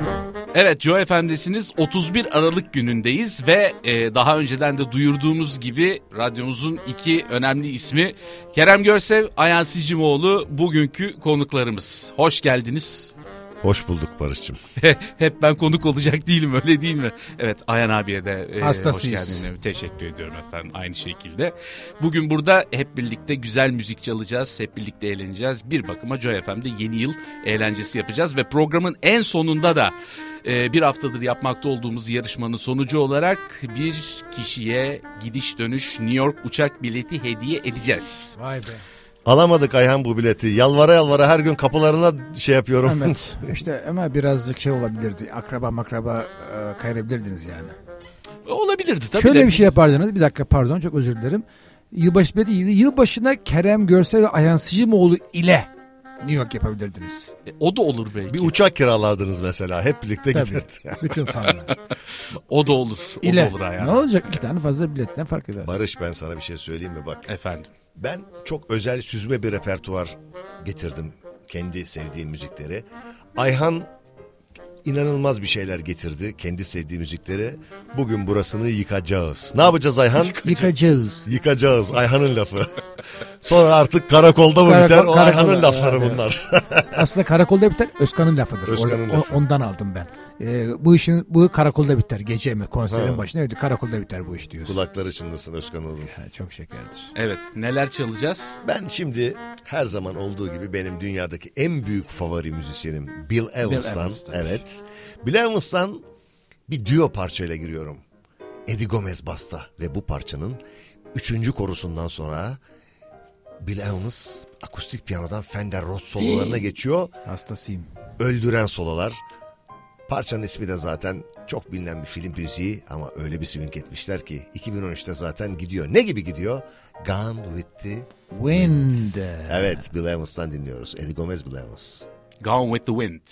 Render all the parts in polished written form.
Evet, Joy FM'desiniz. 31 Aralık günündeyiz ve daha önceden de duyurduğumuz gibi radyomuzun iki önemli ismi Kerem Görsev, Ayhan Sicimoğlu bugünkü konuklarımız. Hoş geldiniz. Hoş bulduk Barış'cığım. Hep ben konuk olacak değilim, öyle değil mi? Evet, Ayhan abiye de hoş geldin. Teşekkür ediyorum efendim, aynı şekilde. Bugün burada hep birlikte güzel müzik çalacağız, hep birlikte eğleneceğiz. Bir bakıma Joy FM'de yeni yıl eğlencesi yapacağız ve programın en sonunda da bir haftadır yapmakta olduğumuz yarışmanın sonucu olarak bir kişiye gidiş dönüş New York uçak bileti hediye edeceğiz. Vay be. Alamadık Ayhan bu bileti. Yalvara yalvara her gün kapılarına şey yapıyorum. Evet işte ama birazcık şey olabilirdi. Akraba kayırabilirdiniz yani. Olabilirdi tabii. Şöyle bir şey yapardınız. Bir dakika pardon, çok özür dilerim. Yılbaşı bileti, yılbaşına Kerem Görsel ve Ayhan Sicimoğlu ile New York yapabilirdiniz. O da olur belki. Bir uçak kiralardınız mesela. Hep birlikte Tabii. giderdik. Bütün fanlar. O da olur. O ile. da olur Ayhan. Ne olacak? 2 tane fazla biletten fark eder. Barış, ben sana bir şey söyleyeyim mi bak. Efendim. Ben çok özel süzme bir repertuar getirdim. Kendi sevdiğim müzikleri. Ayhan inanılmaz bir şeyler getirdi. Kendi sevdiği müzikleri. Bugün burasını yıkacağız. Ne yapacağız Ayhan? Yıkacağız. Yıkacağız. Ayhan'ın lafı. Sonra artık karakolda mı biter? O Ayhan'ın lafları evet. Bunlar. Aslında karakolda biter, Özkan'ın lafıdır. Özkan'ın lafı. Ondan aldım ben. Bu karakolda biter. Gece mi? Konserin başına öyle karakolda biter bu iş diyorsun. Kulakları çınlasın Özkan oğlum. Çok şekerdir. Evet, neler çalacağız? Ben şimdi her zaman olduğu gibi benim dünyadaki en büyük favori müzisyenim Bill Evans'tan. Evet. Bill Evans'tan bir duo parçayla giriyorum. Eddie Gomez basta ve bu parçanın 3. korusundan sonra Bill Evans akustik piyanodan Fender Rhodes sololarına geçiyor. Hastasıyım. Öldüren sololar. Parçanın ismi de zaten çok bilinen bir film müziği ama öyle bir swing etmişler ki 2013'te zaten gidiyor. Ne gibi gidiyor? Gone with the Wind. Evet, Bill Evans'tan dinliyoruz. Eddie Gomez, Bill Evans. Gone with the Wind.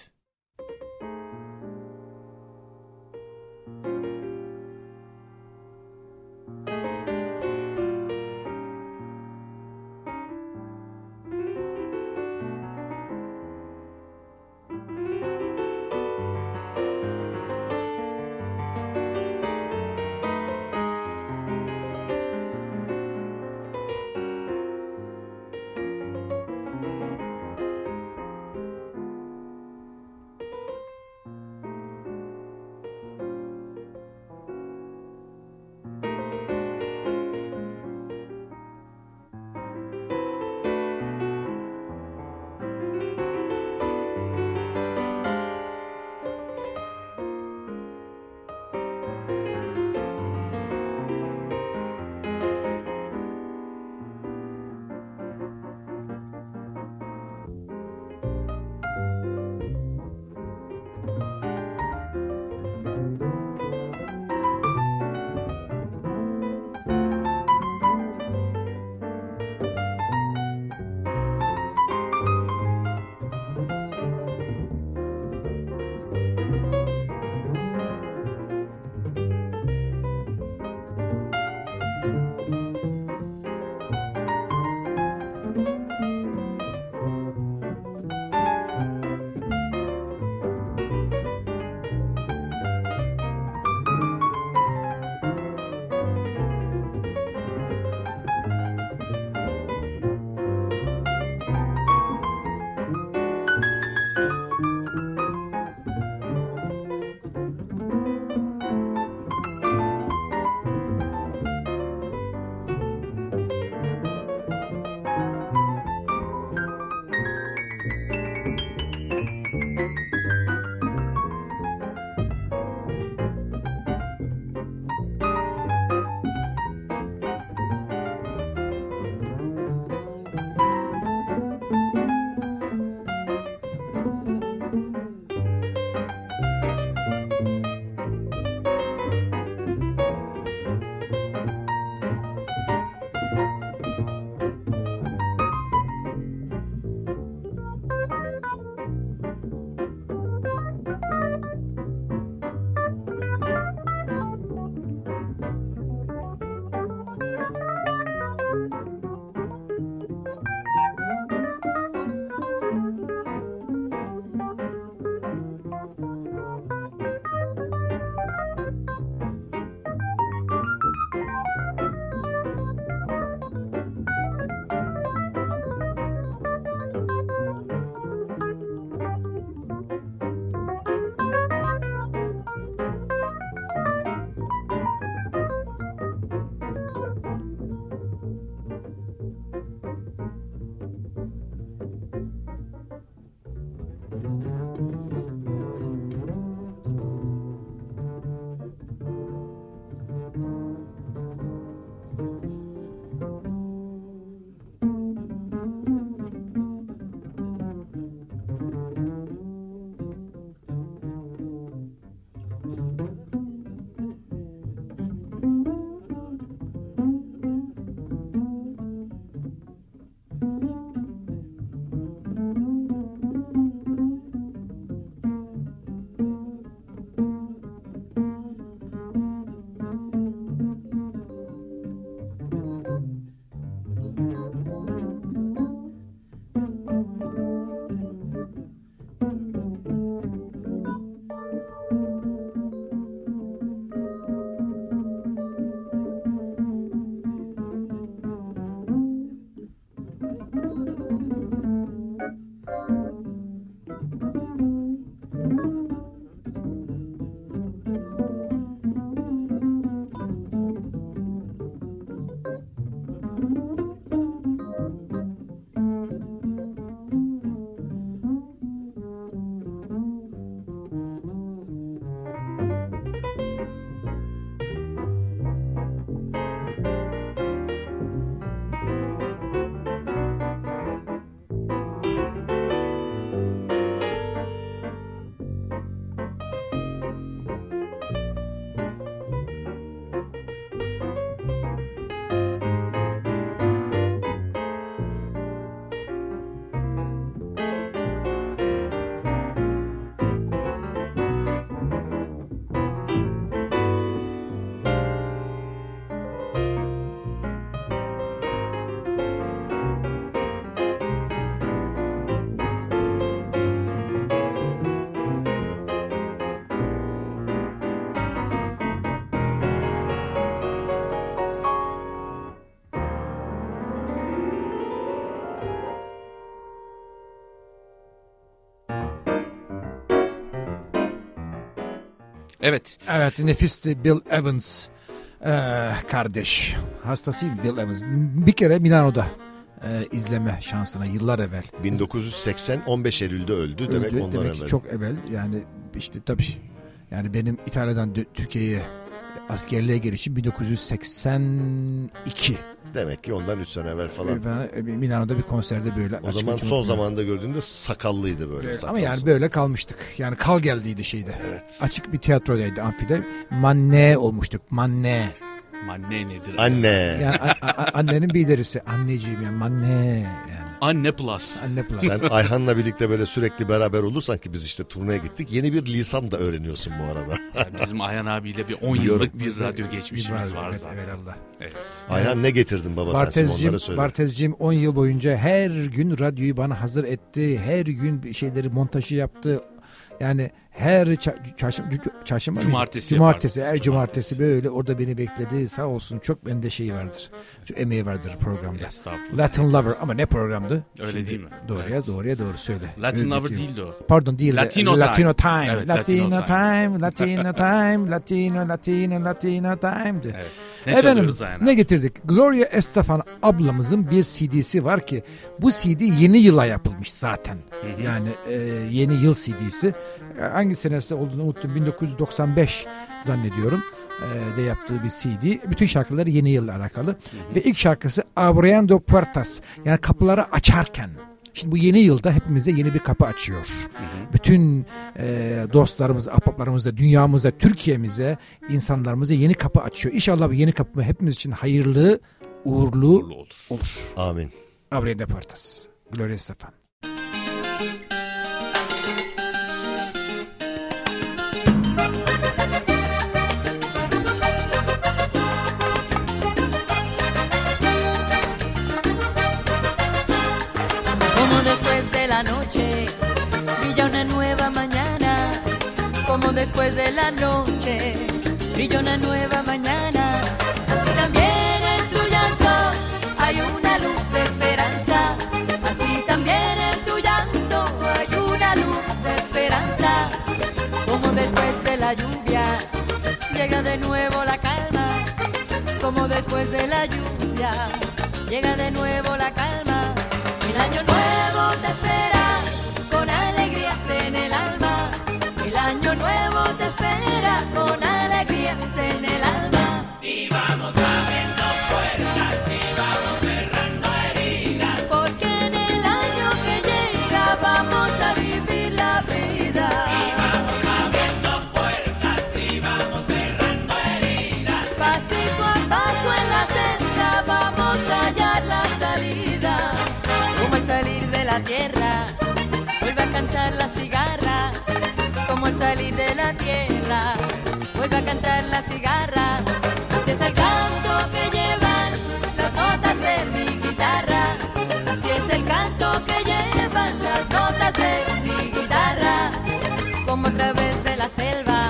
Evet. Evet, nefisti Bill Evans kardeş. Hastasıyım Bill Evans. Bir kere Milano'da izleme şansına yıllar evvel. 1980 15 Eylül'de öldü demek ondan demek evvel. Çok evvel yani işte tabii. Yani benim İtalya'dan Türkiye'ye askerliğe gelişim 1982. Demek ki ondan 3 sene evvel falan. Milano'da bir konserde böyle. O zaman son zamanında gördüğümde sakallıydı böyle. Ama yani böyle kalmıştık. Yani kal geldiydi şeyde. Evet. Açık bir tiyatrodaydı, amfide. Manne olmuştuk. Manne. Manne nedir? Anne. Yani annenin bir ilerisi. Anneciğim yani manne yani. Anne plus. Anne plus. Sen Ayhan'la birlikte böyle sürekli beraber olursan ki biz işte turneye gittik. Yeni bir lisan da öğreniyorsun bu arada. Yani bizim Ayhan abiyle bir 10 yıllık bir radyo geçmişimiz var zaten. Evet Allah. Evet. Ayhan ne getirdin baba sen onlara söyle. Bartezciğim 10 yıl boyunca her gün radyoyu bana hazır etti. Her gün bir şeyleri montajı yaptı. Yani her cumartesi böyle orada beni bekledi. Sağ olsun çok bende şeyi vardır. Çok emeği vardır programda. Latin Lover ama ne programdı? Öyle şimdi değil mi? Doğru söyle. Latin Lover değildi o. Pardon değil. Latino Time. Evet, Latino Time'di. Evet. Efendim ne getirdik? Gloria Estefan ablamızın bir CD'si var ki bu CD yeni yıla yapılmış zaten. Hı-hı. Yani yeni yıl CD'si. Hangi senesi olduğunu unuttum. 1995 zannediyorum de yaptığı bir CD. Bütün şarkıları yeni yılla alakalı. Hı-hı. Ve ilk şarkısı Abriendo Puertas. Yani kapıları açarken. Şimdi bu yeni yılda hepimize yeni bir kapı açıyor. Hı-hı. Bütün dostlarımız, ahbaplarımıza, dünyamıza, Türkiye'mize, insanlarımıza yeni kapı açıyor. İnşallah bu yeni kapı hepimiz için hayırlı, uğurlu olur. Amin. Abriendo Puertas. Gloria Estefan. Como después de la noche brilla una nueva mañana, así también en tu llanto hay una luz de esperanza, así también en tu llanto hay una luz de esperanza. Como después de la lluvia llega de nuevo la calma, como después de la lluvia llega de nuevo la calma, el año nuevo te espera con alegrías en el alma. El año nuevo te espera con alegrías en el alma. Y vamos abriendo puertas y vamos cerrando heridas. Porque en el año que llega vamos a vivir la vida. Y vamos abriendo puertas y vamos cerrando heridas. Pasito a paso en la senda vamos a hallar la salida. Como al salir de la tierra vuelve a cantar la cigarra. Como al salir de la tierra vuelve a cantar la cigarra. Así es el canto que llevan las notas de mi guitarra. Así es el canto que llevan las notas de mi guitarra. Como a través de la selva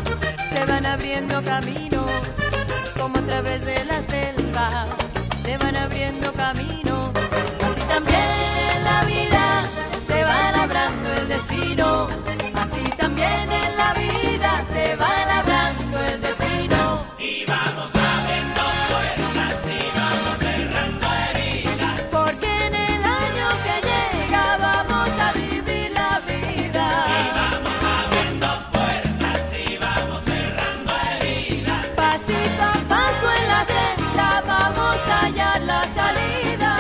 se van abriendo caminos. Como a través de la selva se van abriendo caminos. Así también en la vida se va labrando el destino. Así también en la vida se va labrando el destino. Y vamos abriendo puertas y vamos cerrando heridas. Porque en el año que llega vamos a vivir la vida. Y vamos abriendo puertas y vamos cerrando heridas. Pasito a paso en la senda vamos a hallar la salida.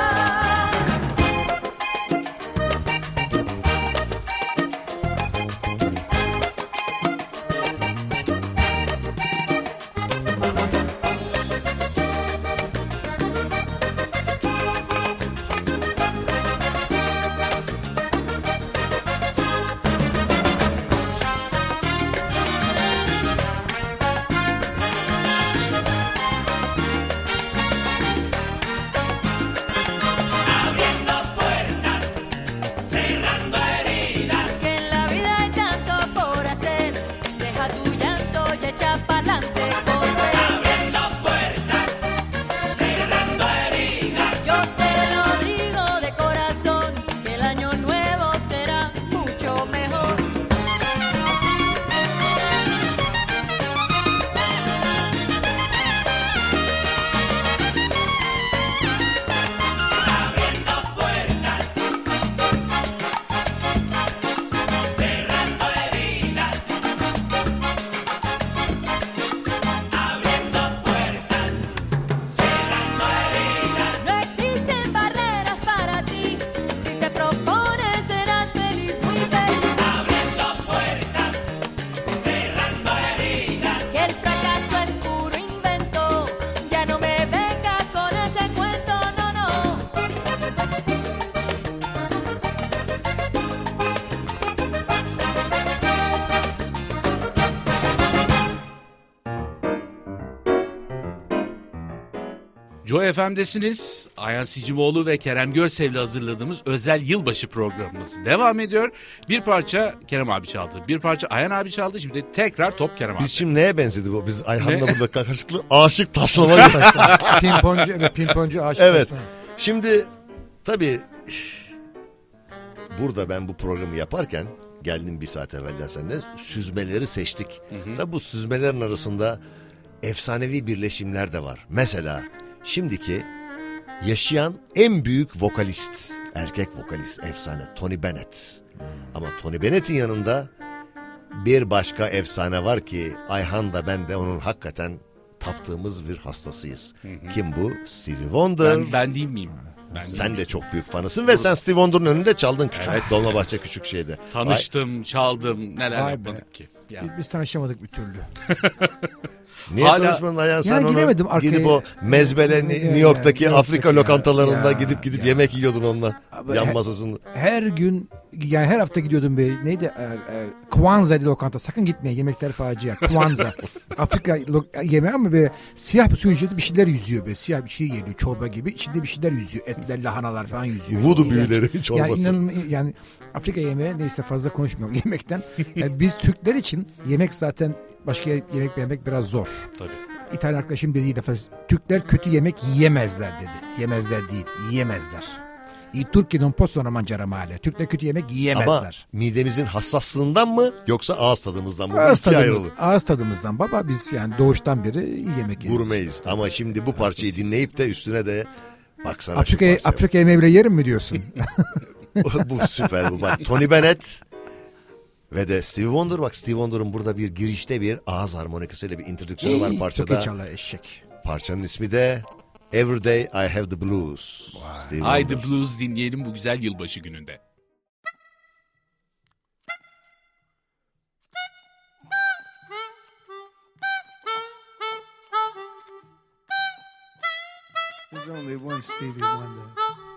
Joy FM'desiniz. Ayhan Sicimoğlu ve Kerem Görsev'le hazırladığımız özel yılbaşı programımız devam ediyor. Bir parça Kerem abi çaldı. Bir parça Ayhan abi çaldı. Şimdi tekrar top Kerem abi. Biz şimdi neye benzedi bu? Biz Ayhan'la burada karşılıklı aşık taşlama gibi. Pimponcu aşık. Evet. Şimdi tabii burada ben bu programı yaparken geldim bir saat evvelden seninle süzmeleri seçtik. Tabii bu süzmelerin arasında efsanevi birleşimler de var. Mesela şimdiki yaşayan en büyük vokalist, erkek vokalist efsane Tony Bennett. Ama Tony Bennett'in yanında bir başka efsane var ki Ayhan da ben de onun hakikaten taptığımız bir hastasıyız. Kim bu? Stevie Wonder. Ben değil miyim? Sen de çok büyük fanısın ve sen Stevie Wonder'ın önünde çaldın küçük. Evet. Dolmabahçe küçük şeyde. Tanıştım, çaldım, neler Vay yapmadık ki. Ya. Biz tanışamadık bir türlü. Niye Hala- tanışmadın Ayhan sen onu gidemedim arkaya. gidip o mezbele New York'taki Ya, Afrika ya, lokantalarında ya, gidip ya. yemek yiyordun onunla. Abi, Yan masasında. Her gün yani her hafta gidiyordum bir neydi Kwanza lokanta, sakın gitmeyin, yemekler facia. Kwanza Afrika yemeği ama böyle siyah bir suyun içinde bir şeyler yüzüyor, böyle siyah bir şey geliyor, çorba gibi, içinde bir şeyler yüzüyor, etler, lahanalar falan yüzüyor. Voodoo İğrenç. büyüleri çorbası. Yani Afrika yemeği, neyse fazla konuşmuyorum yemekten. Yani biz Türkler için yemek zaten, başka yemek beğenmek biraz zor. Tabii. İtalyan arkadaşım dediği defa Türkler kötü yemek yiyemezler dedi. Yemezler değil, yiyemezler. I Turchi non possono mangiare male. Türkler kötü yemek yiyemezler. Ama midemizin hassaslığından mı yoksa ağız tadımızdan mı? Bu ikiye ayrılır. Ağız tadımızdan baba, biz yani doğuştan beri iyi yemek yiyoruz. Gurmeyiz. Ama şimdi bu parçayı Hastasıyız. dinleyip de üstüne de baksana şu parçaya. Afrika yemeği bile yerim mi diyorsun? Bu süper bu. Bak Tony Bennett ve de Stevie Wonder. Bak Stevie Wonder'ın burada bir girişte bir ağız harmonikasıyla bir introdüksiyonu var Çok iyi parçada. çalar eşek. Parçanın ismi de Every Day I Have the Blues. Stevie Haydi Wonder. blues dinleyelim bu güzel yılbaşı gününde. There's only one Stevie Wonder.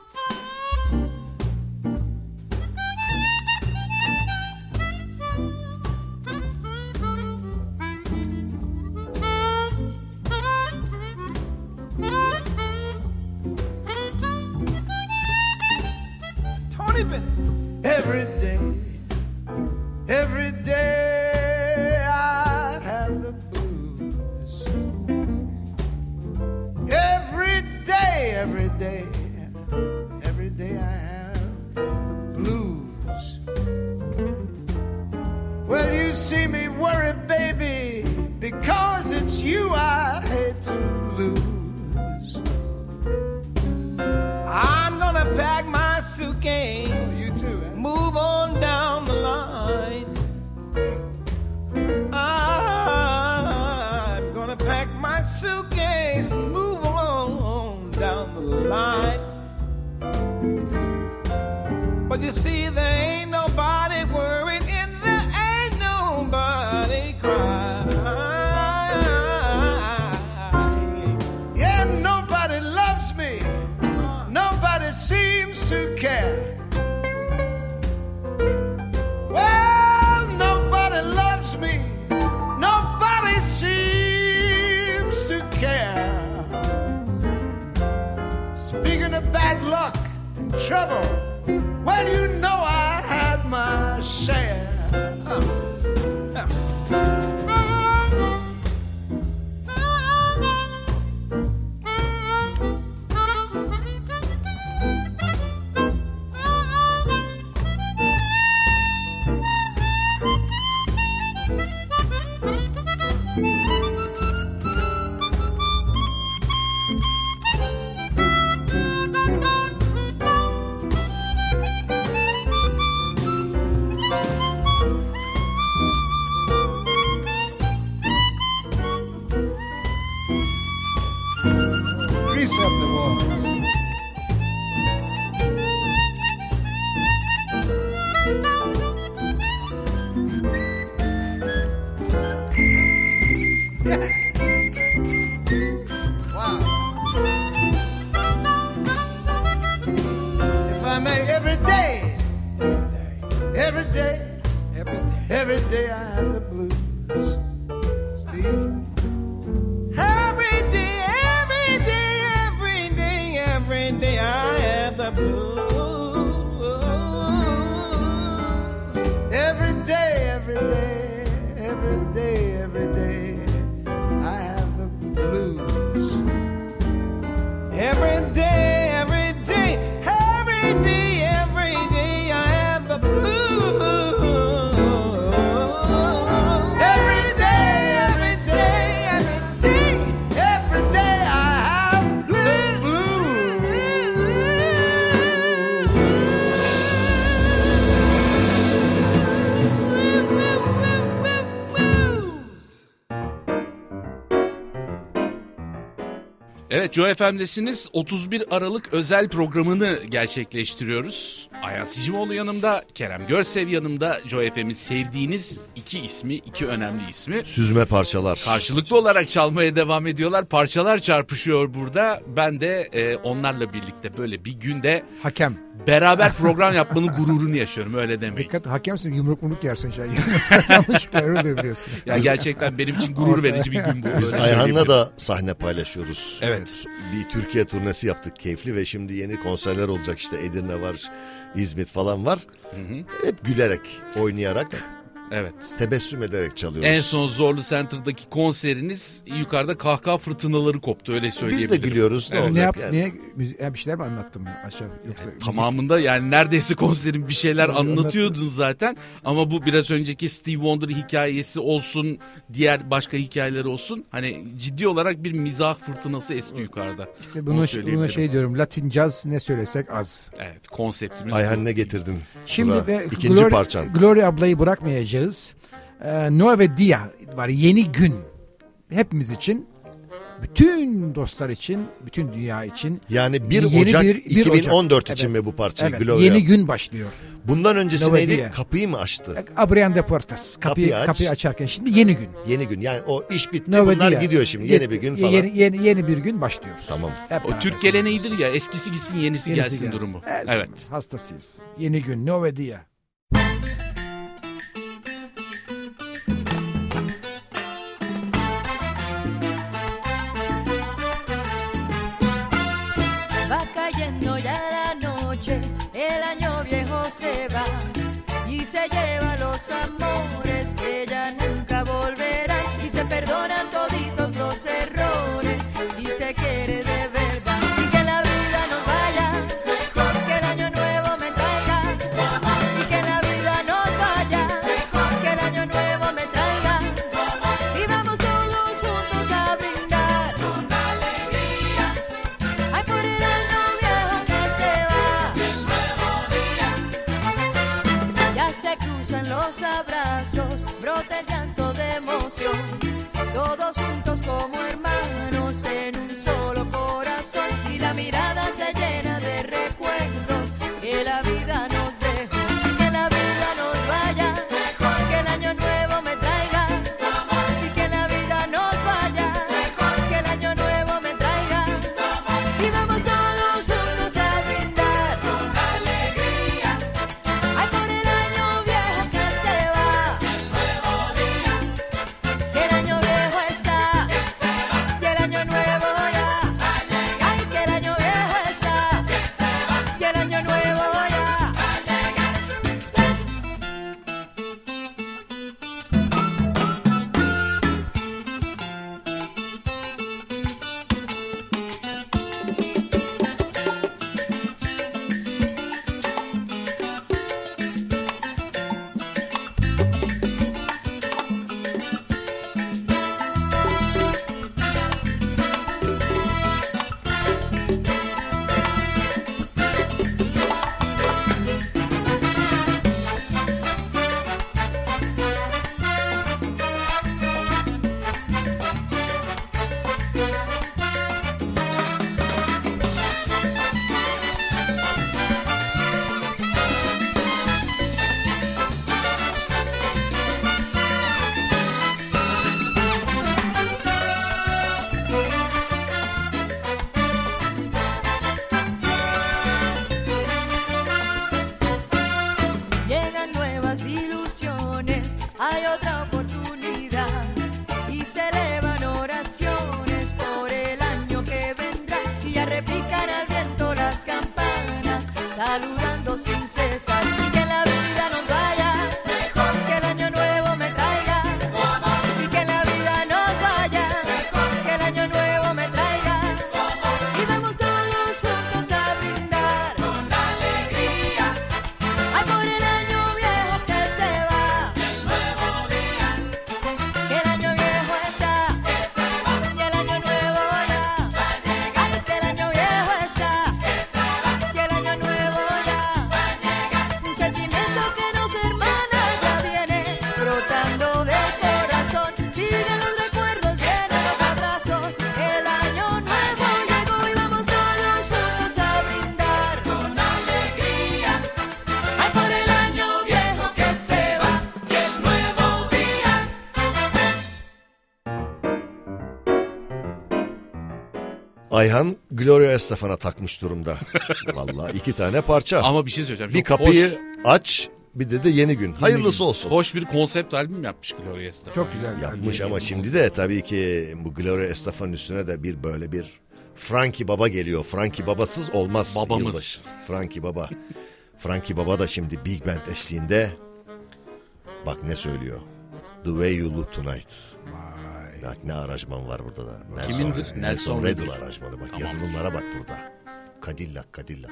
Tony Bennett. Every day I have the blues. Every day I have the blues. Well, you see me worry, baby, because it's you I hate to lose. I'm gonna pack my suitcase, you too, move on down the line. I'm gonna pack my suitcase, move on down the line. But you see, there ain't nobody worried and there ain't nobody crying. Yeah, nobody loves me. Nobody seems to care. Well, nobody loves me. Nobody seems to care. Speaking of bad luck and trouble, well, you know I had my share. Grease up the walls. Wow. If I may, every day I have the blues. Steve. Every day Every day, every day, every day, every day, I have the blues. Every day, every day, every day, every day, I have the blues. Every day, every day, every day, every day, I have the blues. Evet, Joy FM'desiniz. 31 Aralık özel programını gerçekleştiriyoruz. Ayhan Sicimoğlu yanımda, Kerem Görsev yanımda. Joy FM'in sevdiğiniz iki önemli ismi. Süzme parçalar. Karşılıklı olarak çalmaya devam ediyorlar. Parçalar çarpışıyor burada. Ben de onlarla birlikte böyle bir günde Hakem. beraber program yapmanın gururunu yaşıyorum, öyle demeyin. Dikkat, hakemsin, yumruk yersin şey. Yanlışlıkla öyle biliyorsun. Ya gerçekten benim için gurur verici bir gün bu. Biz öyle Ayhan'la söyleyebilirim. da sahne paylaşıyoruz. Evet. Bir Türkiye turnesi yaptık, keyifli, ve şimdi yeni konserler olacak, işte Edirne var, İzmit falan var. Hep gülerek, oynayarak, Evet. tebessüm ederek çalıyoruz. En son Zorlu Center'daki konseriniz, yukarıda kahkaha fırtınaları koptu, öyle söyleyebilirim. Biz de gülüyoruz, ne Evet. olacak Ne yani. Niye bir şeyler mi anlattım aşağı yoksa Tamamında yani neredeyse konserin bir şeyler anlatıyordun zaten. Ama bu biraz önceki Steve Wonder hikayesi olsun, diğer başka hikayeler olsun. Hani ciddi olarak bir mizah fırtınası esti yukarıda. İşte Onu buna söyleyebilirim. şey diyorum, Latin caz ne söylesek az. Evet, konseptimiz Ayhan bu. ne getirdin? Şimdi Sıra. de İkinci parçan. Gloria ablayı bırakmayacağız. Nueve Dia var, yeni gün. Hepimiz için, bütün dostlar için, bütün dünya için. Yani 1 Yeni Ocak bir 2014 Ocak. için Evet. mi bu parça? Evet, Gloria. yeni gün başlıyor. Bundan öncesi Nove neydi? Dia. Kapıyı mı açtı? Abrian de Puertas. Kapıyı aç. Kapıyı açarken şimdi yeni gün. Yeni gün. Yani o iş bitti. Nove Bunlar Dia. gidiyor şimdi. Yeni bir gün falan. Yeni bir gün başlıyoruz. Tamam. Hep O beraber Türk geleneğidir ya, eskisi gitsin yenisi gelsin durumu. Evet. Hastasıyız. Yeni gün. Nove Dia. Va cayendo ya la noche, el año viejo se va y se lleva los amores que ya nunca volverán y se perdonan toditos los errores y se quiere de verdad y que la vida nos vaya mejor, que el año nuevo me traiga y que la vida nos vaya mejor, que el año nuevo me traiga y vamos todos juntos a brindar con alegría. Ay, por el año viejo que se va, el nuevo día. Ya se cruzan los abrazos, brota el llanto de emoción. Todos juntos como hermanos en un solo corazón. Y la mirada se llena de recuerdos que la vida nos dejó. Y que la vida nos vaya mejor, que el año nuevo me traiga. Y que la vida nos vaya mejor, que el año nuevo me traiga. Y vamos todos juntos a brindar con alegría. Ay, por el año viejo que se va, el nuevo día. Que el año viejo está, que se va, y el año nuevo ya. Ay, que el año viejo está, que se va, y el año nuevo ya. saludando sin cesar y que la vida nos vaya mejor, que el año nuevo me traiga tu amor y que la vida nos vaya mejor, que el año nuevo me traiga tu amor y vamos todos juntos a brindar con alegría, ay por el año viejo que se va y el nuevo día, que el año viejo está que se va y el año nuevo ya va a llegar, ay que el año viejo está que se va y el año nuevo ya va a llegar, un sentimiento que nos hermana ya viene brotando del corazón, siguen los recuerdos, vienen los abrazos, el año nuevo llegó y vamos todos juntos a brindar con alegría, ay por el año viejo que se va y el nuevo día. Ayhan Gloria Estefan'a takmış durumda. Vallahi 2 tane parça. Ama bir şey söyleyeceğim. Bir Çok kapıyı aç, bir de yeni gün. Hayırlısı olsun. hoş bir konsept albüm yapmış Gloria Estefan. Çok güzel. Yapmış ama şimdi de tabii ki bu Gloria Estefan'ın üstüne de bir böyle bir Frankie Baba geliyor. Frankie Babasız olmaz Babamız. yılbaşı. Frankie Baba. Frankie Baba da şimdi Big Band eşliğinde bak ne söylüyor. The Way You Look Tonight. Bak ne aranjman var burada da. Kimindir? Nelson Riddle. Riddle aranjmanı bak. Tamam. Yazılımlara bak burada. Cadillac.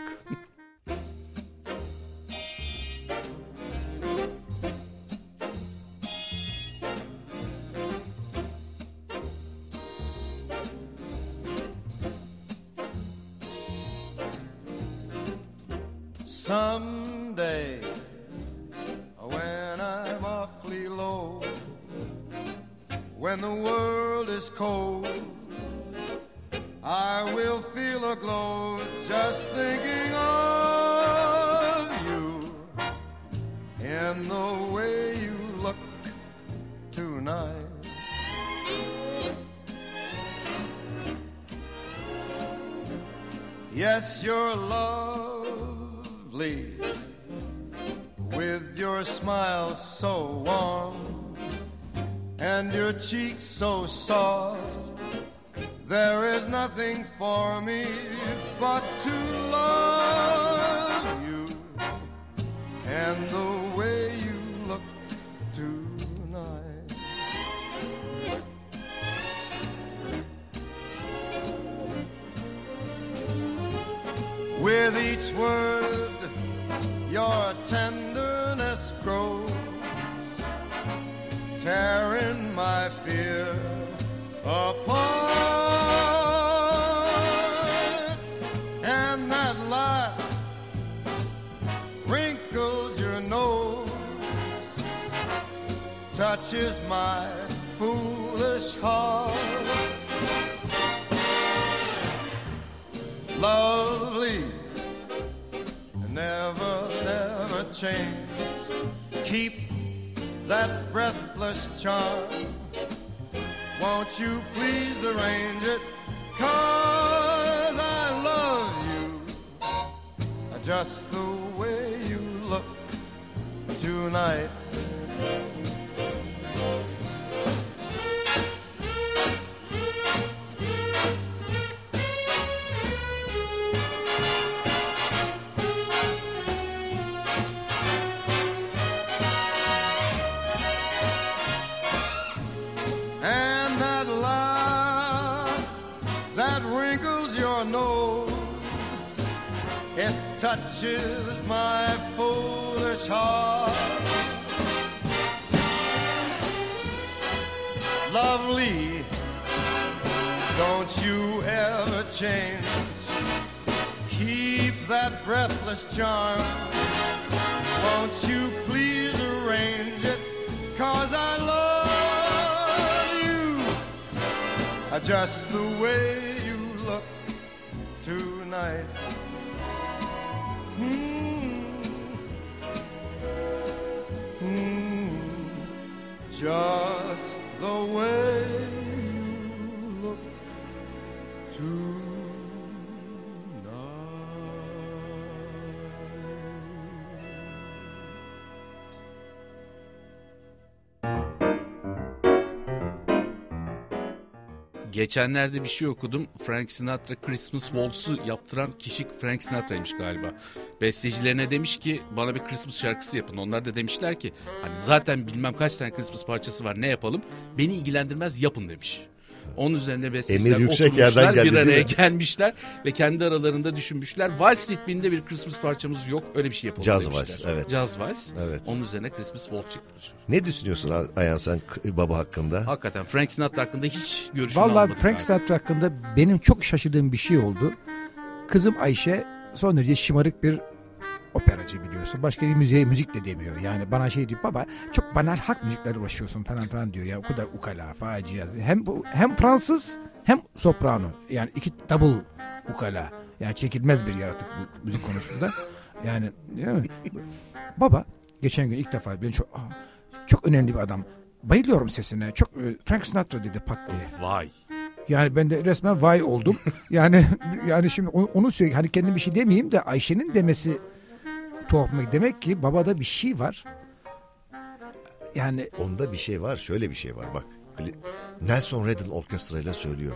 Someday, when I'm awfully low, when the world is cold, I will feel a glow just thinking of you and the way you look tonight. Yes, you're lovely with your smile so warm and your cheeks so soft. There is nothing for me but to love you and the way you look tonight. With each word, your tenderness grows, tearing my fear apart. And that laugh wrinkles your nose, touches my foolish heart. Lovely, never change. Keep that breathless charm. Won't you please arrange it? 'Cause I love you just the way you look tonight. And that laugh that wrinkles your nose, it touches my foolish heart. Lovely, don't you ever change. Keep that breathless charm. Won't you please arrange it? 'Cause I love you just the way you look tonight. Just the way you look tonight. Geçenlerde bir şey okudum. Frank Sinatra Christmas Waltz'u yaptıran kişi Frank Sinatra'ymış galiba. Bestecilerine demiş ki bana bir Christmas şarkısı yapın. Onlar da demişler ki hani zaten bilmem kaç tane Christmas parçası var, ne yapalım? Beni ilgilendirmez, yapın demiş. Onun üzerine besteciler oturmuşlar, bir araya gelmişler ve kendi aralarında düşünmüşler. Vals ritminde bir Christmas parçamız yok, öyle bir şey yapalım Jazz demişler. Vals, evet. Jazz Vals. Evet. Onun üzerine Christmas Waltz çıkmış. Ne düşünüyorsun Ayhan sen baba hakkında? Hakikaten Frank Sinatra hakkında hiç görüşünü Vallahi almadım. Frank Sinatra hakkında benim çok şaşırdığım bir şey oldu. Kızım Ayşe son derece şımarık bir operacı, biliyorsun. Başka bir müzik de demiyor. Yani bana şey diyor, baba çok banal halk müziklerle uğraşıyorsun falan diyor ya. O kadar ukala, facia. Hem Fransız hem soprano. Yani iki double ukala. Yani çekilmez bir yaratık bu müzik konusunda. Yani değil mi? Baba geçen gün ilk defa ben çok önemli bir adam. Bayılıyorum sesine. Çok Frank Sinatra dedi pat diye. Vay. Yani ben de resmen vay oldum. yani şimdi onu söyleyeyim. Hani kendim bir şey demeyeyim de Ayşe'nin demesi tuhaf mı? Demek ki babada bir şey var. Yani onda bir şey var. Şöyle bir şey var bak. Nelson Riddle orkestrayla söylüyor.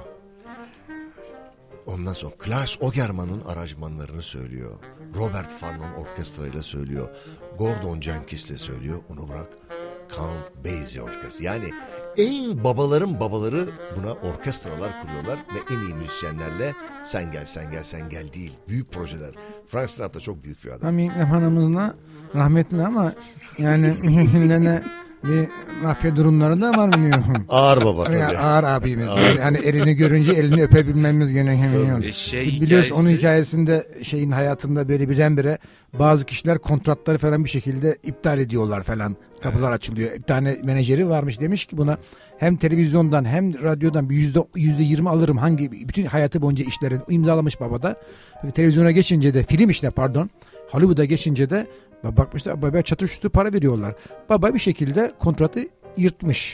Ondan sonra Klaus Ogerman'ın aranjmanlarını söylüyor. Robert Farnon orkestrayla söylüyor. Gordon Jenkins'le söylüyor. Onu bırak. Count Basie orkestrası. Yani en babaların babaları buna orkestralar kuruyorlar ve en iyi müzisyenlerle sen gel değil. Büyük projeler. Frank Sinatra çok büyük bir adam. Tabii hanımızla rahmetli ama yani bir mafya durumları da var biliyorsun. Ağır baba tabii. Yani ağır abimiz. Yani hani erini görünce elini öpebilmemiz gerekiyor. Biliyorsun onun hikayesinde şeyin hayatında böyle birdenbire bazı kişiler kontratları falan bir şekilde iptal ediyorlar falan. Kapılar açılıyor. Bir tane menajeri varmış, demiş ki buna hem televizyondan hem radyodan bir %20 alırım, hangi bütün hayatı boyunca işlerin imzalamış babada. Televizyona geçince de Hollywood'a geçince de bakmışlar babaya çatır çutur para veriyorlar. Baba bir şekilde kontratı yırtmış.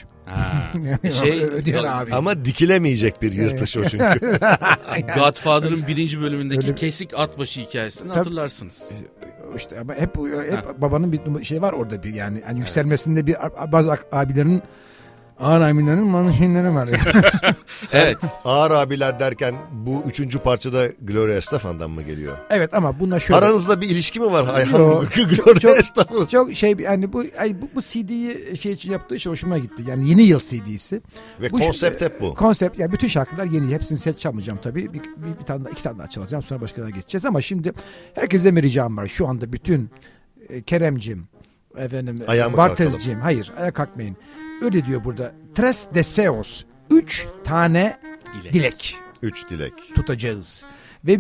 Abi. Ama dikilemeyecek bir yırtış o çünkü. Godfather'ın 1. bölümündeki kesik atbaşı hikayesini hatırlarsınız. İşte ama hep babanın bir şey var orada, bir yani yükselmesinde bir bazı abilerin, ağır abilerin manşinleri var. Evet. Ağır abiler derken bu 3. parçada Gloria Estefan'dan mı geliyor? Evet ama bunda şöyle. Aranızda bir ilişki mi var Ayhan? Gloria Estefan. Çok şey yani bu CD'yi şey için yaptığı şey hoşuma gitti. Yani yeni yıl CD'si. Ve konsept hep bu. Konsept yani bütün şarkılar yeni. Hepsini set çalmayacağım tabii. Bir tane daha, 2 tane daha çalacağım. Sonra başkalarına geçeceğiz ama şimdi herkese bir ricam var. Şu anda bütün Kerem'cim, Bartez'cim, hayır ayağa kalkmayın. Öyle diyor burada. Tres deseos. 3 tane dilek. 3 dilek. Tutacağız. Ve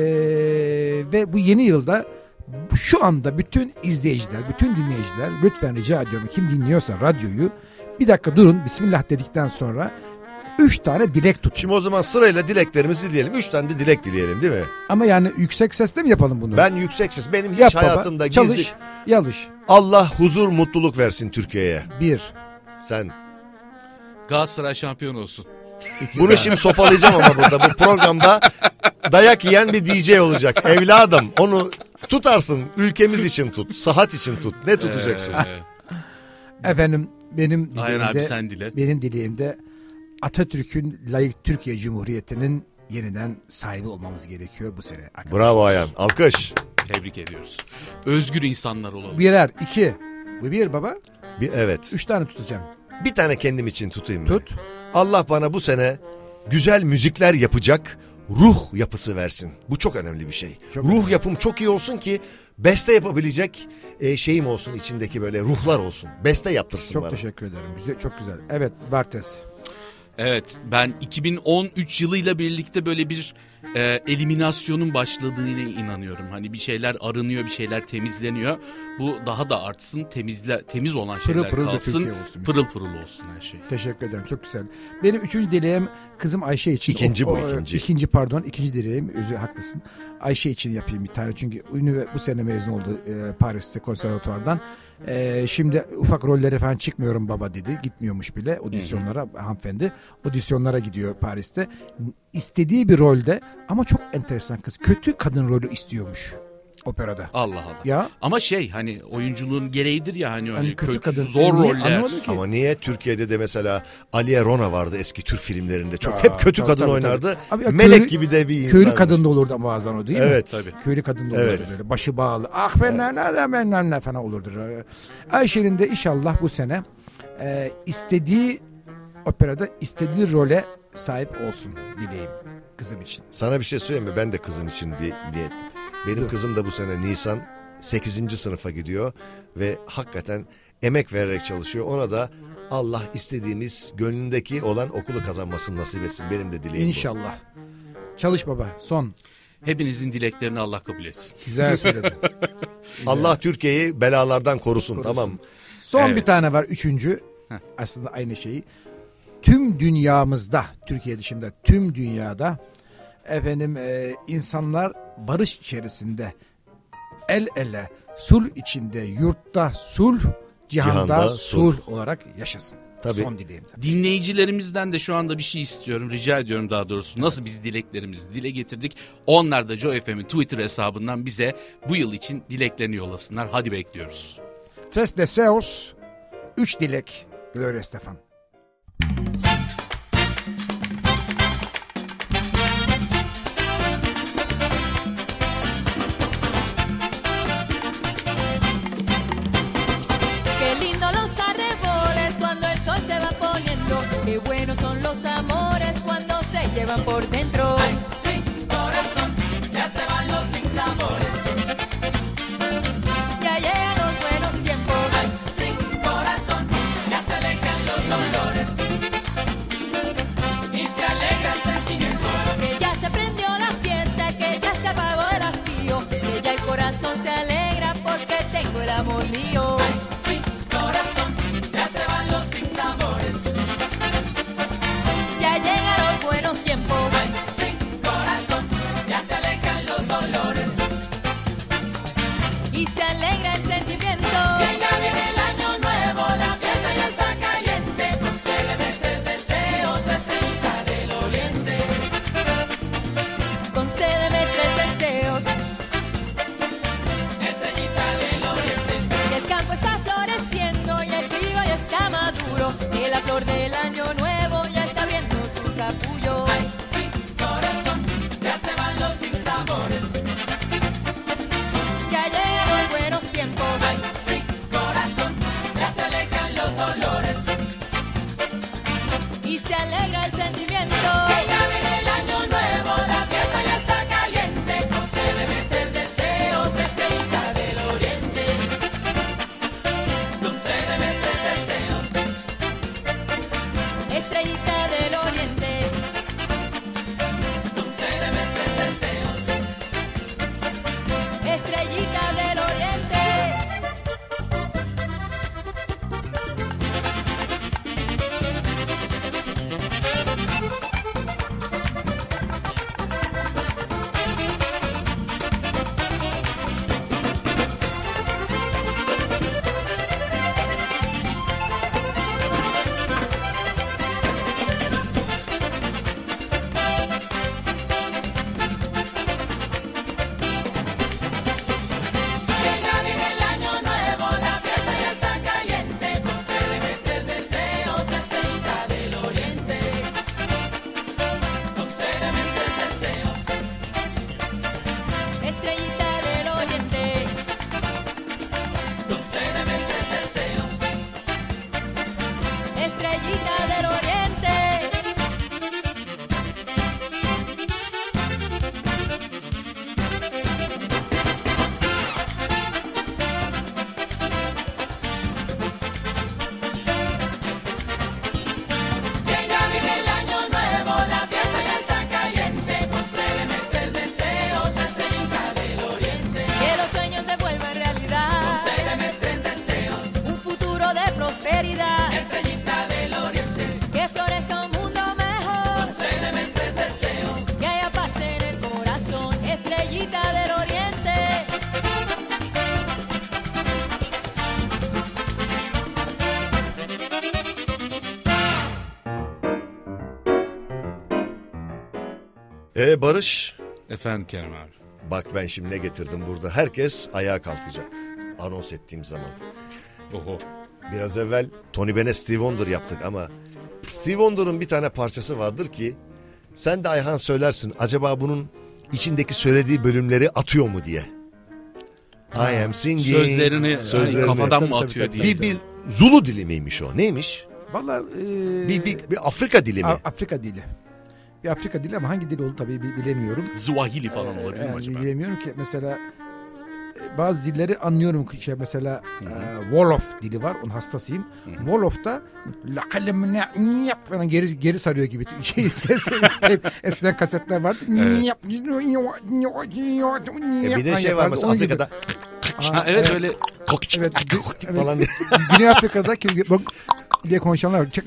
ve bu yeni yılda şu anda bütün izleyiciler, bütün dinleyiciler lütfen rica ediyorum, kim dinliyorsa radyoyu bir dakika durun, Bismillah dedikten sonra 3 tane dilek tutun. Şimdi o zaman sırayla dileklerimizi dileyelim. 3 tane de dilek dileyelim değil mi? Ama yani yüksek sesle mi yapalım bunu? Ben yüksek ses. Benim hiç hayatımda çalış, gizli. Yalış. Allah huzur, mutluluk versin Türkiye'ye. 1. Sen. Galatasaray şampiyon olsun. 2. Bunu şimdi sopalayacağım ama burada. Bu programda dayak yiyen bir DJ olacak. Evladım onu tutarsın. Ülkemiz için tut. Sıhhat için tut. Ne tutacaksın? Efendim benim Ayhan abi sen dile. Benim dileğimde Atatürk'ün layık Türkiye Cumhuriyeti'nin yeniden sahibi olmamız gerekiyor bu sene. Arkadaşlar. Bravo Ayhan. Alkış. Tebrik ediyoruz. Özgür insanlar olalım. 2. Bu 1 baba. Evet. 3 tane tutacağım. Bir tane kendim için tutayım mı? Tut. Allah bana bu sene güzel müzikler yapacak ruh yapısı versin. Bu çok önemli bir şey. Ruh yapım çok iyi olsun ki beste yapabilecek şeyim olsun, içindeki böyle ruhlar olsun. Beste yaptırsın çok bana. Çok teşekkür ederim. Güzel, çok güzel. Evet Bartes. Evet, ben 2013 yılıyla birlikte böyle bir eliminasyonun başladığına inanıyorum. Hani bir şeyler arınıyor, bir şeyler temizleniyor. Bu daha da artsın, temiz olan şeyler pırıl kalsın. Pırıl pırıl olsun her şey. Teşekkür ederim, çok güzel. Benim 3. dileğim kızım Ayşe için. İkinci dileğim, haklısın. Ayşe için yapayım bir tane, çünkü bu sene mezun oldu Paris'te konservatuvardan. Şimdi ufak rollere falan çıkmıyorum baba dedi. Gitmiyormuş bile audisyonlara, hanımefendi. Audisyonlara gidiyor Paris'te. İstediği bir rolde ama çok enteresan kız. Kötü kadın rolü istiyormuş. operada. Allah Allah. Ya. Ama hani oyunculuğun gereğidir ya hani kötü kadın. zor Niye? roller. Anlamadım ki. Ama niye? Türkiye'de de mesela Aliye Rona vardı eski Türk filmlerinde. Çok hep kötü tabii, kadın tabii, oynardı. tabii. Melek gibi de bir insan. Köylü kadın da olurdu bazen o değil mi? Evet. Tabii. Köylü kadın da olurdu Evet. böyle. Başı bağlı. Ah ben ne falan olurdu. Ayşe'nin de inşallah bu sene istediği operada istediği role sahip olsun dileğim kızım için. Sana bir şey söyleyeyim mi? Ben de kızım için bir niyet. Benim kızım da bu sene Nisan 8. sınıfa gidiyor ve hakikaten emek vererek çalışıyor. Ona da Allah istediğimiz gönlündeki olan okulu kazanmasını nasip etsin. Benim de dileğim İnşallah. Çalış baba. Son. Hepinizin dileklerini Allah kabul etsin. Güzel söyledin. bu. Allah Türkiye'yi belalardan korusun. Tamam. Son Evet. bir tane var. Üçüncü. Aslında aynı şeyi. Tüm dünyamızda, Türkiye dışında tüm dünyada insanlar barış içerisinde, el ele, sulh içinde, yurtta sulh, cihanda sulh olarak yaşasın. Tabii. Son dileğim. Dinleyicilerimizden de şu anda bir şey istiyorum. Rica ediyorum daha doğrusu. Nasıl biz dileklerimizi dile getirdik. Onlar da Joy FM'in Twitter hesabından bize bu yıl için dileklerini yollasınlar. Hadi bekliyoruz. Tres deseos, 3 dilek. Gloria Estefan. Qué lindo los arreboles cuando el sol se va poniendo. Qué buenos son los amores cuando se llevan por dentro. Ay, sí, corazón, ya se van los sinsabores. Ya llegan los buenos tiempos. Ay, sí, corazón, ya se alejan los dolores. Y se alegra el sentimiento. Que ya se prendió la fiesta, que ya se apagó el hastío. Que ya el corazón se alegra porque tengo el amor mío. Ay, sí, corazón, ya se van los sinsabores. Ya llegan los buenos tiempos. Ay, sí, corazón, ya se alejan los dolores. Y se alegra el sentimiento. Que ya viene el año nuevo, la fiesta ya está caliente. Concédeme 3 deseos, estrellita del oriente. Concédeme 3 deseos. Estrellita del oriente. Que el campo está floreciendo y el trigo ya está maduro. Que la flor del año nuevo ya está abriendo su capullo. Ay, sí, corazón, ya se van los sinsabores. Ya llegan los buenos tiempos. Ay, sí, corazón, ya se alejan los dolores. Y se alegra el sentimiento. Que ya viene el año nuevo, la fiesta ya está caliente. Concédeme 3 deseos, estrellita del oriente. Concédeme 3 deseos. Estrellita del oriente. Concédeme 3 deseos. Estrellita del oriente. Que ya viene el año nuevo, la fiesta ya está caliente. Concédeme 3 deseos, estrellita del oriente. Concédeme 3 deseos. Estrellita del oriente. Concédeme 3 deseos. Estrellita del oriente. Que ya viene el año nuevo, la fiesta ya está caliente. Concédeme 3 deseos, estrellita del oriente. Que los sueños se vuelvan realidad. Concédeme 3 deseos, Un futuro de prosperidad. estrellita del oriente. Que florezca un mundo mejor. Concédeme 3 deseos. Que haya paz en el corazón. Estrellita del oriente. Barış, Efendim Kerem abi. Bak ben şimdi ne getirdim burada. Herkes ayağa kalkacak. Anons ettiğim zaman. Oho. Biraz evvel Tony Bennett, Stevie Wonder yaptık ama Stevie Wonder'ın bir tane parçası vardır ki sen de Ayhan söylersin. Acaba bunun içindeki söylediği bölümleri atıyor mu diye. I am singing. Sözlerini kafadan mı Tabii, atıyor tabii, diye. Bir Zulu dili miymiş o? Neymiş? Vallahi Bir Afrika dili mi? Afrika dili. Bir Afrika dili ama hangi dil olduğunu tabii bilemiyorum. Swahili falan olabilir mi acaba? Bilemiyorum ki mesela bazı dilleri anlıyorum ki mesela Wolof dili var, onun hastasıyım. Wolof'ta falan geri sarıyor gibi ses. Eskiden kasetler vardı. Bir de şey var mesela Afrika'da. Evet öyle. Evet, falan diye. Güney Afrika'da diye konuşanlar var.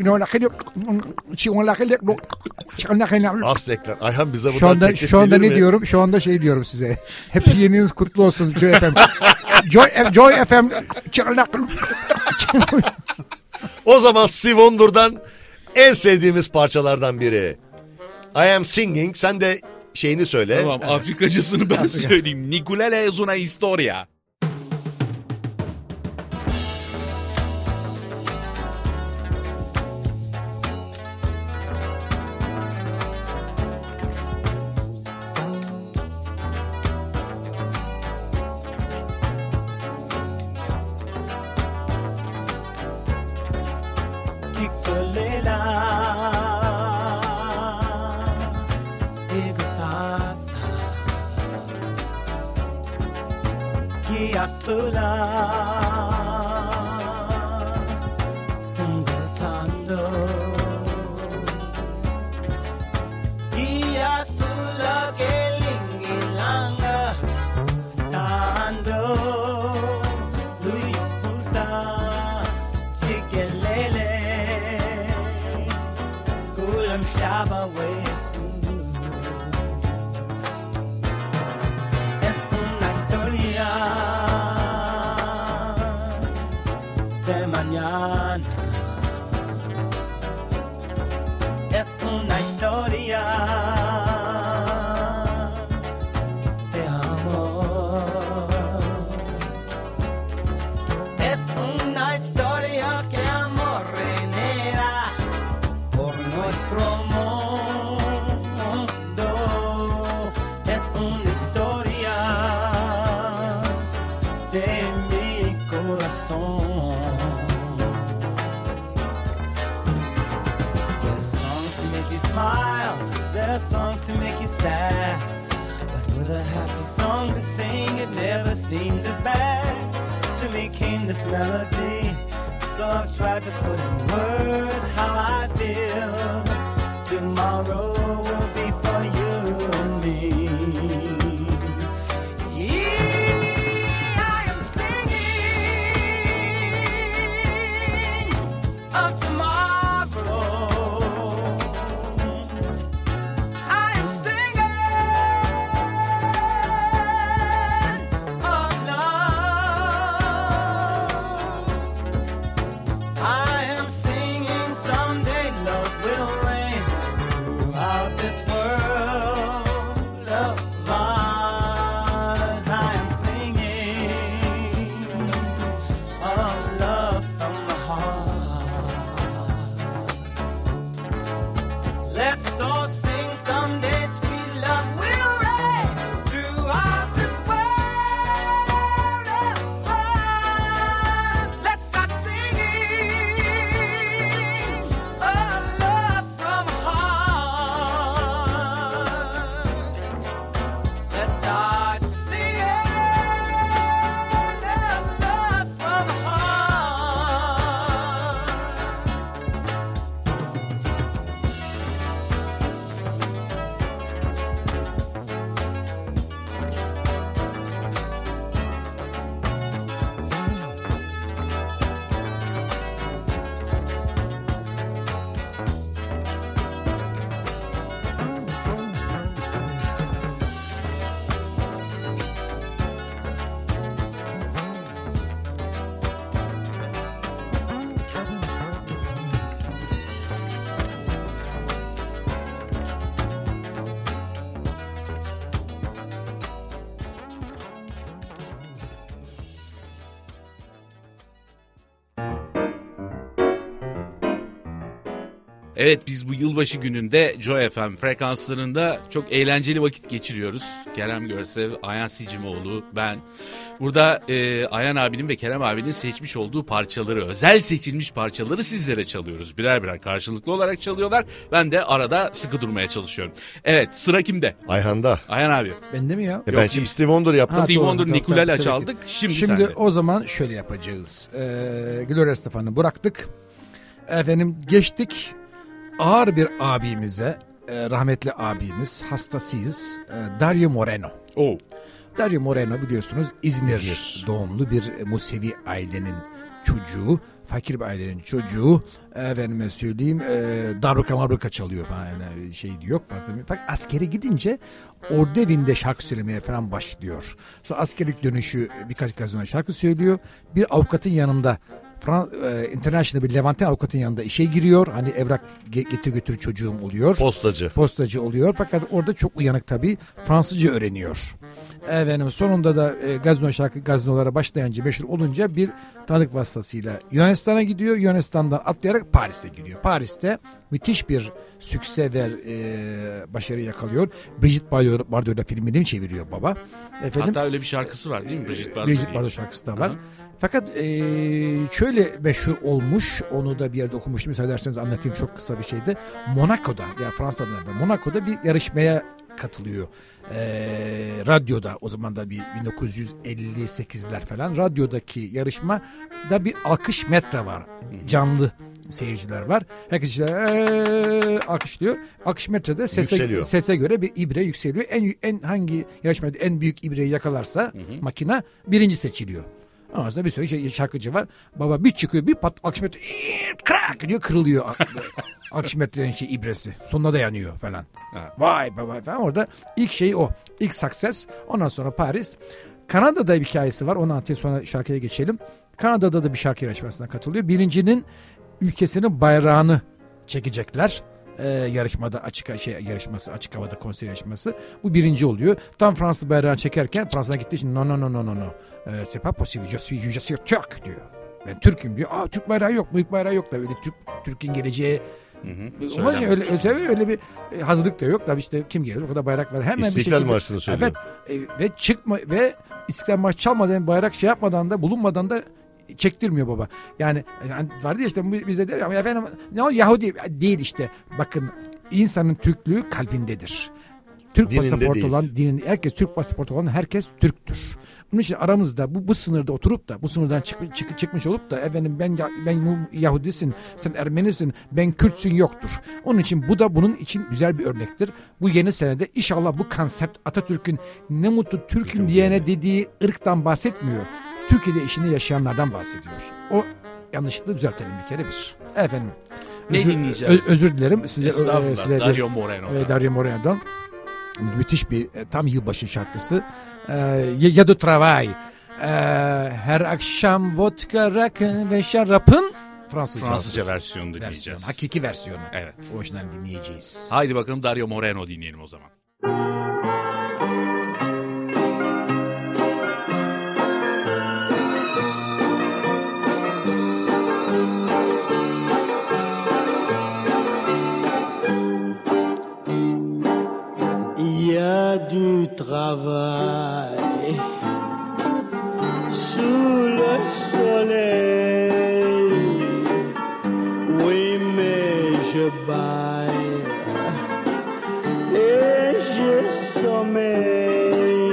Astekler. Ayhan bize Şu buradan anda teklif şu anda gelir ne mi? diyorum? Şu anda şey diyorum size. Happy yeniniz kutlu olsun Joy FM. Joy FM. O zaman Stevie Wonder'dan en sevdiğimiz parçalardan biri. I am singing. Sen de şeyini söyle. Tamam, Afrikacısını ben söyleyeyim. Nikulele es una historia. Songs to make you sad, but with a happy song to sing, it never seems as bad. To me came this melody, so I've tried to put in words how I feel. Tomorrow will be for you and me. Yeah, I am singing of tomorrow. This Evet, biz bu yılbaşı gününde Joy FM frekanslarında çok eğlenceli vakit geçiriyoruz. Kerem Görsev, Ayhan Sicimoğlu, ben. Burada Ayhan abinin ve Kerem abinin seçmiş olduğu parçaları, özel seçilmiş parçaları sizlere çalıyoruz. Birer birer karşılıklı olarak çalıyorlar. Ben de arada sıkı durmaya çalışıyorum. Evet, sıra kimde? Ayhan'da. Ayhan abi. Bende mi ya? Ben şimdi Steve Wonder yaptım. Steve doğru, Wonder, doğru, Nikulala tabii, çaldık. Şimdi Şimdi sende. o zaman şöyle yapacağız. Gloria Estefan'ı bıraktık. Efendim geçtik ağır bir abimize, rahmetli abimiz, hastasıyız. Dario Moreno. Oh. Dario Moreno biliyorsunuz İzmir doğumlu bir Musevi ailenin çocuğu. Fakir bir ailenin çocuğu. Efendime söyleyeyim darbuka mabruka çalıyor falan, yani şey yok fazla. Fakat askere gidince ordu evinde şarkı söylemeye falan başlıyor. Sonra askerlik dönüşü birkaç kez şarkı söylüyor. Bir avukatın yanında, International bir Levanten avukatın yanında işe giriyor. Hani evrak getir götür çocuğum oluyor. Postacı oluyor. Fakat orada çok uyanık tabii. Fransızca öğreniyor. Efendim sonunda da gazinolara başlayınca, meşhur olunca bir tanıdık vasıtasıyla Yunanistan'a gidiyor. Yunanistan'dan atlayarak Paris'e gidiyor. Paris'te müthiş bir sükse ve başarı yakalıyor. Brigitte Bardot'la filmini çeviriyor baba. Efendim, hatta öyle bir şarkısı var değil mi? Brigitte Bardot şarkısı da var. Hı. Fakat şöyle meşhur olmuş, onu da bir yerde okumuştum. Müsaade ederseniz anlatayım, çok kısa bir şeydi. Monaco'da, yani Fransa'da Monaco'da bir yarışmaya katılıyor. Radyoda, o zaman da bir 1958'ler falan, radyodaki yarışmada bir alkış metre var. Canlı seyirciler var. Herkes işte alkışlıyor. Alkış metrede sese göre bir ibre yükseliyor. En hangi yarışmada en büyük ibreyi yakalarsa makine birinci seçiliyor. Ondan sonra bir sürü şarkıcı var. Baba bir çıkıyor, bir pat alkışmetre krak diyor, kırılıyor alkışmetrenin ibresi. Sonuna dayanıyor falan. Evet. Vay baba falan, orada ilk şey o. İlk success. Ondan sonra Paris. Kanada'da bir hikayesi var. Onu anlatayım, sonra şarkıya geçelim. Kanada'da da bir şarkı yarışmasına katılıyor. Birincinin ülkesinin bayrağını çekecekler. Yarışmada açık havada konser yarışması. Bu birinci oluyor. Tam Fransız bayrağını çekerken Fransa'dan gittiği için no. C'est pas possible. Je suis Türk diyor. Ben Türk'üm diyor. Türk bayrağı yok. Büyük bayrağı yok da öyle Türk'ün geleceği. Ama öyle bir hazırlık da yok. Tabii işte kim gelir o kadar bayrak var. Hemen İstiklal Marşı'nı söylüyor. Evet. Ve İstiklal Marşı çalmadan, bayrak yapmadan da, bulunmadan da çektirmiyor baba. Yani vardı ya işte bizde der ya efendim ne o Yahudi değil işte. Bakın, insanın Türklüğü kalbindedir. Türk pasaportu olan, dininde, herkes Türk pasaportu olan herkes Türktür. Bunun için aramızda bu sınırda oturup da, bu sınırdan çıkmış olup da efendim ben Yahudisin, sen Ermenisin, ben Kürtsün yoktur. Onun için bu da bunun için güzel bir örnektir. Bu yeni senede inşallah bu konsept, Atatürk'ün ne mutlu Türk'üm diyene dediği ırktan bahsetmiyor. Türkiye'de işini yaşayanlardan bahsediyor. O yanlışlıkla düzeltelim bir kere bir. Efendim. Ne dinleyeceğiz? Özür dilerim. Size Dario Moreno. Dario Moreno'dan müthiş bir tam yılbaşı şarkısı. Ya da Travail. Her akşam vodka, rakı ve şarapın Fransızca versiyonu dinleyeceğiz. Hakiki versiyonu. Evet. Orijinal dinleyeceğiz. Haydi bakalım Dario Moreno dinleyelim o zaman. Du travail sous le soleil, oui mais je baille et je sommeille.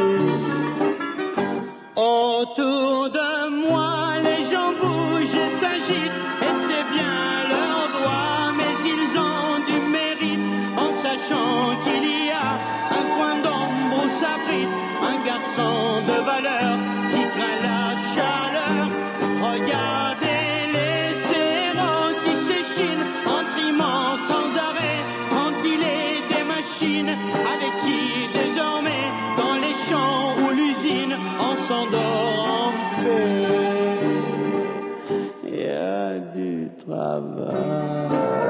Autour de moi les gens bougent et s'agitent, et c'est bien leur droit, mais ils ont du mérite en sachant qu'il y a un coin d'ombre où s'abrite un garçon de valeur qui craint la chaleur. Regardez les sérons qui s'échinent en trimant sans arrêt, empilés des machines avec qui désormais dans les champs ou l'usine on s'endort en paix. Il y a du travail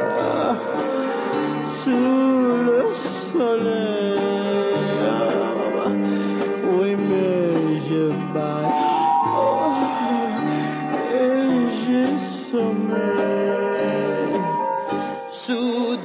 sous le soleil. Sous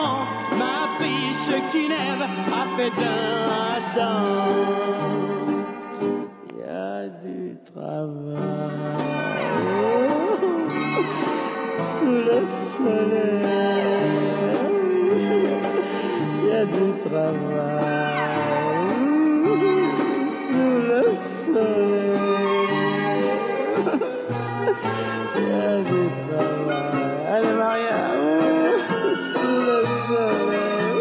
maman m'a appris ce qu'une Ève a fait d'un Adam. Il y a du travail sous le soleil. Il y a du travail sous le soleil. Il y a du travail. Allez Maria, sous le soleil.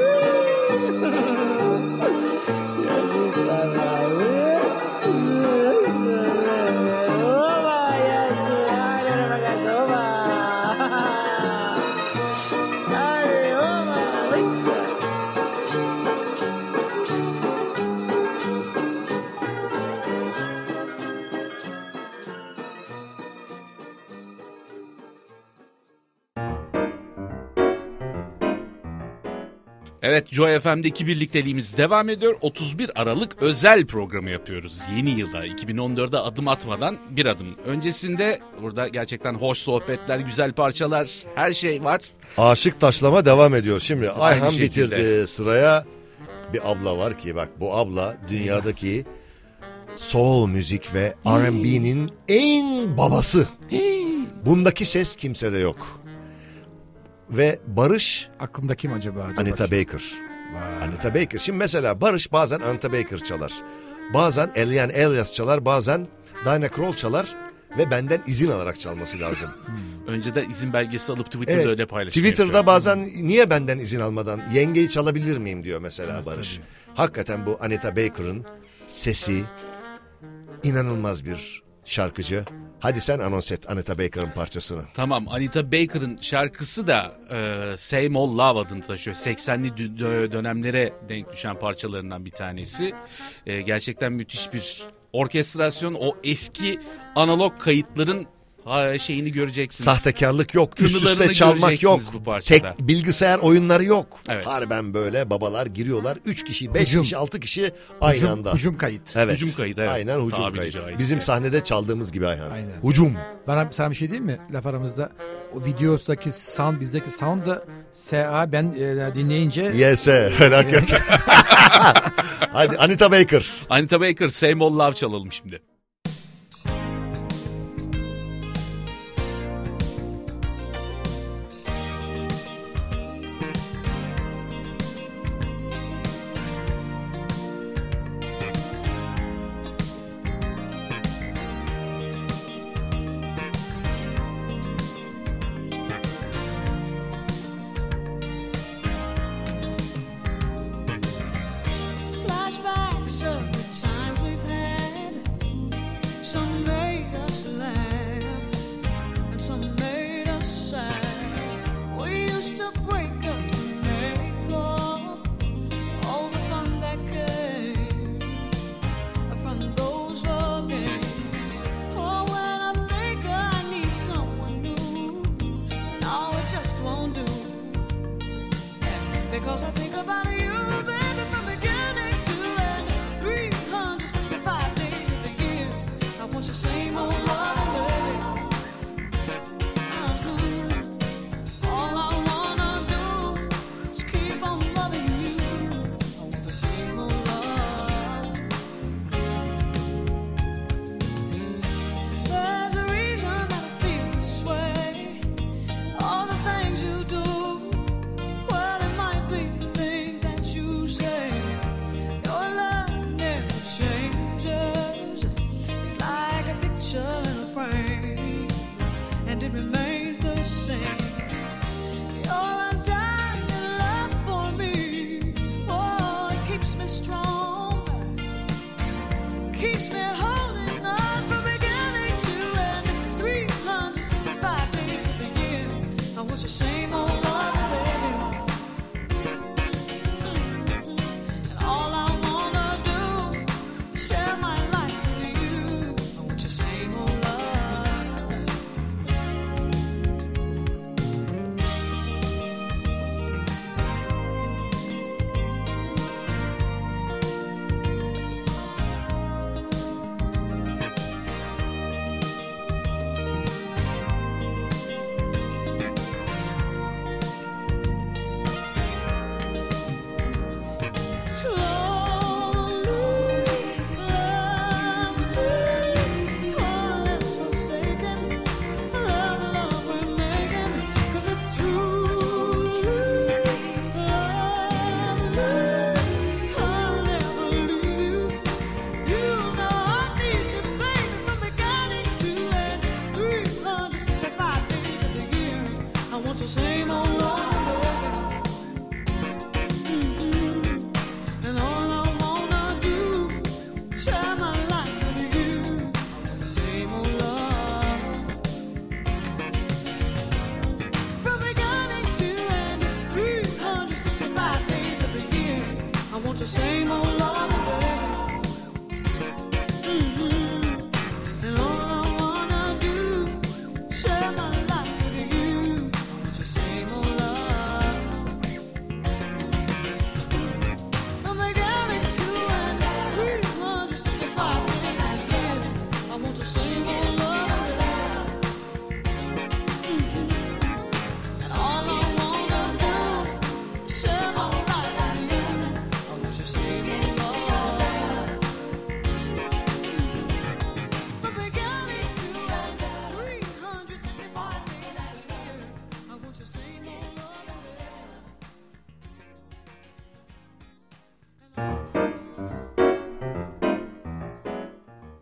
Il y a du travail sous le soleil. Oh Maria, allez la bagage, oh allez, oh Maria. Evet, Joy FM'deki birlikteliğimiz devam ediyor. 31 Aralık özel programı yapıyoruz yeni yıla. 2014'e adım atmadan bir adım. Öncesinde burada gerçekten hoş sohbetler, güzel parçalar, her şey var. Aşık taşlama devam ediyor. Şimdi Aynı Ayhan şekilde. bitirdi, sıraya bir abla var ki bak bu abla dünyadaki soul müzik ve R&B'nin en babası. Bundaki ses kimsede yok. Ve Barış Aklımda kim acaba? Dur Anita bakayım. Baker. Anita Baker. Şimdi mesela Barış bazen Anita Baker çalar. Bazen Elian Elias çalar, bazen Diana Krall çalar ve benden izin alarak çalması lazım. Önceden izin belgesi alıp Twitter'da öyle paylaşıyor. Twitter'da bazen niye benden izin almadan yengeyi çalabilir miyim diyor mesela Evet, Barış. tabii. Hakikaten bu Anita Baker'ın sesi inanılmaz bir şarkıcı. Hadi sen anons et Anita Baker'ın parçasını. Tamam, Anita Baker'ın şarkısı da Same Old Love adını taşıyor. 80'li dönemlere denk düşen parçalarından bir tanesi. Gerçekten müthiş bir orkestrasyon. O eski analog kayıtların şeyini göreceksiniz. Sahtekarlık yok, üst Tınılarını üste çalmak yok, göreceksiniz bu parçada. tek bilgisayar oyunları yok. Evet. Harben böyle babalar giriyorlar, 3 kişi, 5 kişi, 6 kişi aynı anda. Hücum kayıt. Evet. Hücum kaydı, evet. Aynen hücum Tabiri kaydı. caizse. Bizim sahnede çaldığımız gibi Ayhan. Aynen. Hücum. Sana bir şey diyeyim mi? Laf aramızda o videodaki sound, bizdeki sound da SA ben dinleyince Yese felaket. Hadi Anita Baker. Anita Baker, Same Old Love çalalım şimdi. Flashbacks of the times we've had. Some made us laugh, and some made us sad. We used to break up to make up all the fun that came from those love games. Oh, when I think I need someone new, no, it just won't do. Because I think about you, baby, from beginning to end. 365 days of the year, I want your same old loving, baby. All I wanna do is keep on loving you. I want the same old love. There's a reason that I feel this way. All the things you do, well, it might be the things that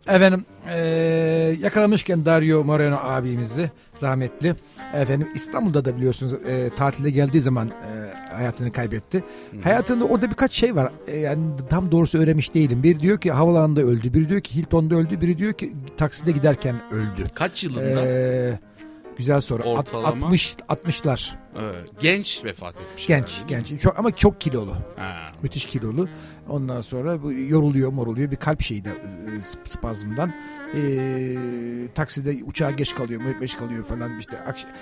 Efendim yakalamışken Dario Moreno abimizi rahmetli. Efendim İstanbul'da da biliyorsunuz tatilde geldiği zaman hayatını kaybetti. Hayatında orada birkaç şey var. Yani tam doğrusu öğrenmiş değilim. Biri diyor ki havaalanında öldü. Biri diyor ki Hilton'da öldü. Biri diyor ki takside giderken öldü. Kaç yılında? Güzel soru. Ortalama? 60'lar. Genç vefat etmiş. Genç. Ama çok kilolu. Ha. Müthiş kilolu. Ondan sonra bu yoruluyor bir kalp şeyi de spazmından. Takside uçağa geç kalıyor falan işte.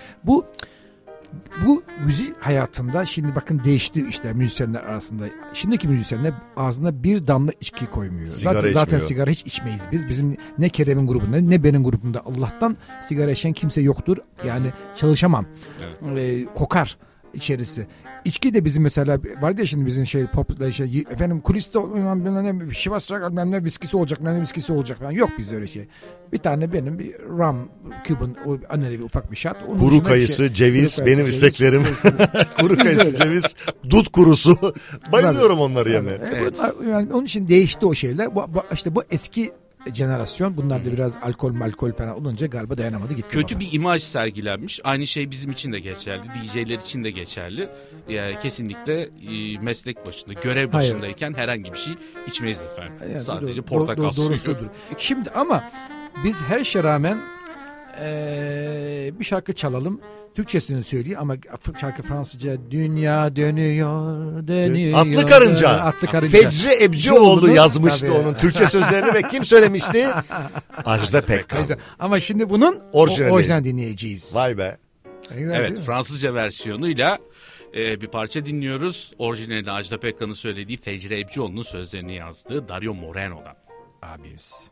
Bu müzik hayatında şimdi bakın değişti işte müzisyenler arasında. Şimdiki müzisyenler ağzına bir damla içki koymuyor. Zaten sigara hiç içmeyiz biz. Bizim ne Kerem'in grubunda ne benim grubumda Allah'tan sigara içen kimse yoktur. Yani çalışamam. Evet. Kokar içerisi. İçki de bizim mesela vardı ya şimdi bizim efendim kuliste Chivas Regal viskisi olacak falan. Yok bizde öyle şey. Bir tane benim bir rum Cuban o anneleri bir ufak bir shot. Kuru kayısı, ceviz benim isteklerim. Kuru kayısı, ceviz, dut kurusu. Bayılıyorum onları yemeye. Evet. Yani onun için değişti o şeyler. Bu eski jenerasyon bunlar da biraz alkol falan olunca galiba dayanamadı gitti. Kötü bir imaj sergilenmiş. Aynı şey bizim için de geçerli. DJ'ler için de geçerli. Yani kesinlikle meslek başında, görev başındayken herhangi bir şey içmeyiz efendim. Yani sadece portakal suyu. Şimdi ama biz her şeye rağmen bir şarkı çalalım. Türkçesini söyleyeyim ama şarkı Fransızca dünya dönüyor. Atlı Karınca. Fecri Ebcioğlu yazmıştı onun Türkçe sözlerini ve kim söylemişti? Ajda Pekkan. Ama şimdi bunun orijinal dinleyeceğiz. Vay be. Evet, Fransızca versiyonuyla bir parça dinliyoruz. Orijinali Ajda Pekkan'ın söylediği, Fecri Ebcioğlu'nun sözlerini yazdığı Dario Moreno'dan. Abimiz.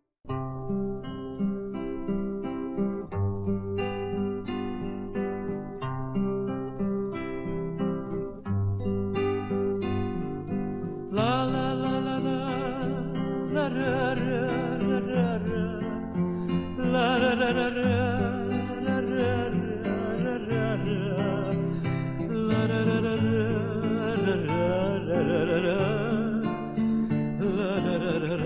La la la la la la ra ra ra ra ra la ra ra ra ra la ra ra ra ra la ra ra ra ra la ra ra ra la ra ra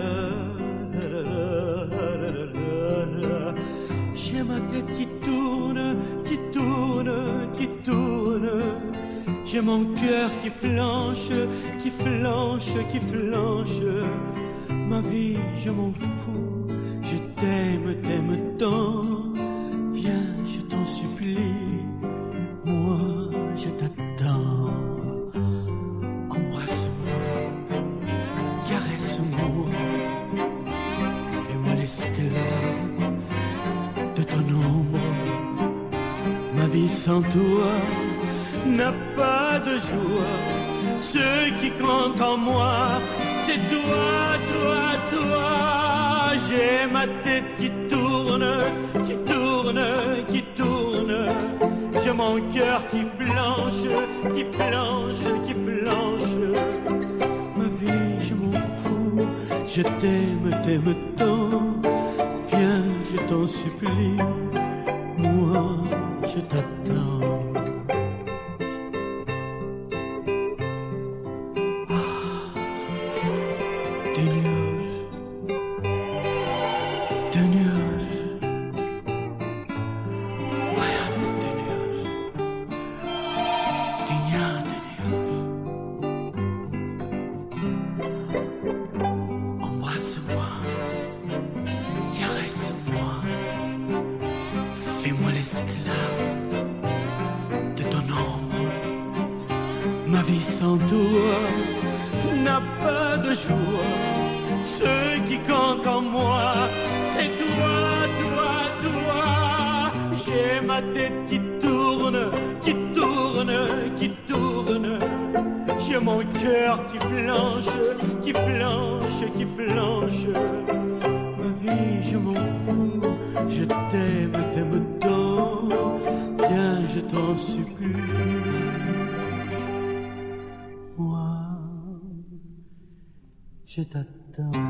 ra. J'ai ma tête qui tourne, qui tourne, qui tourne. J'ai mon cœur qui flanche, qui flanche, qui flanche. Ma vie, je m'en fous, je t'aime, t'aime tant. Viens, je t'en supplie, moi, je t'attends. Embrasse-moi, caresse-moi, fais-moi l'esclave de ton ombre. Ma vie sans toi n'a pas de joie. Ce qui compte en moi, c'est toi, toi, toi. J'ai ma tête qui tourne, qui tourne, qui tourne. J'ai mon cœur qui flanche, qui flanche, qui flanche. Ma vie, je m'en fous, je t'aime, t'aime tant. Viens, je t'en supplie, moi, je t'attends. Sans toi n'a pas de joie. Ce qui compte en moi, c'est toi, toi, toi. J'ai ma tête qui tourne, qui tourne, qui tourne. J'ai mon cœur qui flanche, qui flanche, qui flanche. Ma vie, je m'en fous, je t'aime, t'aime tant. Viens, je t'en supplie. Je t'attends.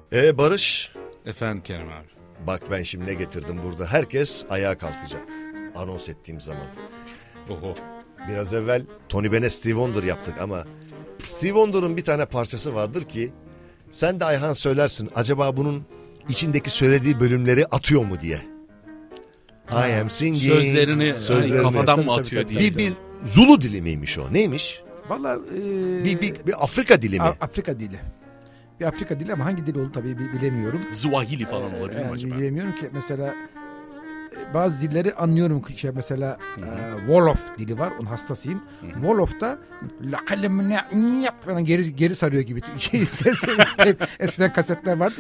Barış. Efendim Kerem abi. Bak ben şimdi ne getirdim burada. Herkes ayağa kalkacak. Anons ettiğim zaman. Oho. Biraz evvel Tony Bennett'e Stevie Wonder yaptık ama Stevie Wonder'ın bir tane parçası vardır ki sen de Ayhan söylersin. Acaba bunun içindeki söylediği bölümleri atıyor mu diye. I am singing. Sözlerini kafadan mı atıyor diye. Bir Zulu dili miymiş o? Neymiş? Vallahi bir Afrika dili mi? Afrika dili. Bir Afrika dili ama hangi dil olduğunu tabii bilemiyorum. Swahili falan olabilir mi acaba? Bilemiyorum ki mesela bazı dilleri anlıyorum ki mesela Wolof dili var, onun hastasıyım. Wolof'ta falan geri sarıyor gibi ses. Eskiden kasetler vardı.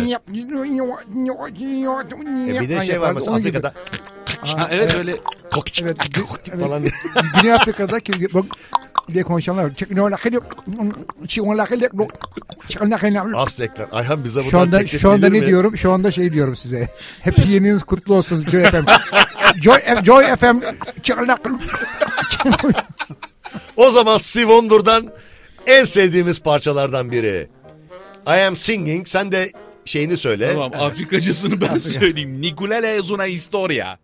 Bir de şey var mesela Afrika'da. Evet öyle. Evet, falan. Güney Afrika'da diye konuşanlar var. Aslekler. Ayhan bize buradan şu anda ne diyorum? Şu anda şey diyorum size. Hep yeniniz kutlu olsun Joy FM. Joy FM. O zaman Stevie Wonder'dan en sevdiğimiz parçalardan biri. I am singing. Sen de şeyini söyle. Tamam, Afrikacısını ben söyleyeyim. Nikulele es una historia.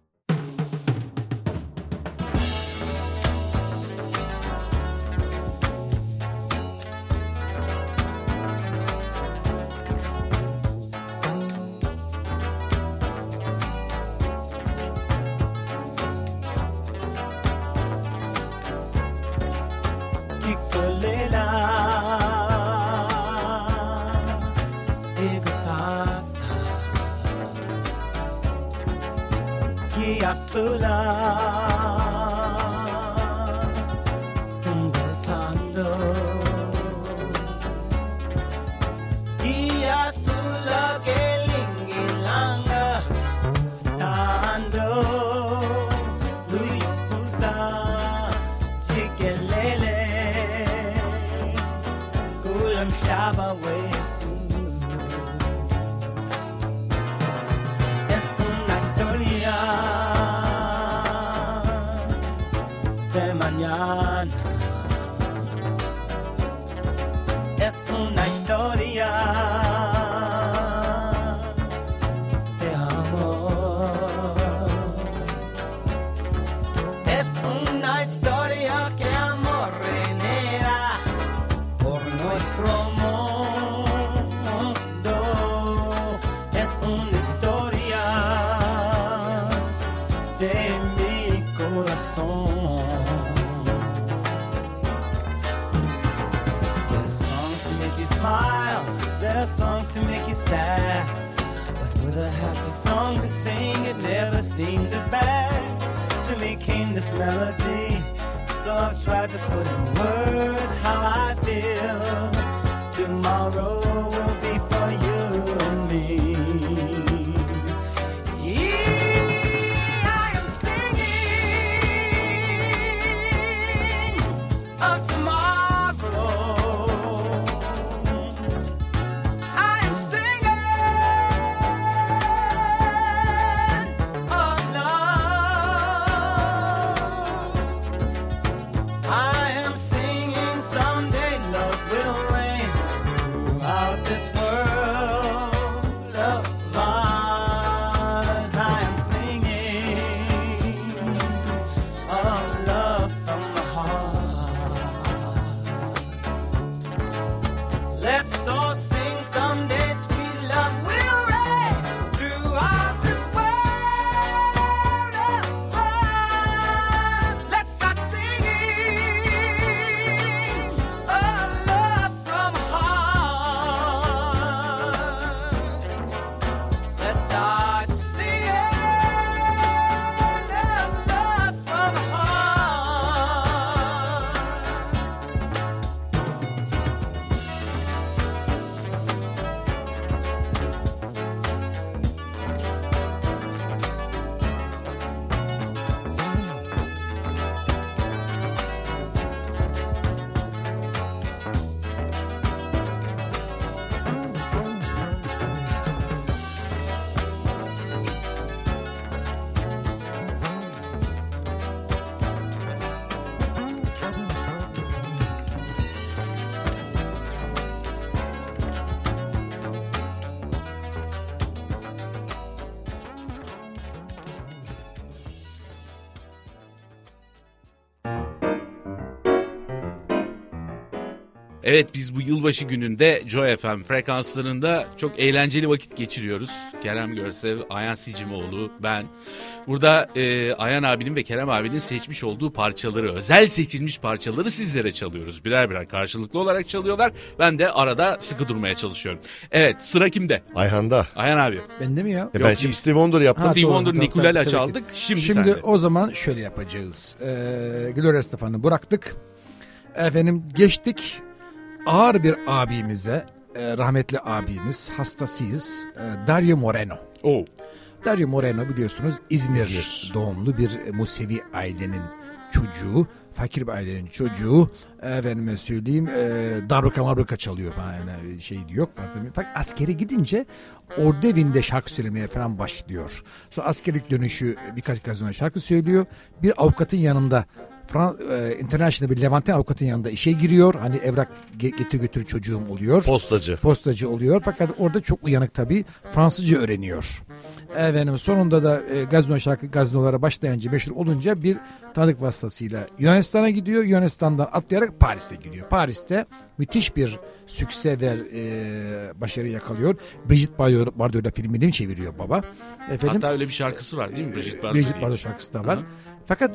Evet, biz bu yılbaşı gününde Joy FM frekanslarında çok eğlenceli vakit geçiriyoruz. Kerem Görsev, Ayhan Sicimoğlu, ben. Burada Ayhan abinin ve Kerem abinin seçmiş olduğu parçaları, özel seçilmiş parçaları sizlere çalıyoruz. Birer birer karşılıklı olarak çalıyorlar. Ben de arada sıkı durmaya çalışıyorum. Evet, sıra kimde? Ayhan'da. Ayhan abi. Bende mi ya? Ben şimdi değil. Steve Wonder yaptım. Steve doğru, Wonder, tabii, Nikulala tabii ki. çaldık. Şimdi Şimdi sende. o zaman şöyle yapacağız. Gloria Estefan'ı bıraktık. Efendim geçtik ağır bir abimize, rahmetli abimiz, hastasıyız. Dario Moreno. Oo. Dario Moreno biliyorsunuz İzmir doğumlu bir Musevi ailenin çocuğu. Fakir bir ailenin çocuğu. Efendime söyleyeyim dabruka mabruka çalıyor falan, yani şey yok fazla. Fakat askere gidince ordu evinde şarkı söylemeye falan başlıyor. Sonra askerlik dönüşü birkaç gazinoda şarkı söylüyor. Bir avukatın yanında, International bir Levanten avukatın yanında işe giriyor. Hani evrak getir götür çocuğum oluyor. Postacı oluyor. Fakat orada çok uyanık tabii. Fransızca öğreniyor. Efendim sonunda da gazinolara başlayınca, meşhur olunca bir tanıdık vasıtasıyla Yunanistan'a gidiyor. Yunanistan'dan atlayarak Paris'e gidiyor. Paris'te müthiş bir sükse ve başarı yakalıyor. Brigitte Bardot'la filmini çeviriyor baba. Efendim, hatta öyle bir şarkısı var değil mi? Brigitte Bardot şarkısı da var. Hı-hı. Fakat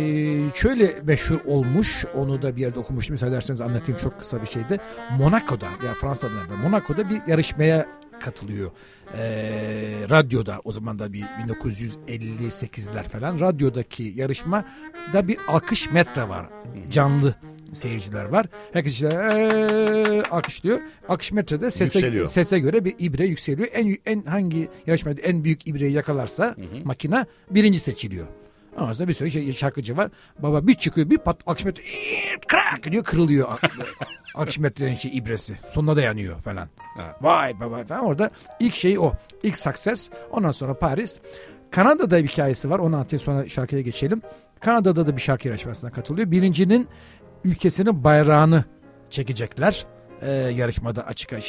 şöyle meşhur olmuş, onu da bir yerde okumuştum. Müsaade ederseniz anlatayım çok kısa bir şeyde. Monaco'da, yani Fransa'da Monaco'da bir yarışmaya katılıyor. Radyoda, o zaman da bir 1958'ler falan, radyodaki yarışmada bir alkış metre var. Canlı seyirciler var. Herkes işte alkışlıyor. Alkış metrede sese göre bir ibre yükseliyor. En hangi yarışmada en büyük ibreyi yakalarsa makine birinci seçiliyor. Ondan sonra bir sürü şarkıcı var. Baba bir çıkıyor, bir pat alkışmetre krak diyor, kırılıyor alkışmetrenin ibresi. Sonuna dayanıyor falan. Evet. Vay baba falan, orada ilk şey o. İlk success. Ondan sonra Paris. Kanada'da bir hikayesi var. Onu anlatayım, sonra şarkıya geçelim. Kanada'da da bir şarkı yarışmasına katılıyor. Birincinin ülkesinin bayrağını çekecekler. Yarışmada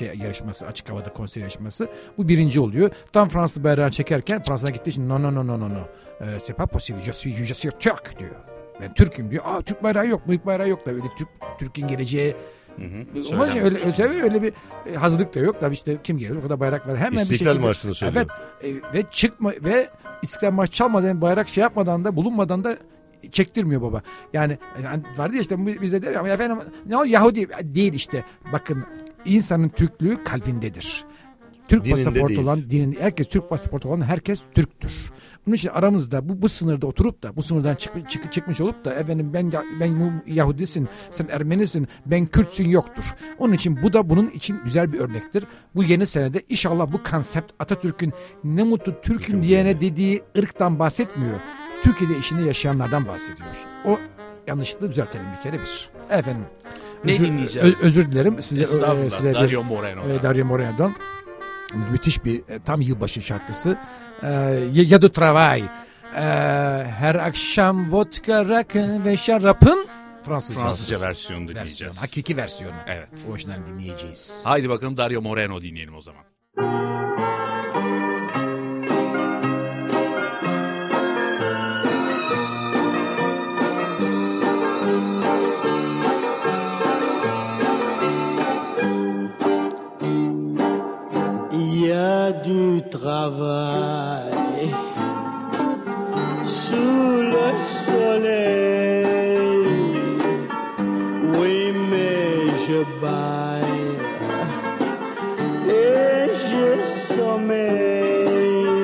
açık havada konser yarışması. Bu birinci oluyor. Tam Fransız bayrağını çekerken Fransa'dan gittiği için no. C'est pas possible. Je suis Türk diyor. Ben Türk'üm diyor. Türk bayrağı yok. Büyük bayrağı yok da öyle Türk'ün geleceği. Ama öyle bir hazırlık da yok. Tabii işte kim gelir o kadar bayrak var. Hemen İstiklal Marşı'nı söylüyor. Evet. Ve İstiklal Marşı çalmadan, bayrak yapmadan da, bulunmadan da çektirmiyor baba. Yani vardı ya işte bize der ya efendim ne o Yahudi değil işte. Bakın, insanın Türklüğü kalbindedir. Türk dininde pasaportu değil. olan, herkes Türk pasaportu olan herkes Türktür. Bunun için aramızda bu sınırda oturup da, bu sınırdan çıkmış olup da efendim ben Yahudisin, sen Ermenisin, ben Kürtsün yoktur. Onun için bu da bunun için güzel bir örnektir. Bu yeni senede inşallah bu konsept, Atatürk'ün ne mutlu Türk'üm diyene dediği ırktan bahsetmiyor. Türkiye'de işini yaşayanlardan bahsediyor. O yanlışlıkla düzeltelim bir kere bir. Efendim. Ne dinleyeceğiz? Özür dilerim. Size Dario Moreno'dan. Dario Moreno'dan. Müthiş bir tam yılbaşı şarkısı. Ya du travail. Her akşam vodka, rakı ve şarapın Fransızca versiyonu dinleyeceğiz. Hakiki versiyonu. Evet. Orijinal dinleyeceğiz. Haydi bakalım Dario Moreno dinleyelim o zaman. Du travail sous le soleil, oui mais je baille et je sommeille.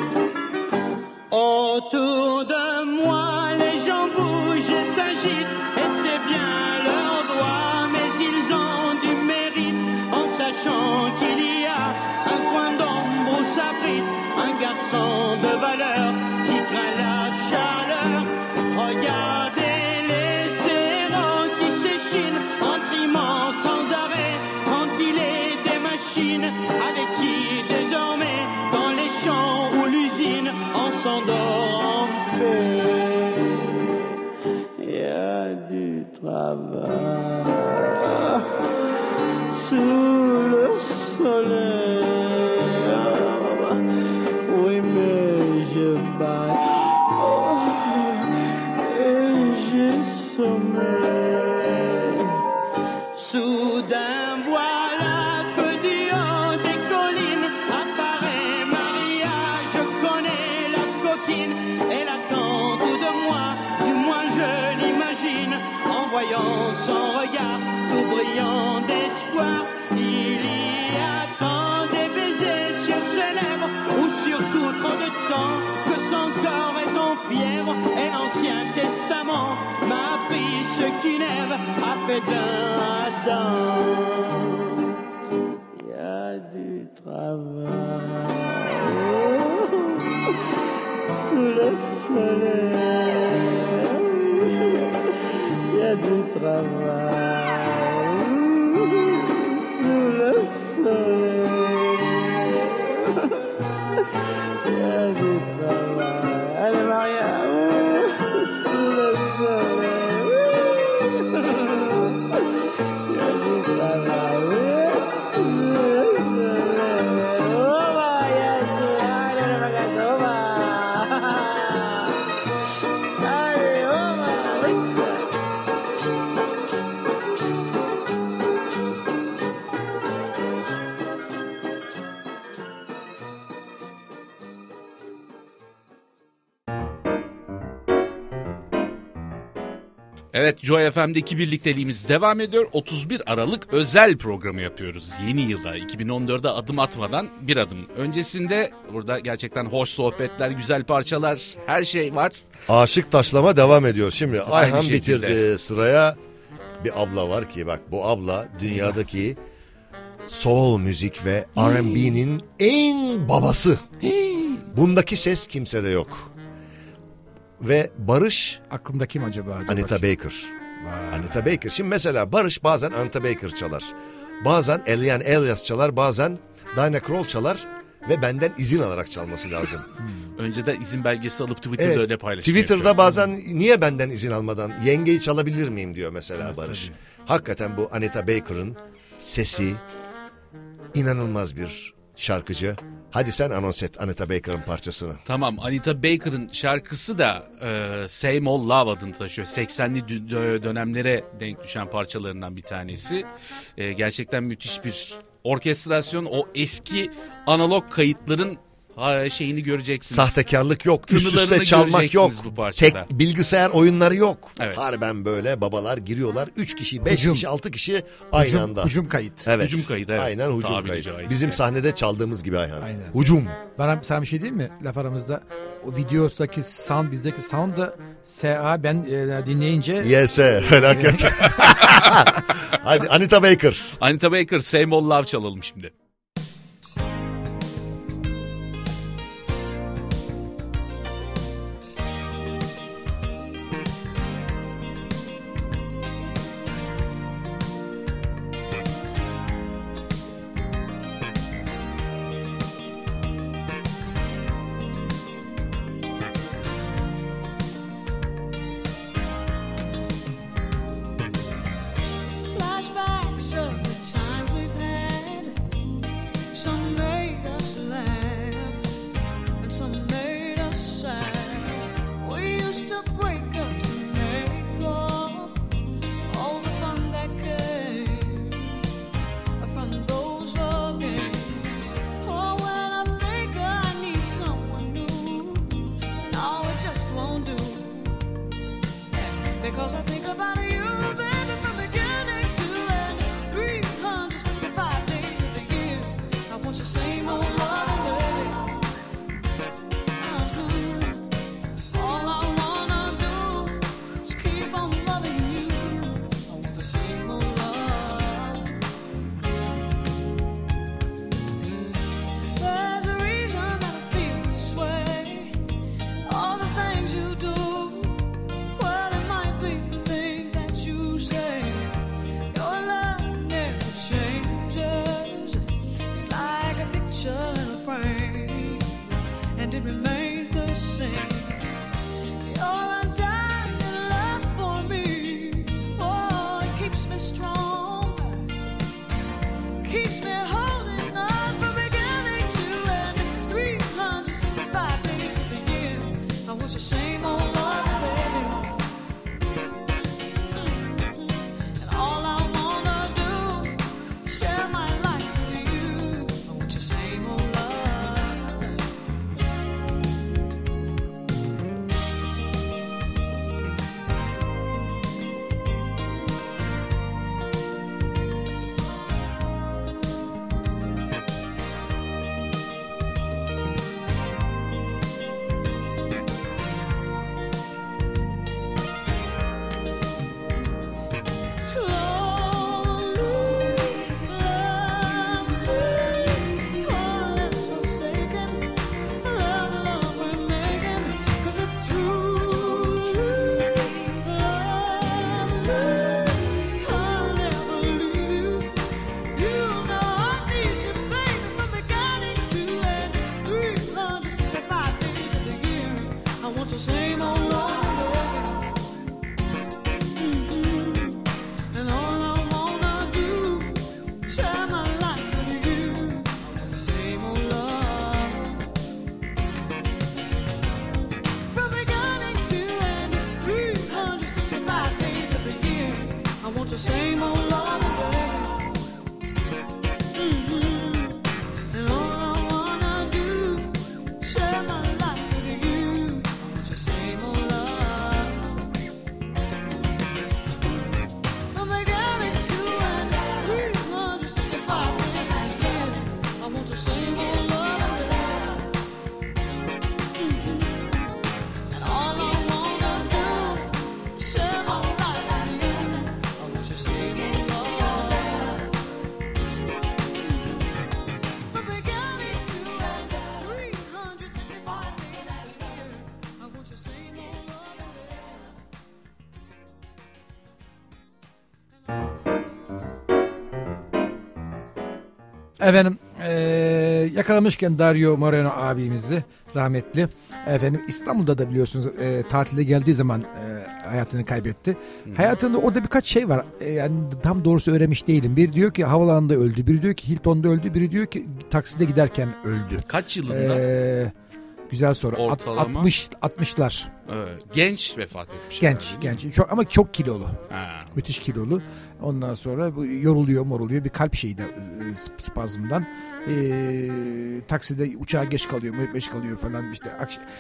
Autour de moi les gens bougent et s'agitent, et c'est bien leur droit, mais ils ont du mérite en sachant qu'il y a un coin d'ombre où s'abrite un garçon de valeur qui craint la chaleur. Regardez les serrants qui s'échinent en trimant sans arrêt, empiler des machines avec qui désormais dans les champs ou l'usine on s'endort en paix. Il y a du travail sous le soleil. Oui, mais je baille et je sommeille sous machine. Elle attend tout de moi, du moins je l'imagine, en voyant son regard tout brillant d'espoir. Il y a tant des baisers sur ses lèvres, ou surtout trop de temps que son corps est en fièvre. Et l'Ancien Testament m'a appris ce qu'Ève a fait d'un Adam. Il y a du travail sous le soleil. Il y a du travail sous le soleil. Il y a du travail. Allez Maria, sous le soleil. Il y a du travail sous le soleil. Oh Maria, allez la vacances, oh Maria. Allez, oh Maria. Evet, Joy FM'deki birlikteliğimiz devam ediyor. 31 Aralık özel programı yapıyoruz yeni yıla. 2014'e adım atmadan bir adım öncesinde. Burada gerçekten hoş sohbetler, güzel parçalar, her şey var. Aşık taşlama devam ediyor. Şimdi Aynı Ayhan şekilde. bitirdi, sıraya bir abla var ki bak bu abla dünyadaki soul müzik ve R&B'nin en babası. Bundaki ses kimsede yok. Ve Barış Aklımda kim acaba? Anita Baker. Anita Baker. Şimdi mesela Barış bazen Anita Baker çalar. Bazen Elian Elias çalar. Bazen Diana Krall çalar. Ve benden izin alarak çalması lazım. Önceden izin belgesi alıp Twitter'da Evet, öyle paylaşıyor. Twitter'da bazen niye benden izin almadan yengeyi çalabilir miyim diyor mesela Evet, Barış. tabii. Hakikaten bu Anita Baker'ın sesi inanılmaz bir şarkıcı. Hadi sen anons et Anita Baker'ın parçasını. Tamam, Anita Baker'ın şarkısı da Same Old Love adını taşıyor. 80'li dönemlere denk düşen parçalarından bir tanesi. Gerçekten müthiş bir orkestrasyon. O eski analog kayıtların şeyini göreceksiniz. Sahtekarlık yok, üst Tınılarını üste çalmak yok, göreceksiniz bu parçada. tek bilgisayar oyunları yok. Evet. Harben böyle babalar giriyorlar, 3 kişi, 5 Hücum. kişi, 6 kişi aynı anda. Hücum kayıt. Evet. Hücum kaydı, evet. Aynen hücum Tabiri kayıt. caizse. Bizim sahnede çaldığımız gibi Ayhan. Aynen. Hücum. Bana sana bir şey diyeyim mi? Laf aramızda o videodaki sound, bizdeki sound da SA ben dinleyince Yese felaket. Hadi Anita Baker. Anita Baker, Same Old Love çalalım şimdi. Flashbacks of the times we've had. Some made us laugh, and some made us sad. We used to break up to make up all the fun that came from those love games. Oh, when I think I need someone new, no, it just won't do. Because I think about you, baby, from beginning to end. 365 days of the year, I want your same old loving, baby. All I wanna do is keep on loving you. I want the same old love. There's a reason that I feel this way. All the things you do, well, it might be the things that you say. Your love never changes. It's like a picture in a frame, and it remains the same. Your undying love for me, oh, it keeps me strong, keeps me holding on from beginning to end. 365 days of the year, I want your same old love, baby. And all I wanna do is share my life with you. I want your same old love. want the same old love, and all I wanna do, share my life with you, the same old love. From beginning to end, 365 days of the year, I want the same old love, baby. And all I wanna do, share my life with you, the same old love. From beginning to end, 365 days of the year, I want the same old love, and all I wanna do, share my life with you, I want the same old love. From beginning to end, 365 days of the year, I want the same old love. Efendim yakalamışken Dario Moreno abimizi rahmetli. Efendim İstanbul'da da biliyorsunuz tatilde geldiği zaman hayatını kaybetti. Hayatında orada birkaç şey var. Yani tam doğrusu öğrenmiş değilim. Biri diyor ki havaalanında öldü. Biri diyor ki Hilton'da öldü. Biri diyor ki takside giderken öldü. Kaç yılında? Güzel soru. Ortalama? 60'lar. Genç vefat etmiş. Genç. Çok, ama çok kilolu. Ha. Müthiş kilolu. Ondan sonra bu yoruluyor. Bir kalp şeyi de spazmından. Takside uçağa geç kalıyor falan işte.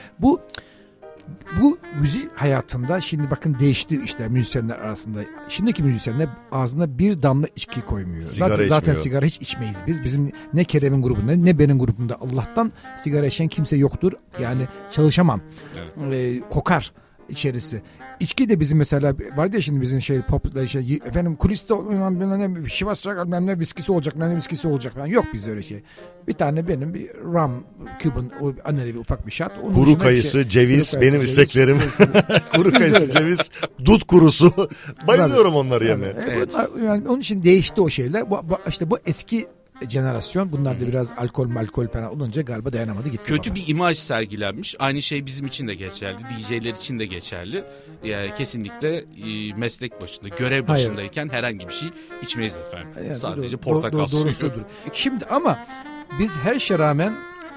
Bu müzik hayatında şimdi bakın değişti işte müzisyenler arasında. Şimdiki müzisyenler ağzına bir damla içki koymuyor. Zaten sigara hiç içmeyiz biz. Bizim ne Kerem'in grubunda ne benim grubumda Allah'tan sigara içen kimse yoktur. Yani çalışamam. Evet. Kokar içerisi. İçki de bizim mesela vardı ya şimdi bizim popla efendim kuliste Şivas Rock viskisi olacak falan. Yok bizde öyle şey. Bir tane benim bir rum Cuban annevi ufak bir şat. Kuru kayısı, ceviz benim isteklerim. Kuru kayısı, ceviz, dut kurusu. Bayılıyorum onları yemeye. Evet. Yani onun için değişti o şeyler. İşte bu eski jenerasyon bunlar da biraz alkol falan olunca galiba dayanamadı gitti. Kötü bir imaj sergilenmiş. Aynı şey bizim için de geçerli. DJ'ler için de geçerli. Yani kesinlikle meslek başında, görev başındayken herhangi bir şey içmeyiz efendim. Yani sadece portakal suyu. Doğrusudur. Şimdi ama biz her şeye rağmen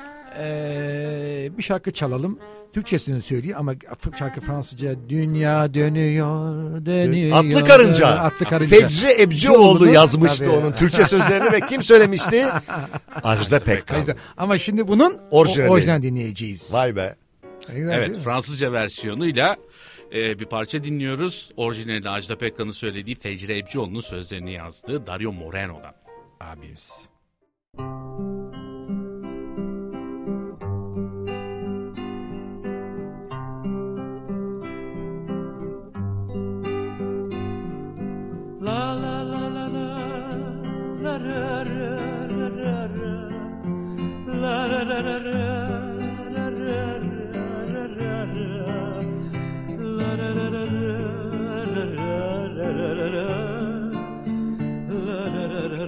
bir şarkı çalalım. Türkçesini söyleyeyim ama şarkı Fransızca dünya dönüyor. Atlı Karınca. Fecri Ebcioğlu yazmıştı tabii. Onun Türkçe sözlerini ve kim söylemişti? Ajda Pekkan. Ama şimdi bunun orijinal dinleyeceğiz. Vay be. Evet, Fransızca versiyonuyla bir parça dinliyoruz. Orijinali Ajda Pekkan'ın söylediği, Fecri Ebcioğlu'nun sözlerini yazdığı Dario Moreno'dan. Abimiz. La la la la la la ra ra ra ra ra la ra ra ra ra la ra ra ra ra la ra ra ra la ra ra ra ra la ra ra ra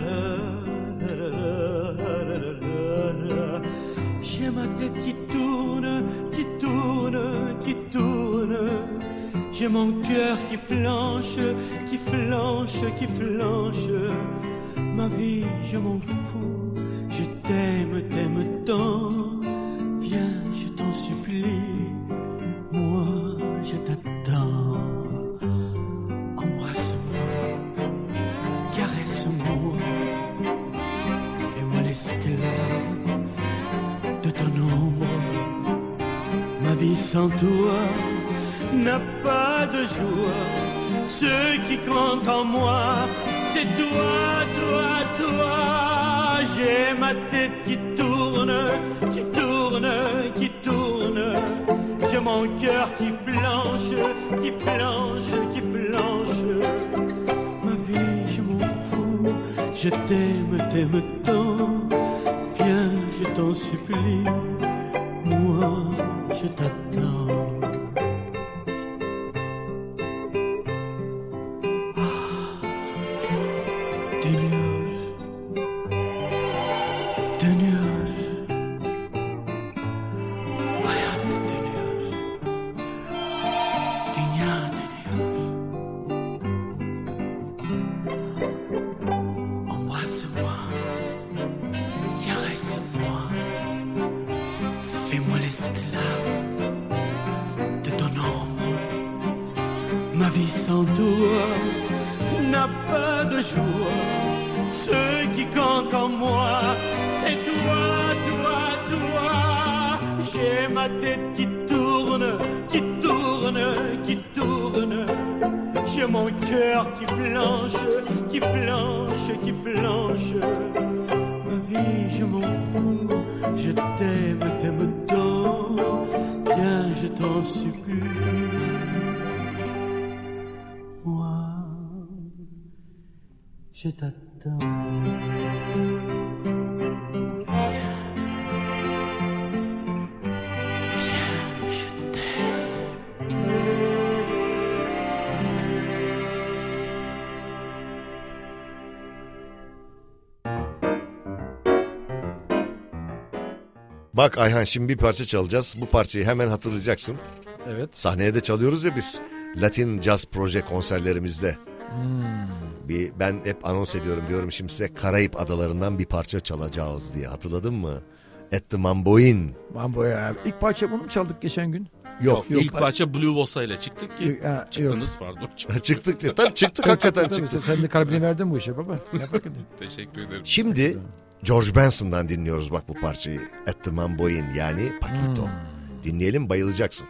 ra. J'ai ma tête qui tourne, qui tourne, qui tourne. J'ai mon cœur qui flanche, qui flanche, qui flanche. Ma vie, je m'en fous, je t'aime, t'aime tant. Viens, je t'en supplie, moi, je t'attends. Embrasse-moi, caresse-moi, fais-moi l'esclave de ton ombre. Ma vie sans toi n'a pas de joie. Ce qui compte en moi, c'est toi, toi, toi. J'ai ma tête qui tourne, qui tourne, qui tourne. J'ai mon cœur qui flanche, qui flanche, qui flanche. Ma vie, je m'en fous, je t'aime, t'aime tant. Viens, je t'en supplie, moi, je t'attends. Ma vie sans toi n'a pas de joie. Ce qui compte en moi, c'est toi, toi, toi. J'ai ma tête qui tourne, qui tourne, qui tourne. J'ai mon cœur qui flanche, qui flanche, qui flanche. Ma vie, je m'en fous, je t'aime, t'aime tant. Viens, je t'en supplie. Moi, je t'attends. Bak Ayhan, şimdi bir parça çalacağız. Bu parçayı hemen hatırlayacaksın. Evet. Sahneye de çalıyoruz ya biz. Latin Jazz Proje konserlerimizde. Ben hep anons ediyorum, diyorum şimdi size Karayip adalarından bir parça çalacağız diye. Hatırladın mı? Et the Mamboin. Mamboin abi. İlk parça bunu mu çaldık geçen gün? Yok. İlk parça Blue Bossa ile çıktık ki. Çıktınız pardon. Çıktık diye. Tabii çıktık, hakikaten çıktık. Sen de kalbini verdin bu işe baba. Teşekkür ederim. Şimdi George Benson'dan dinliyoruz bak bu parçayı. Et the Mamboin, yani Paquito. Dinleyelim, bayılacaksın.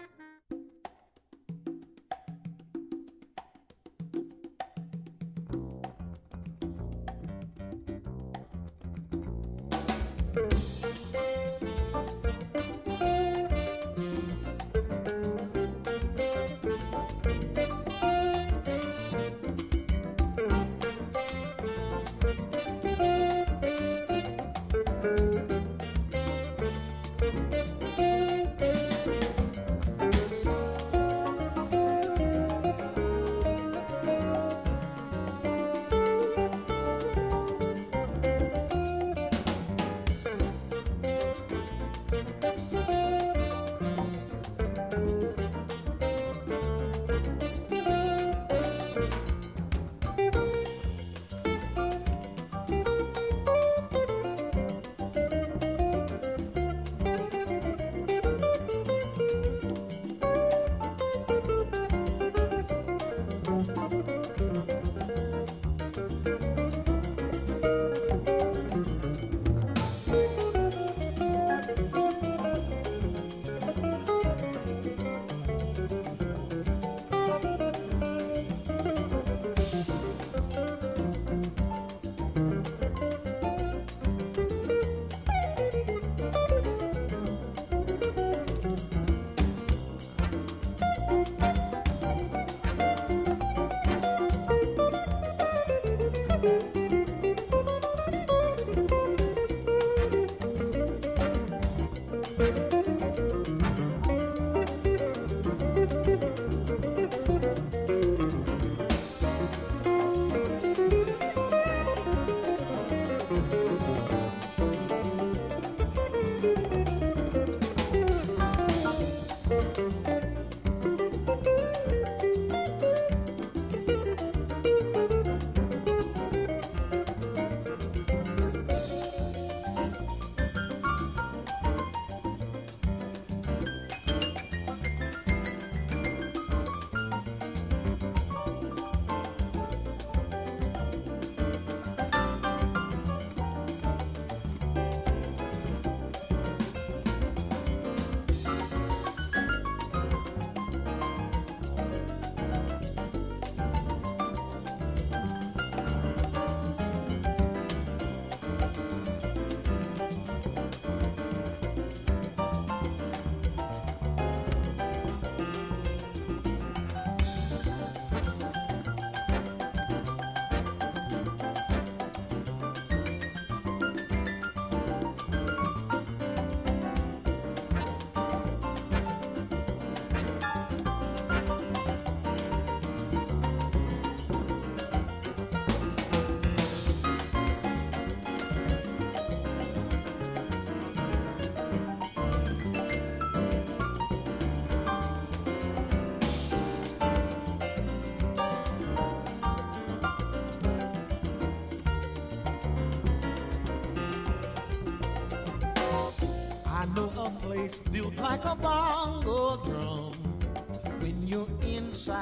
know a place built like a bongo drum. When you're inside,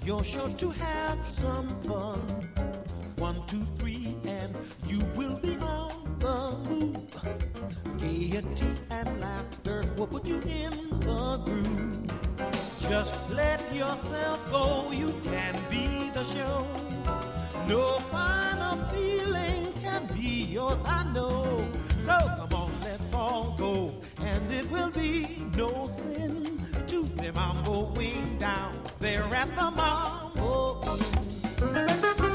you're sure to have some fun. 1, 2, 3, and you will be on the move. Gaiety and laughter will put you in the groove. Just let yourself go, you can be the show. No finer feeling can be yours, I know. So come on, let's all go, and it will be no sin to the mambo wing down there at the Mambo Inn.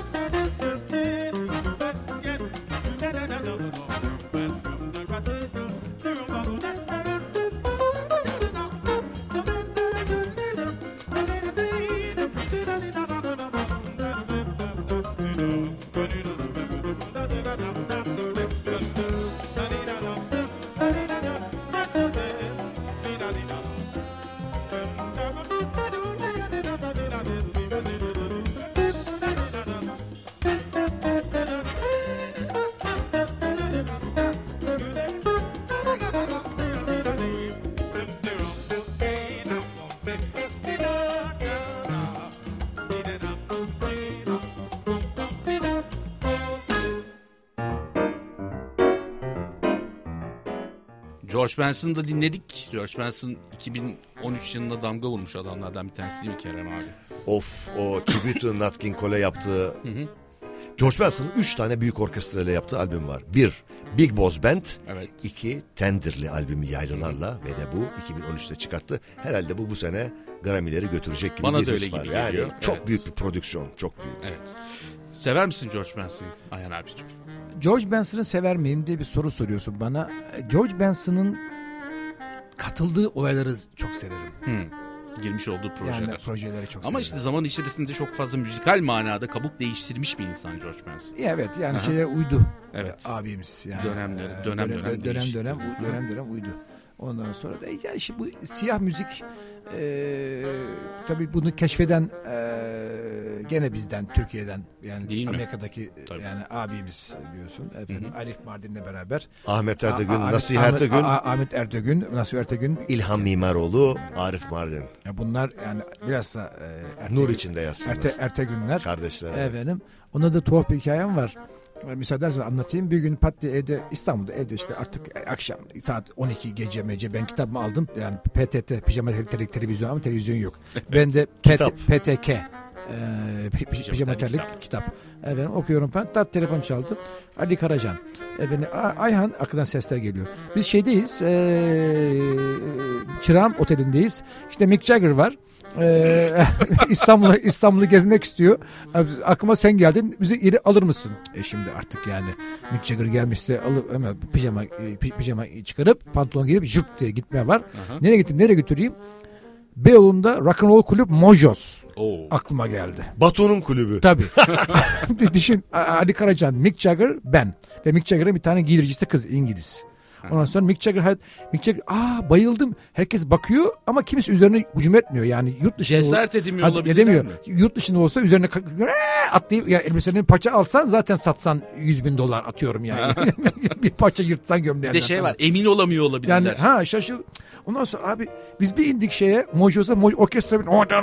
George Benson'ı da dinledik. George Benson 2013 yılında damga vurmuş adamlardan bir tanesi değil mi Kerem abi? Of, o Tribute to Nat King Cole'e yaptığı... George Benson'ın 3 tane büyük orkestrayla yaptığı albüm var. 1, Big Boss Band. Evet. 2, Tenderly albümü yaylılarla ve de bu 2013'te çıkarttı. Herhalde bu sene Grammy'leri götürecek gibi bana bir his öyle var. gibi Yani geliyor. çok büyük bir prodüksiyon, çok büyük. Evet. Sever misin George Benson'ı Ayhan abiciğim? George Benson'ı sever miyim diye bir soru soruyorsun bana. George Benson'ın katıldığı olayları çok severim. Girmiş olduğu projeler. Yani projeleri çok Ama severim. işte zaman içerisinde çok fazla müzikal manada kabuk değiştirmiş bir insan George Benson. Evet, yani şeye uydu. Evet. Abimiz yani. Dönem uydu. Ondan sonra da ya işte bu siyah müzik tabii bunu keşfeden gene bizden, Türkiye'den, yani değil Amerika'daki mi? Yani abimiz diyorsun efendim. Arif Mardin'le beraber Ahmet Ertegün, Nasuh Ertegün, Ahmet Ertegün, Nasuh Ertegün, İlhan Mimaroğlu, Arif Mardin. Ya bunlar yani biraz da nur içinde yatsınlar. Ertegünler. Kardeşler. Efendim. Ona da tuhaf bir hikayem var. Müsaade edersen anlatayım. Bir gün pat diye evde, İstanbul'da evde işte artık akşam saat 12 gece ben kitabımı aldım. Yani PTT, pijama televizyon, ama televizyon yok. Ben de PTK pijama terlik kitap. Efendim okuyorum falan. Telefon çaldı. Ali Karacan. Efendim Ayhan, arkadan sesler geliyor. Biz şeydeyiz. Çırağan Oteli'ndeyiz. İşte Mick Jagger var. İstanbul'u gezmek istiyor. Aklıma sen geldin. Bizi yeri alır mısın? Şimdi artık yani Mick Jagger gelmişse alıp hemen pijama çıkarıp pantolon giyip jürt diye gitmeye var. Aha. Nereye götüreyim? Beyoğlu'nda rock'n'roll kulüp Mojos. Aklıma geldi. Batu'nun kulübü. Tabii. Düşün, Ali Karacan, Mick Jagger, ben. Ve Mick Jagger'ın bir tane giydiricisi kız, İngiliz. Ondan sonra Mick Jagger bayıldım. Herkes bakıyor ama kimse üzerine hücum etmiyor. Yani yurt dışında cesaret edemiyor olabilir mi? Yurt dışında olsa üzerine atlayıp yani elbisenin parça alsan zaten satsan $100,000 atıyorum yani. Bir parça yırtsan gömleğinden. Bir de şey var, emin olamıyor olabilirler. Yani şaşır. Ondan sonra abi biz bir indik şeye, Mojos'a, orkestra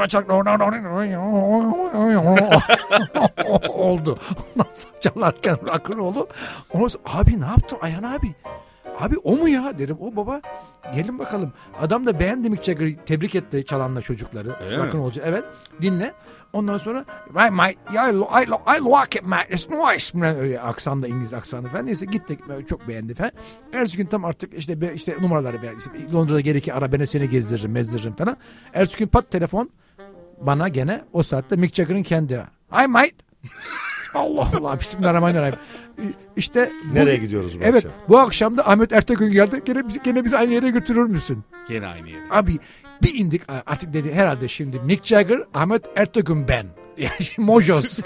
oldu. Ondan sonra çalarken rock'n'roll'u. Ondan sonra abi ne yaptın Ayhan abi? Abi o mu ya dedim. O baba, gelin bakalım. Adam da beğendi Mick Jagger'ı, tebrik etti çalanla çocukları. Rock'n'rollcu. Evet, dinle. Ondan sonra I like it mate, it's nice. Aksanı da İngiliz aksanı falan. Neyse gittik, çok beğendi falan. Ertesi gün tam artık işte numaraları işte Londra'da gerekli ara, ben seni gezdiririm falan. Ertesi gün pat telefon bana, gene o saatte Mick Jagger'ın kendi. Hi mate. Allah Allah, bismillahirrahmanirrahim. İşte nereye gidiyoruz bu akşam? Evet, bu akşam da Ahmet Ertegün geldi. Gene bizi aynı yere götürür müsün? Gene aynı yere. Abi bir indik artık, dedi herhalde şimdi Mick Jagger, Ahmet Ertegün, ben. Yani Mojos.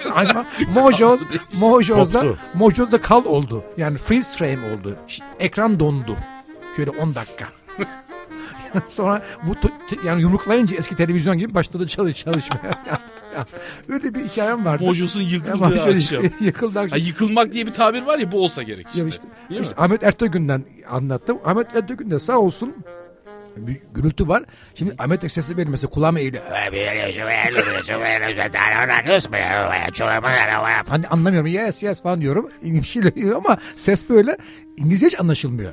Mojos'da kal oldu. Yani freeze frame oldu. Ekran dondu. Şöyle 10 dakika. Sonra bu yani yumruklayınca eski televizyon gibi başladı çalışmaya. Öyle bir hikayem vardı. Mojos'un yıkıldığı akşam. Yıkıldı akşam. yıkılmak diye bir tabir var ya, bu olsa gerek işte. İşte Ahmet Ertegün'den anlattım. Ahmet Ertegün de sağ olsun Bir gürültü var. Şimdi Ahmet sesi benim mesela kulağıma eğiliyor. Hani anlamıyorum. Yes falan diyorum. Bir şey diyor ama ses böyle İngilizce hiç anlaşılmıyor.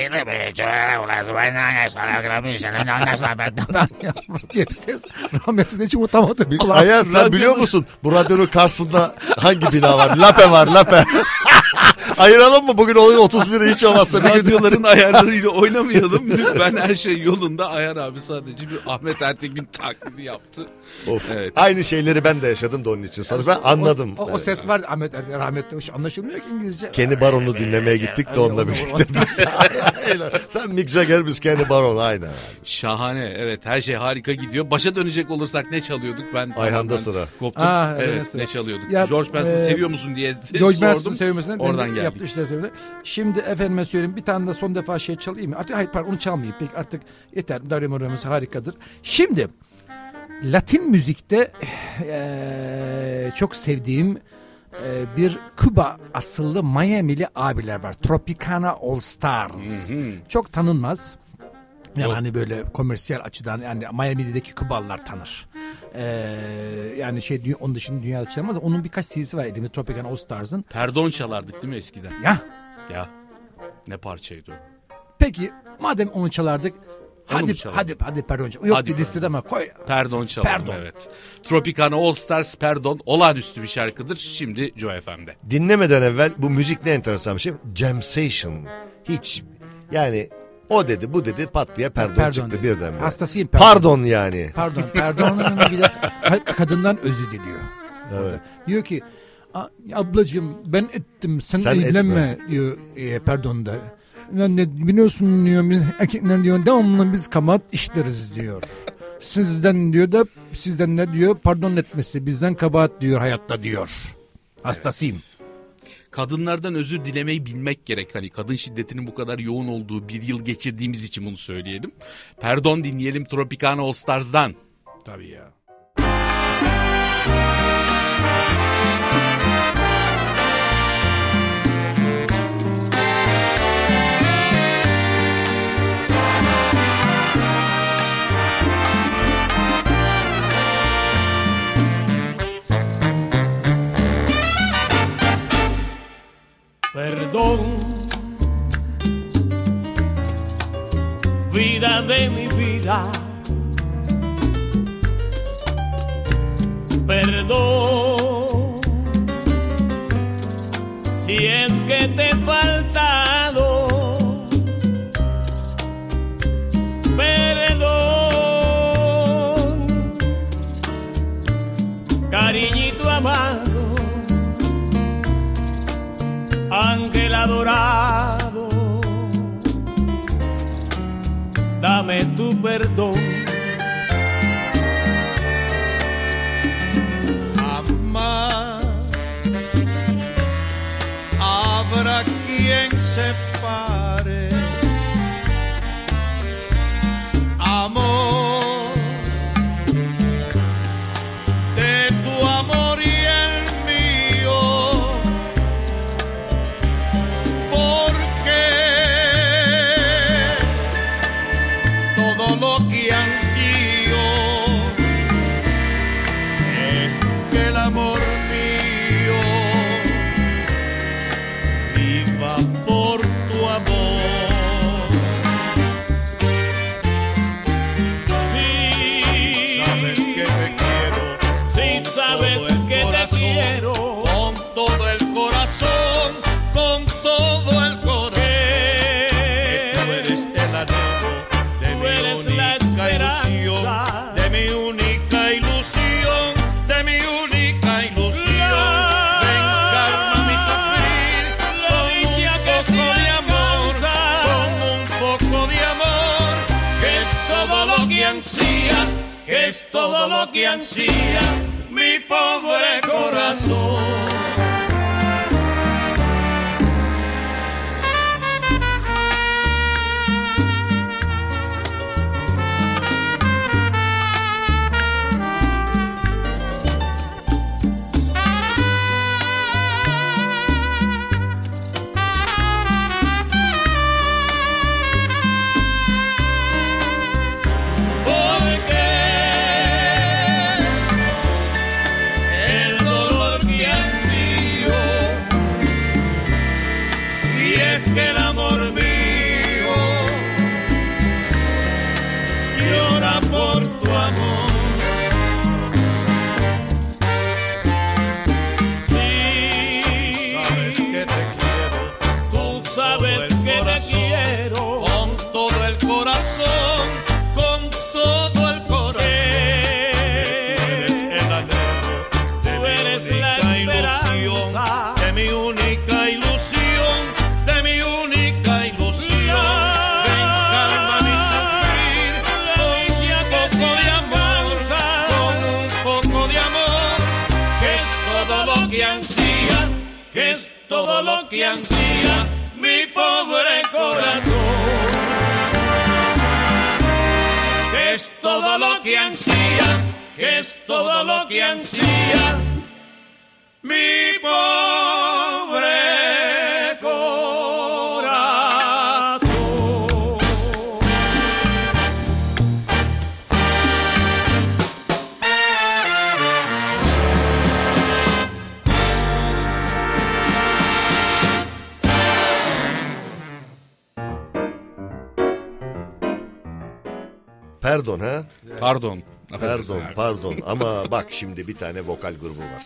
diye bir ses. Rahmetli de hiç unutamadım. Ayhan sen biliyor musun? Bu radyonun karşısında hangi bina var? Lape var, Lape. Ayıralım mı? Bugün oluyor 31'i hiç olmazsa. Radyoların ayarlarıyla oynamayalım. Ben her şey yolunda. Ayhan abi sadece bir Ahmet Ertegün taklidi yaptı. Of. Evet. Aynı şeyleri ben de yaşadım da onun için. Sana ben anladım. O ses var Ahmet Ertegün rahmetli. Hiç anlaşılmıyor ki İngilizce. Kenny Baron'u dinlemeye gittik de onunla birlikte. Sen Mick Jagger, biz Kenny Baron. Aynen. Şahane. Evet, her şey harika gidiyor. Başa dönecek olursak ne çalıyorduk? Ben Ayhan'da sıra. Koptum. Evet, ne çalıyorduk? Ya, George Benson seviyor musun diye George Benson'ı sordum. sevmesinden Oradan geldik. yaptığı işleri seviyor. Şimdi efendime söyleyeyim bir tane de son defa şey çalayım mı? Artık hayır pardon onu çalmayayım. Peki artık yeter. Dario Moreno'muz harikadır. Şimdi Latin müzikte çok sevdiğim bir Küba asıllı Miami'li abiler var. Tropicana All Stars. Çok tanınmaz. Yani hani böyle komersiyel açıdan yani Miami'deki Kübalılar tanır. Yani onun dışında dünyada çalmaz. Onun birkaç CD'si var elimde Tropicana All Stars'ın. Perdon çalardık değil mi eskiden? Ya. Ne parçaydı o? Peki madem onu çalardık hadi pardon. Yok bir listede ama koy. Perdon çalalım evet. Tropicana All Stars Perdon olağanüstü bir şarkıdır. Şimdi Joy FM'de. Dinlemeden evvel bu müzik ne enteresan bir şey. Jamsation. Hiç yani o dedi bu dedi pat diye perdon çıktı birden. Hastasıyım perdon. Pardon yani. Pardon'un bir de kadından özür diliyor. Evet. Diyor ki ablacığım ben ettim sen ilgilenme diyor pardon'da. Yani biliyorsun diyor biz erkekler diyor devamlı biz kabahat işleriz diyor. Sizden ne diyor pardon etmesi bizden kabahat diyor hayatta diyor. Hastasıyım. Kadınlardan özür dilemeyi bilmek gerek. Hani kadın şiddetinin bu kadar yoğun olduğu bir yıl geçirdiğimiz için bunu söyleyelim. Perdon dinleyelim Tropicana All Stars'dan. Tabii ya. Perdón, vida de mi vida. Perdón, si es que te he faltado. Perdón, cariñito amado. Ángel adorado, dame tu perdón. Amar, habrá quien se pare. Amor, de tu amor y el mío. Lo que ansío es que el amor mío viva por tu amor. Si sabes que te quiero, si sabes que te quiero, con todo el corazón, con todo el corazón, que tú eres el anhelo de mi única ilusión, de mi única ilusión, de mi única ilusión. Encarna mi sufrir con un poco de amor, que es todo lo que ansía, que es todo lo que ansía mi pobre corazón. que ansía, que es todo lo que ansía mi pobre corazón. Que es todo lo que ansía, que es todo lo que ansía mi pobre corazón. Pardon ha? Pardon. Affedersin abi. Pardon ama bak şimdi bir tane vokal grubu var.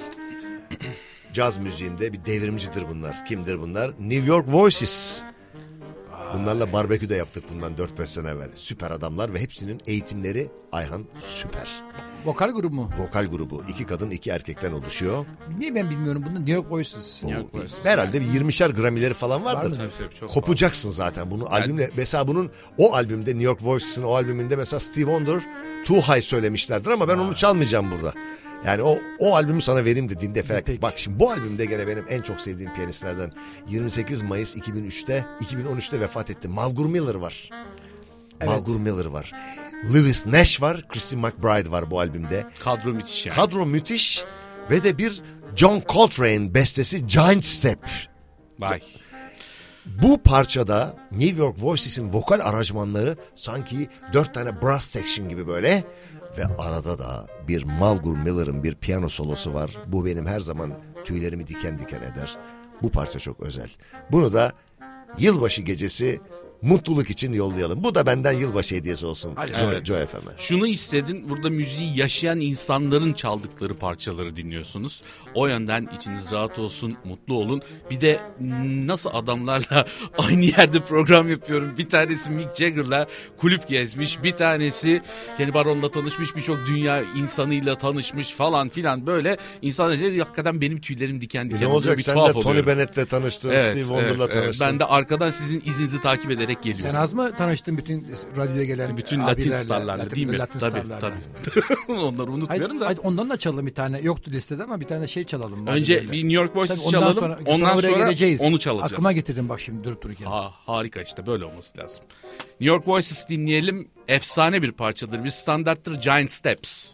Caz müziğinde bir devrimcidir bunlar. Kimdir bunlar? New York Voices. Bunlarla barbekü de yaptık bundan 4-5 sene evvel. Süper adamlar ve hepsinin eğitimleri Ayhan süper. Vokal grubu mu? Vokal grubu. 2 kadın 2 erkekten oluşuyor. Niye ben bilmiyorum bunu? New York Voices. Herhalde bir 20'şer Grammy'leri falan vardır. Var mı? Çok Kopacaksın zaten bunun albümle. Mesela bunun o albümde New York Voices'ın o albümünde mesela Stevie Wonder Too High söylemişlerdir ama ben onu çalmayacağım burada. Yani o albümü sana vereyim de dinle falan. Peki. Bak şimdi bu albümde gene benim en çok sevdiğim piyanistlerden 28 Mayıs 2013'te vefat etti. Malguru Miller var. Evet. Malguru Miller var. Lewis Nash var. Christine McBride var bu albümde. Kadro müthiş yani. Kadro müthiş ve de bir John Coltrane bestesi Giant Step. Vay. Bu parçada New York Voices'in vokal aranjmanları sanki 4 tane brass section gibi böyle ve arada da bir Malguru Miller'ın bir piyano solosu var. Bu benim her zaman tüylerimi diken diken eder. Bu parça çok özel. Bunu da yılbaşı gecesi mutluluk için yollayalım. Bu da benden yılbaşı hediyesi olsun. Joy FM'e. Şunu istedin, burada müziği yaşayan insanların çaldıkları parçaları dinliyorsunuz. O yönden içiniz rahat olsun, mutlu olun. Bir de nasıl adamlarla aynı yerde program yapıyorum. Bir tanesi Mick Jagger'la kulüp gezmiş, bir tanesi Kenny Barron'la tanışmış, birçok dünya insanıyla tanışmış falan filan böyle. İnsanlar hakikaten benim tüylerim diken diken Ne olacak, sen de Tony Bennett'le tanıştın, evet, Steve Wonder'la tanıştın. Ben de arkadan sizin izinizi takip ederek geliyorum. Sen az mı tanıştın bütün radyoya gelen bütün abilerle, Latin starlarla değil mi? Latin Tabii starlarla. tabii. Onları unutmuyorum da. Haydi ondan da çalalım bir tane. Yoktu listede ama bir tane şey çalalım. Önce abilerle. bir New York Voices Tabii çalalım. Ondan sonra geleceğiz. onu çalacağız. Aklıma getirdim bak şimdi durup dururken. Harika, işte böyle olması lazım. New York Voices dinleyelim. Efsane bir parçadır. Bir standarttır, Giant Steps.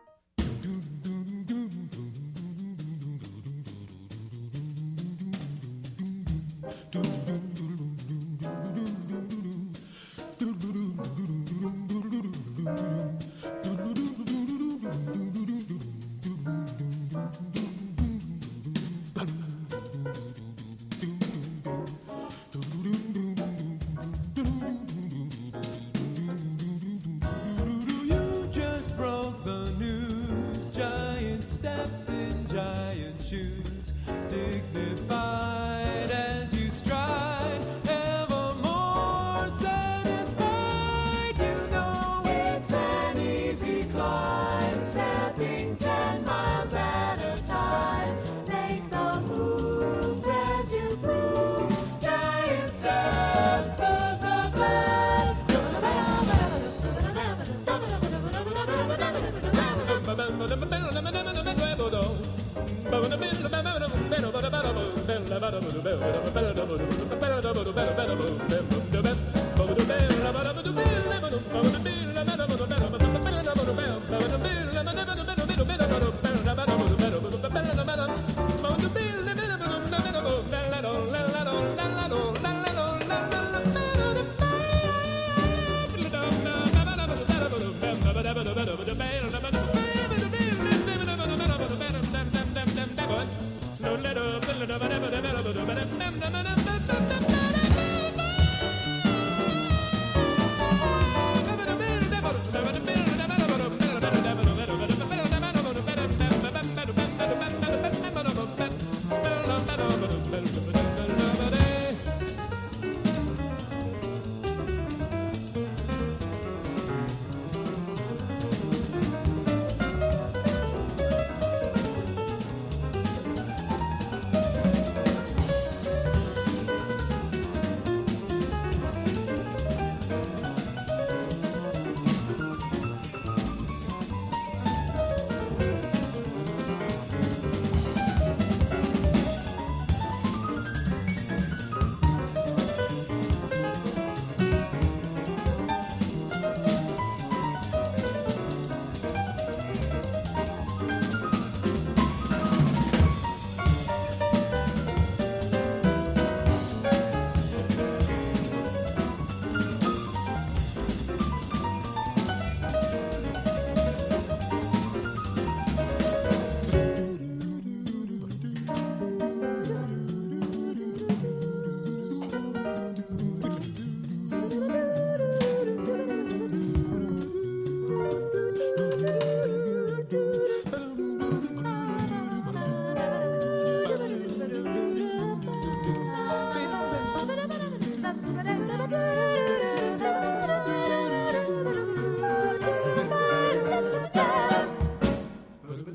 You just broke the news. Giant steps in giant shoes, dignified as you stride, ever more satisfied. You know it's an easy climb, stepping 10 miles at a time. Make the moves as you prove. Giant steps, 'cause the plans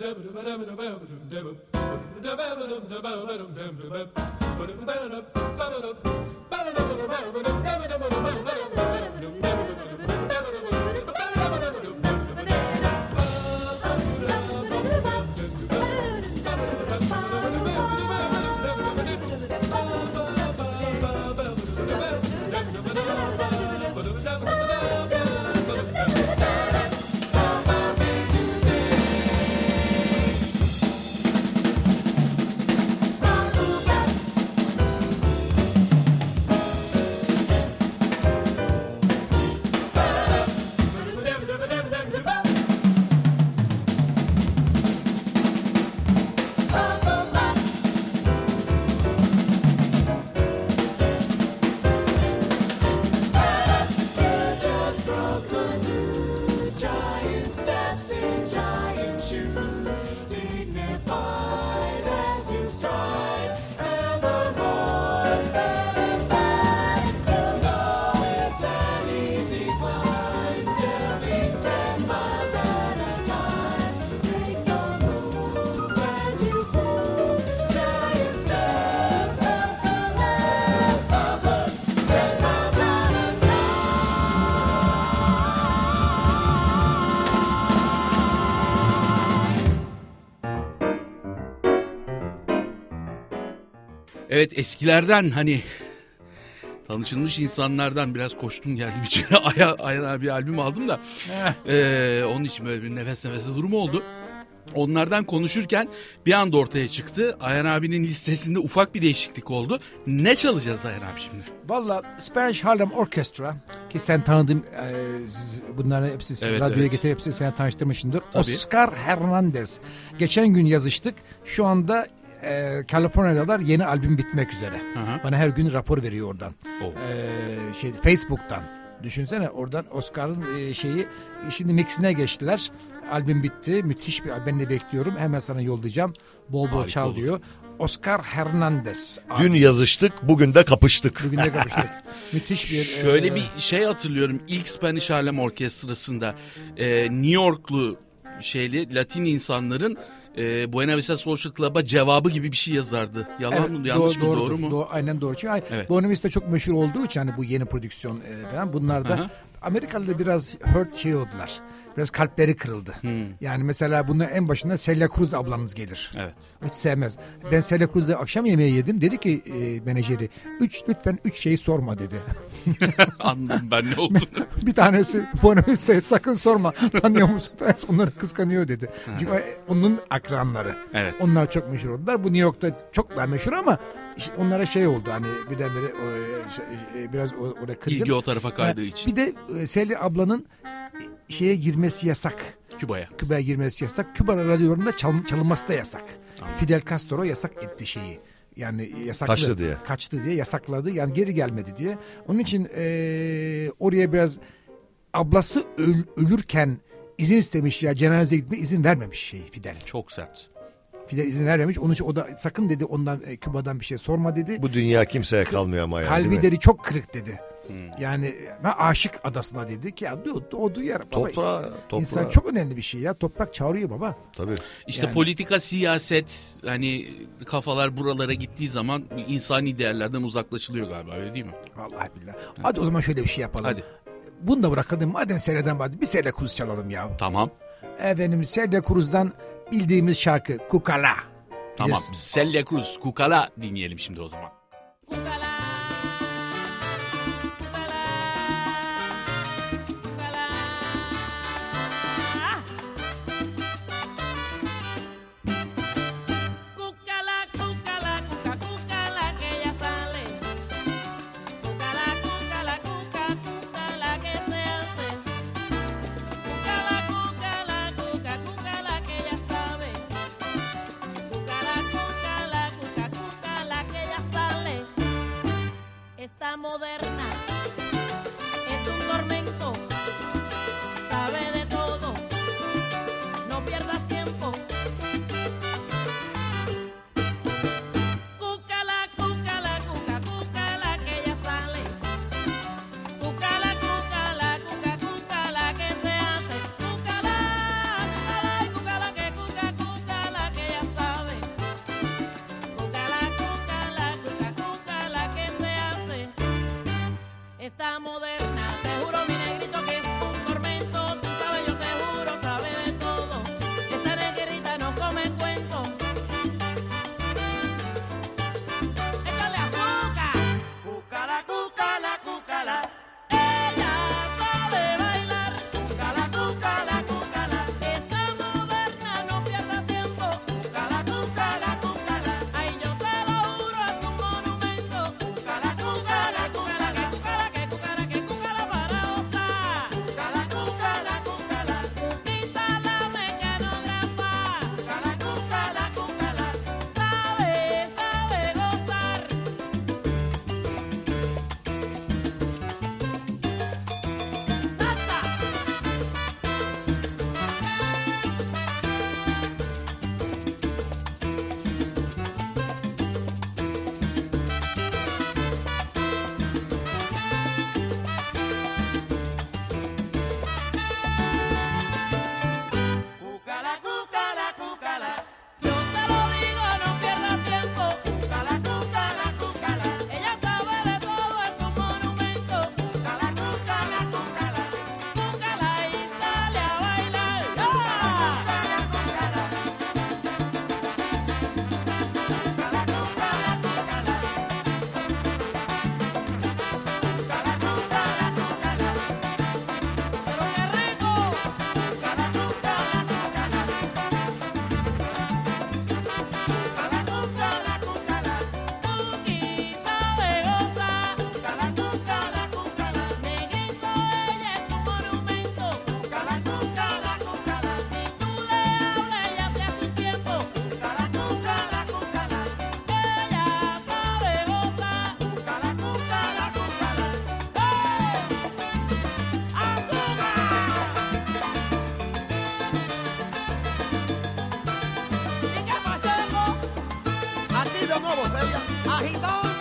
Evet, eskilerden hani tanışılmış insanlardan biraz koştum geldim içeri. Ayhan abi albüm aldım da onun için böyle bir nefes nefese durum oldu. Onlardan konuşurken bir anda ortaya çıktı. Ayhan abinin listesinde ufak bir değişiklik oldu. Ne çalacağız Ayhan abi şimdi? Valla Spanish Harlem Orchestra ki sen tanıdın, bunların hepsi evet, radyoya evet. getirip hepsini sen tanıştırmışsındır. Tabii. Oscar Hernandez. Geçen gün yazıştık. Şu anda Kaliforniya'dalar, yeni albüm bitmek üzere. Aha. Bana her gün rapor veriyor oradan. Oh. Facebook'tan. Düşünsene oradan Oscar'ın şimdi mixine geçtiler. Albüm bitti. Müthiş bir albüm. Ben de bekliyorum. Hemen sana yollayacağım. Bol bol Harika çal olur. diyor. Oscar Hernandez. Dün yazıştık, bugün de kapıştık. Bugün de kapıştık. Müthiş bir... Şöyle bir şey hatırlıyorum. İlk Spanish Harlem Orkestrası'nda New Yorklu Latin insanların Buena Vista Social Club'a cevabı gibi bir şey yazardı. Yalan mı? Yanlış mı? Doğru mu? Aynen doğru. Çünkü evet. Buena Vista çok meşhur olduğu için hani bu yeni prodüksiyon falan, bunlar da Amerikalı'da biraz hurt oldular. Biraz kalpleri kırıldı. Yani mesela bunun en başında Celia Cruz ablanız gelir. Evet. Hiç sevmez. Ben Celia Cruz'da akşam yemeği yedim. Dedi ki menajeri, lütfen 3 şeyi sorma dedi. Anladım ben ne olduğunu. Bir tanesi Buena Vista'ya sakın sorma. Tanıyor musun? Onları kıskanıyor dedi. Çünkü onun akranları. Evet. Onlar çok meşhur oldular. Bu New York'ta çok daha meşhur ama işte onlara şey oldu hani birdenbire biraz orada kırgın. İlgi o tarafa kaydığı için. Bir de Celia ablanın şeye girmesi yasak. Küba'ya girmesi yasak. Küba radyolarında çalınması da yasak. Anladım. Fidel Castro yasak etti şeyi. Yani yasakladı. Kaçtı diye yasakladı. Yani geri gelmedi diye. Onun için oraya biraz ablası ölürken izin istemiş ya, cenazeye gitmeye izin vermemiş Fidel. Çok sert. Fidel izin vermemiş. Onun için o da sakın dedi ondan Küba'dan bir şey sorma dedi. Bu dünya kimseye kalmıyor ama yani. Kalbi dedi çok kırık dedi. Yani ben aşık adasına dedi ki ya o duyar. Toprağa. İnsan çok önemli bir şey ya. Toprak çağırıyor baba. Tabii. İşte yani, politika, siyaset, hani kafalar buralara gittiği zaman insani değerlerden uzaklaşılıyor galiba, öyle değil mi? Vallahi billahi. Hadi o zaman şöyle bir şey yapalım. Hadi. Bunu da bırakalım. Madem Cerya'dan bahsettik, bir Celia Cruz çalalım ya. Tamam. Efendim Celia Cruz'dan bildiğimiz şarkı Cucala. Tamam. Celia Cruz, Cucala dinleyelim şimdi o zaman. Sale. Vamos ella, agitando.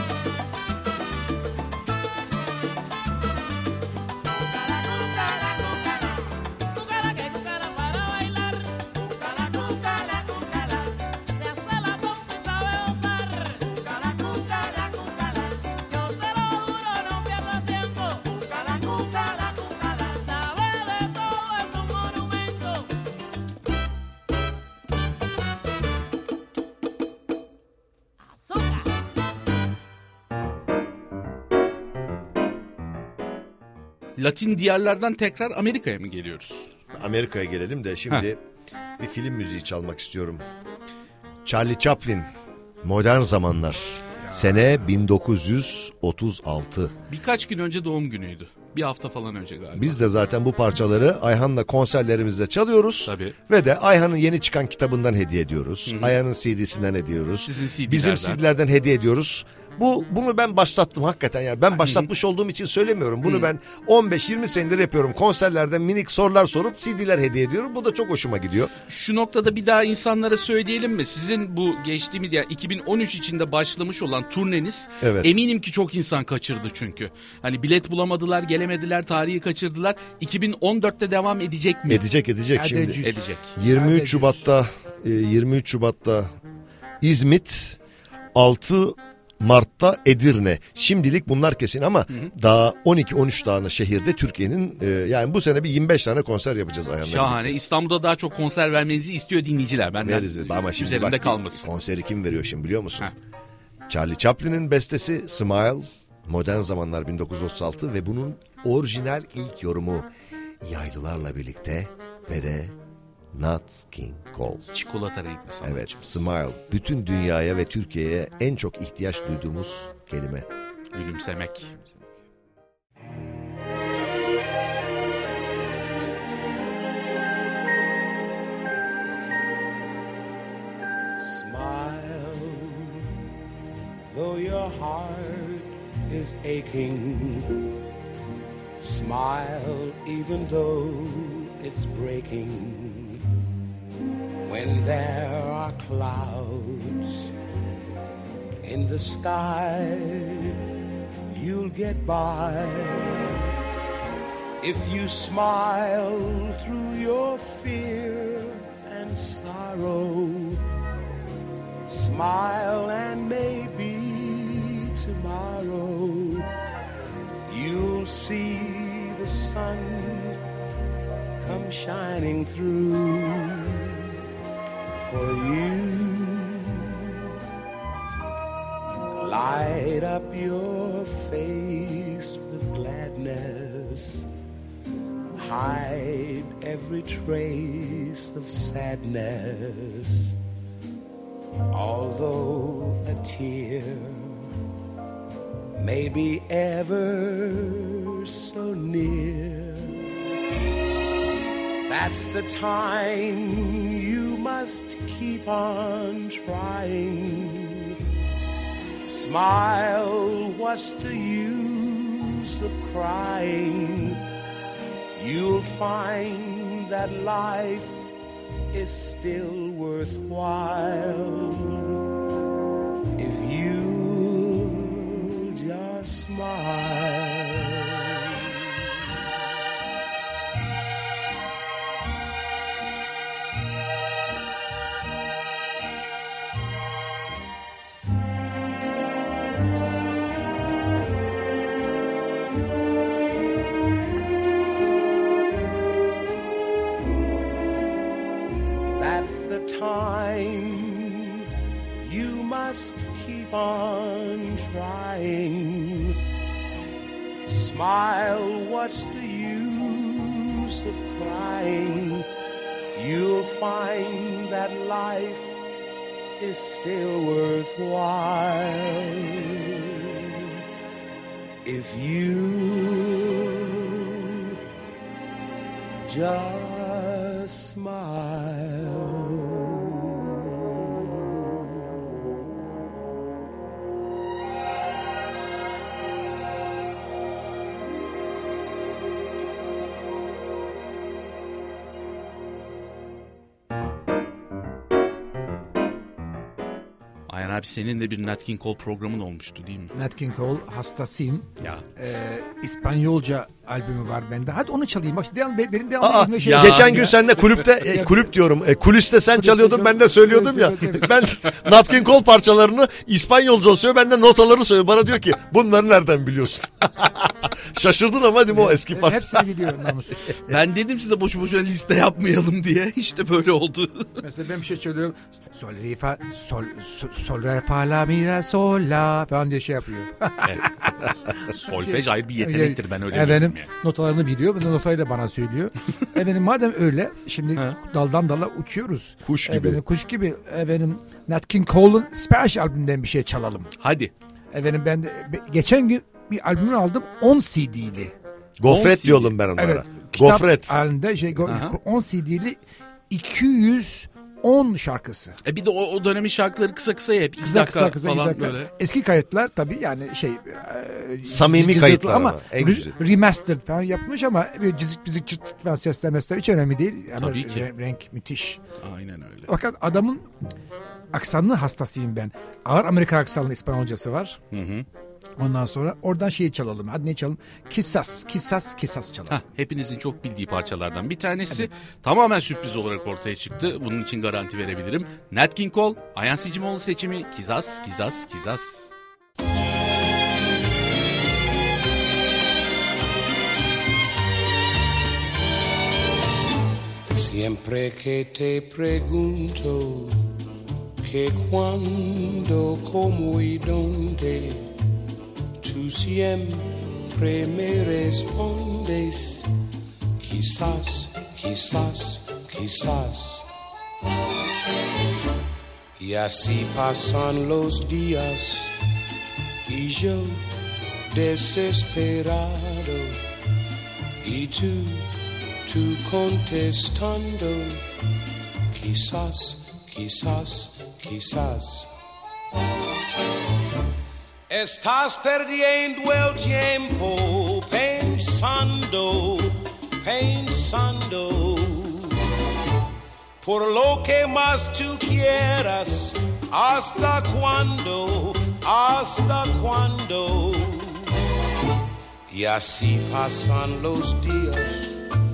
Latin diyarlardan tekrar Amerika'ya mı geliyoruz? Amerika'ya gelelim de şimdi bir film müziği çalmak istiyorum. Charlie Chaplin, Modern Zamanlar. Sene 1936. Birkaç gün önce doğum günüydü. Bir hafta falan önce galiba. Biz de zaten bu parçaları Ayhan'la konserlerimizde çalıyoruz. Tabii. Ve de Ayhan'ın yeni çıkan kitabından hediye ediyoruz. Ayhan'ın CD'sinden ediyoruz. Sizin CD'lerden. Bizim CD'lerden hediye ediyoruz. Bunu ben başlattım hakikaten yani. Ben başlatmış olduğum için söylemiyorum. Bunu ben 15-20 senedir yapıyorum. Konserlerde minik sorular sorup CD'ler hediye ediyorum. Bu da çok hoşuma gidiyor. Şu noktada bir daha insanlara söyleyelim mi? Sizin bu geçtiğimiz yani 2013 içinde başlamış olan turneniz eminim ki çok insan kaçırdı çünkü. Hani bilet bulamadılar, gelemediler, tarihi kaçırdılar. 2014'te devam edecek mi? Edecek şimdi. Edecek. 23 Şubat'ta İzmit, 6 Mart'ta Edirne. Şimdilik bunlar kesin ama daha 12-13 tane şehirde Türkiye'nin yani bu sene bir 25 tane konser yapacağız Ayhan'la. Şahane. birlikte. İstanbul'da daha çok konser vermenizi istiyor dinleyiciler. Benden Ama şimdi üzerimde bak, kalmasın. konseri kim veriyor şimdi biliyor musun? Charlie Chaplin'in bestesi Smile, Modern Zamanlar 1936 ve bunun orijinal ilk yorumu Yaylılarla birlikte ve de Nat King Cole. Çikolata renkli sanatçı. Evet, Smile. Bütün dünyaya ve Türkiye'ye en çok ihtiyaç duyduğumuz kelime. Gülümsemek. Smile, though your heart is aching. Smile, even though it's breaking. When there are clouds in the sky, you'll get by. If you smile through your fear and sorrow, smile and maybe tomorrow you'll see the sun come shining through for you. Light up your face with gladness. Hide every trace of sadness. Although a tear may be ever so near, that's the time you must keep on trying. Smile, what's the use of crying? You'll find that life is still worthwhile if you just smile. That's the time you must keep on trying. Smile, what's the use of crying? You'll find that life is still worthwhile if you just smile. Ayhan abi senin de bir Nat King Cole programın olmuştu değil mi? Nat King Cole hastasıyım. Ya. İspanyolca albümü var bende. Hadi onu çalayım. Bak benim devamlı şey. Geçen gün seninle kulüpte kulüp diyorum. Kuliste sen çalıyordun, ben de söylüyordum ya. Ben Nat King Cole parçalarını İspanyolca söylüyor, ben de notaları söylüyor. Bana diyor ki bunları nereden biliyorsun? Şaşırdın ama değil mi o eski parça? Hepsini biliyorum namus. Ben dedim size boşu boşuna liste yapmayalım diye. İşte böyle oldu. Mesela ben bir şey söylüyorum. Sol, re, fa, sol, re, fa, la, mi, re, sol, la falan diye şey yapıyor. Evet. Solfej ayrı bir yetenektir, ben öyle efendim, yani. Notalarını biliyor. Bu notayı da bana söylüyor. Efendim madem öyle şimdi daldan dala uçuyoruz. Kuş gibi. Efendim, kuş gibi. Efendim Nat King Cole'un Spanish albümünden bir şey çalalım. Hadi. Efendim ben de geçen gün bir albümünü aldım 10 CD'li. Gofret diyorum ben onlara. Evet. Kitap Gofret. halinde 10 CD'li 210 şarkısı. Bir de o dönemin şarkıları kısa kısa hep. Kısa falan böyle. Eski kayıtlar tabii yani samimi kayıtlar ama en güzel. Remastered falan yapmış ama cizik çıt falan seslemesi hiç önemli değil. Yani tabii ki. Renk müthiş. Aynen öyle. Fakat adamın aksanlı hastasıyım ben. Ağır Amerikan aksanlı İspanyolcası var. Hı. Ondan sonra oradan şeyi çalalım. Hadi ne çalalım? Kisas çalalım. Hepinizin çok bildiği parçalardan bir tanesi. Tamamen sürpriz olarak ortaya çıktı. Bunun için garanti verebilirim. Nat King Cole, Ayhan Sicimoğlu seçimi Kisas. Siempre que te pregunto que cuándo, cómo y dónde, tú siempre me respondes, quizás, quizás, quizás. Y así pasan los días y yo desesperado y tú contestando, quizás, quizás, quizás. Estás perdiendo el tiempo pensando, por lo que más tú quieras, hasta cuándo, y así pasan los días.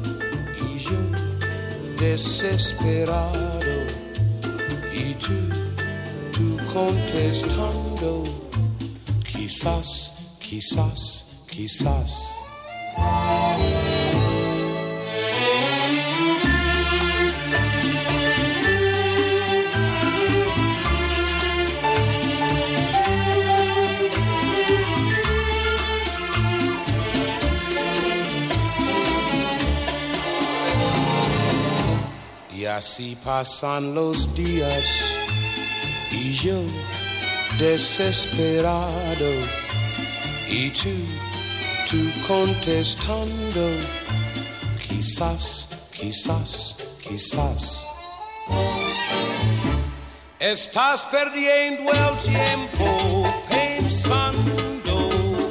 Desesperado y tú contestando, quizás, quizás, quizás. Y así pasan los días y yo desesperado y tú contestando, quizás, quizás, quizás. Estás perdiendo el tiempo pensando,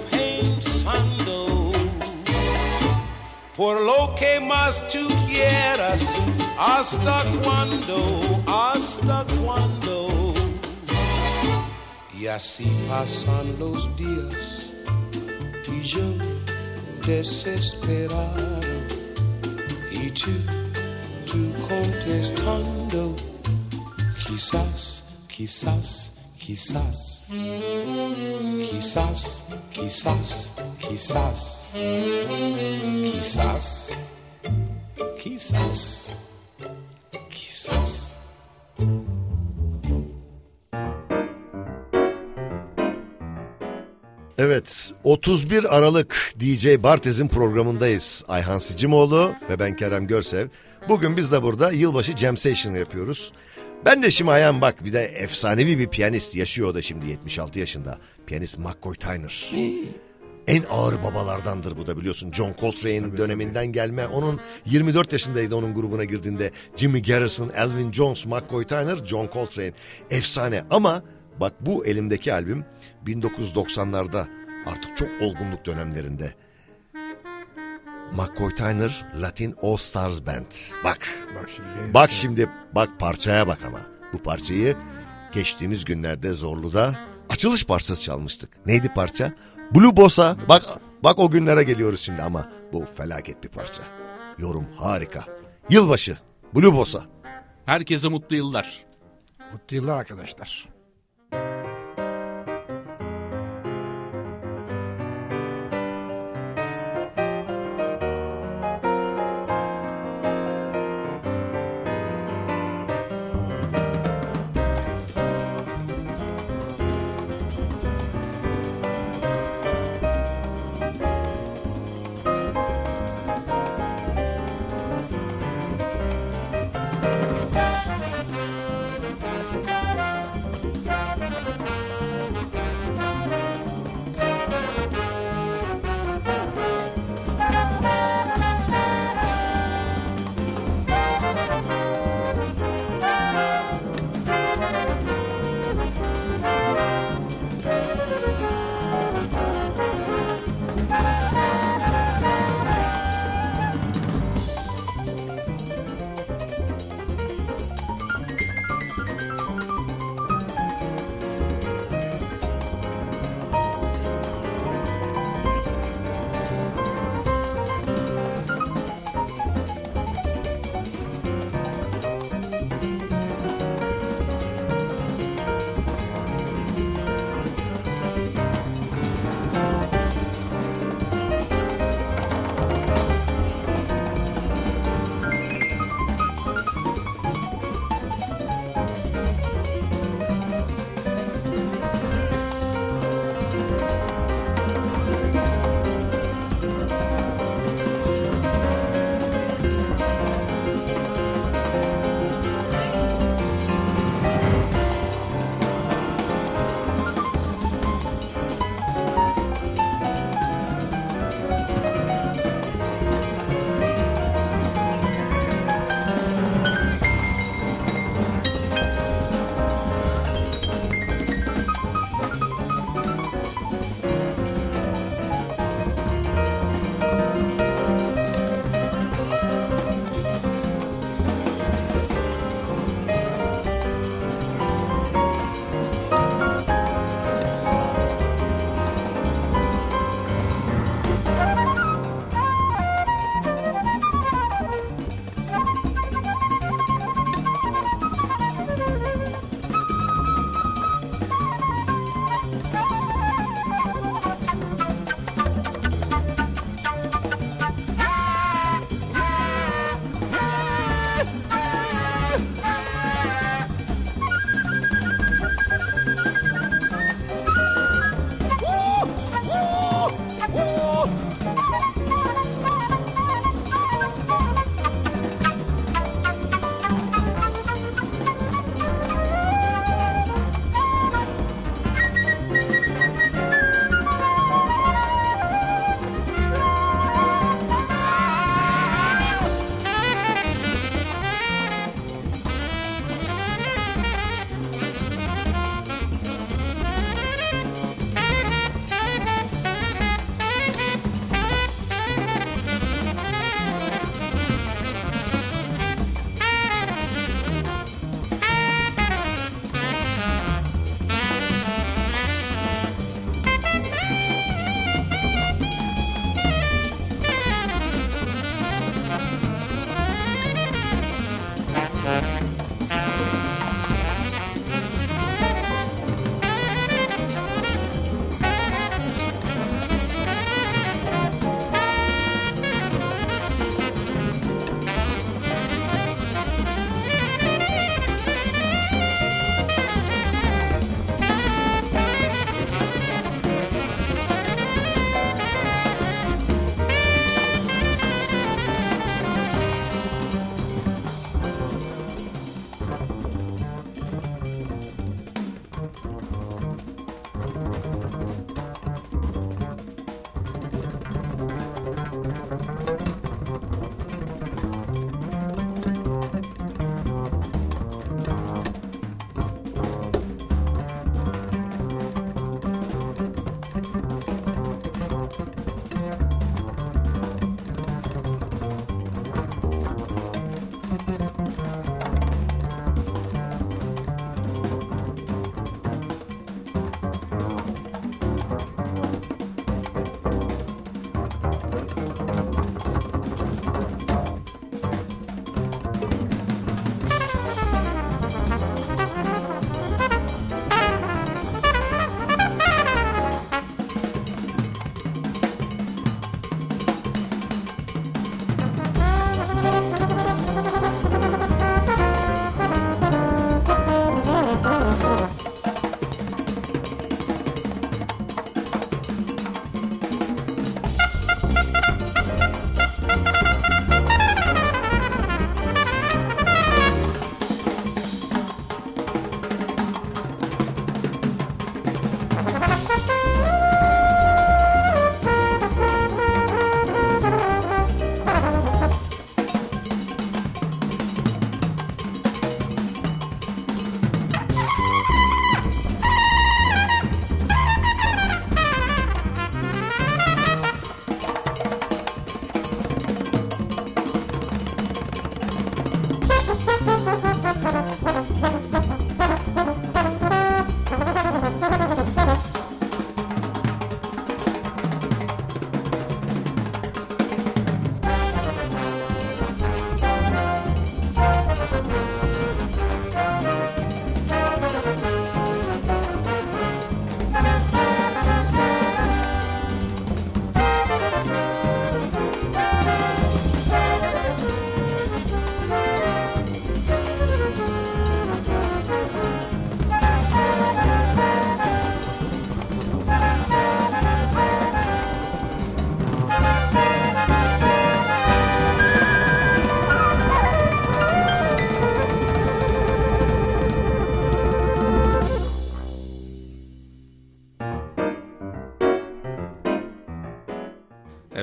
por lo que más tú quieras. ¿Hasta cuándo? Y así pasan los días y yo desesperado y tú contestando, quizás, quizás, quizás, quizás, quizás, quizás, quizás, quizás. Quizás. Evet, 31 Aralık DJ Bartez'in programındayız. Ayhan Sicimoğlu ve ben Kerem Görsev. Bugün biz de burada yılbaşı jam session yapıyoruz. Ben de şimdi Ayhan bak, bir de efsanevi bir piyanist yaşıyor, o da şimdi 76 yaşında. Piyanist McCoy Tyner. En ağır babalardandır bu da, biliyorsun. John Coltrane döneminden gelme. Onun 24 yaşındaydı onun grubuna girdiğinde. Jimmy Garrison, Elvin Jones, McCoy Tyner, John Coltrane. Efsane ama bak bu elimdeki albüm 1990'larda artık çok olgunluk dönemlerinde. McCoy Tyner Latin All Stars Band. Bak şimdi parçaya bak ama. Bu parçayı Geçtiğimiz günlerde Zorlu'da açılış parçası çalmıştık. Neydi parça? Blue Bossa. Bak o günlere geliyoruz şimdi ama bu felaket bir parça. Yorum harika. Yılbaşı. Blue Bossa. Herkese mutlu yıllar. Mutlu yıllar arkadaşlar.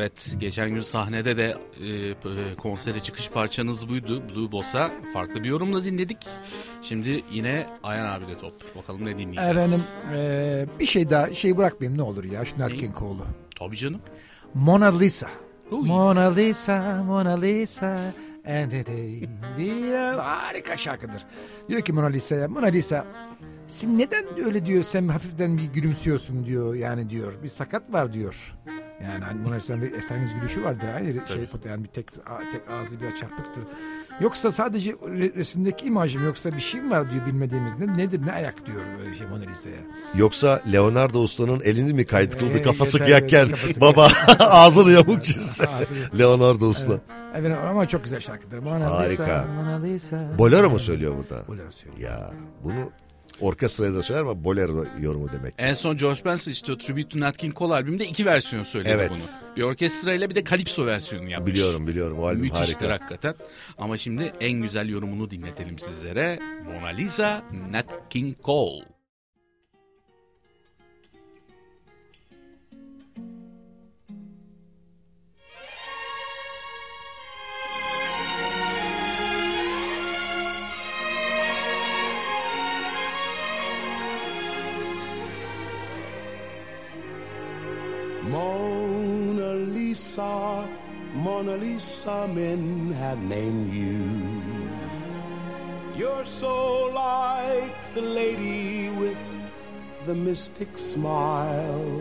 Evet, geçen gün sahnede de konsere çıkış parçanız buydu. Blue Bossa. Farklı bir yorumla dinledik. Şimdi yine Ayhan abi de top. Bakalım ne dinleyeceğiz. Efendim bir şey daha bırakmayayım ne olur ya şu Nat King Cole'u. Tabii canım. Mona Lisa. Uy. Mona Lisa, Mona Lisa. Harika şarkıdır. Diyor ki Mona Lisa'ya, Mona Lisa sen neden öyle diyor, sen hafiften bir gülümsüyorsun diyor, yani diyor bir sakat var diyor. Yani hani Mona Lisa'nın bir esrarengiz gülüşü vardı. Aynı şey, yani bir tek ağzı biraz çarpıktır. Yoksa sadece resimdeki imajım, yoksa bir şey mi var diyor bilmediğimiz, nedir ne ayak diyor böyle şey Mona Lisa'ya. Yoksa Leonardo Usta'nın elini mi kaydırıldı kafası kıyakken baba ağzını yamuk çizse. Leonardo Usta. Evet ama çok güzel şarkıdır. Mona Harika. Lisa, Mona Lisa. Bolero mu söylüyor burada? Bolero söylüyor. Ya bunu orkestraya da söyler ama bolero yorumu demek. En son George Benson işte o Tribute to Nat King Cole albümünde 2 versiyon söyledi Evet. bunu. Bir orkestrayla bir de Calypso versiyonu yapmış. Biliyorum. O albüm Müthiştir harika. hakikaten. Ama şimdi en güzel yorumunu dinletelim sizlere. Mona Lisa, Nat King Cole. Mona Lisa, Mona Lisa, men have named you. You're so like the lady with the mystic smile.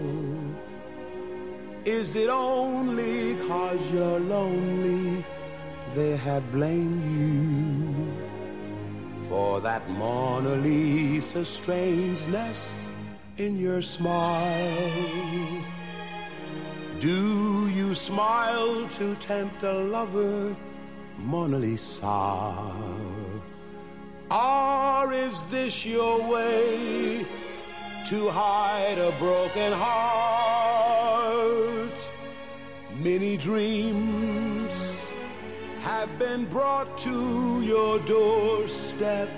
Is it only 'cause you're lonely they have blamed you for that Mona Lisa strangeness in your smile? Do you smile to tempt a lover, Mona Lisa? Or is this your way to hide a broken heart? Many dreams have been brought to your doorstep.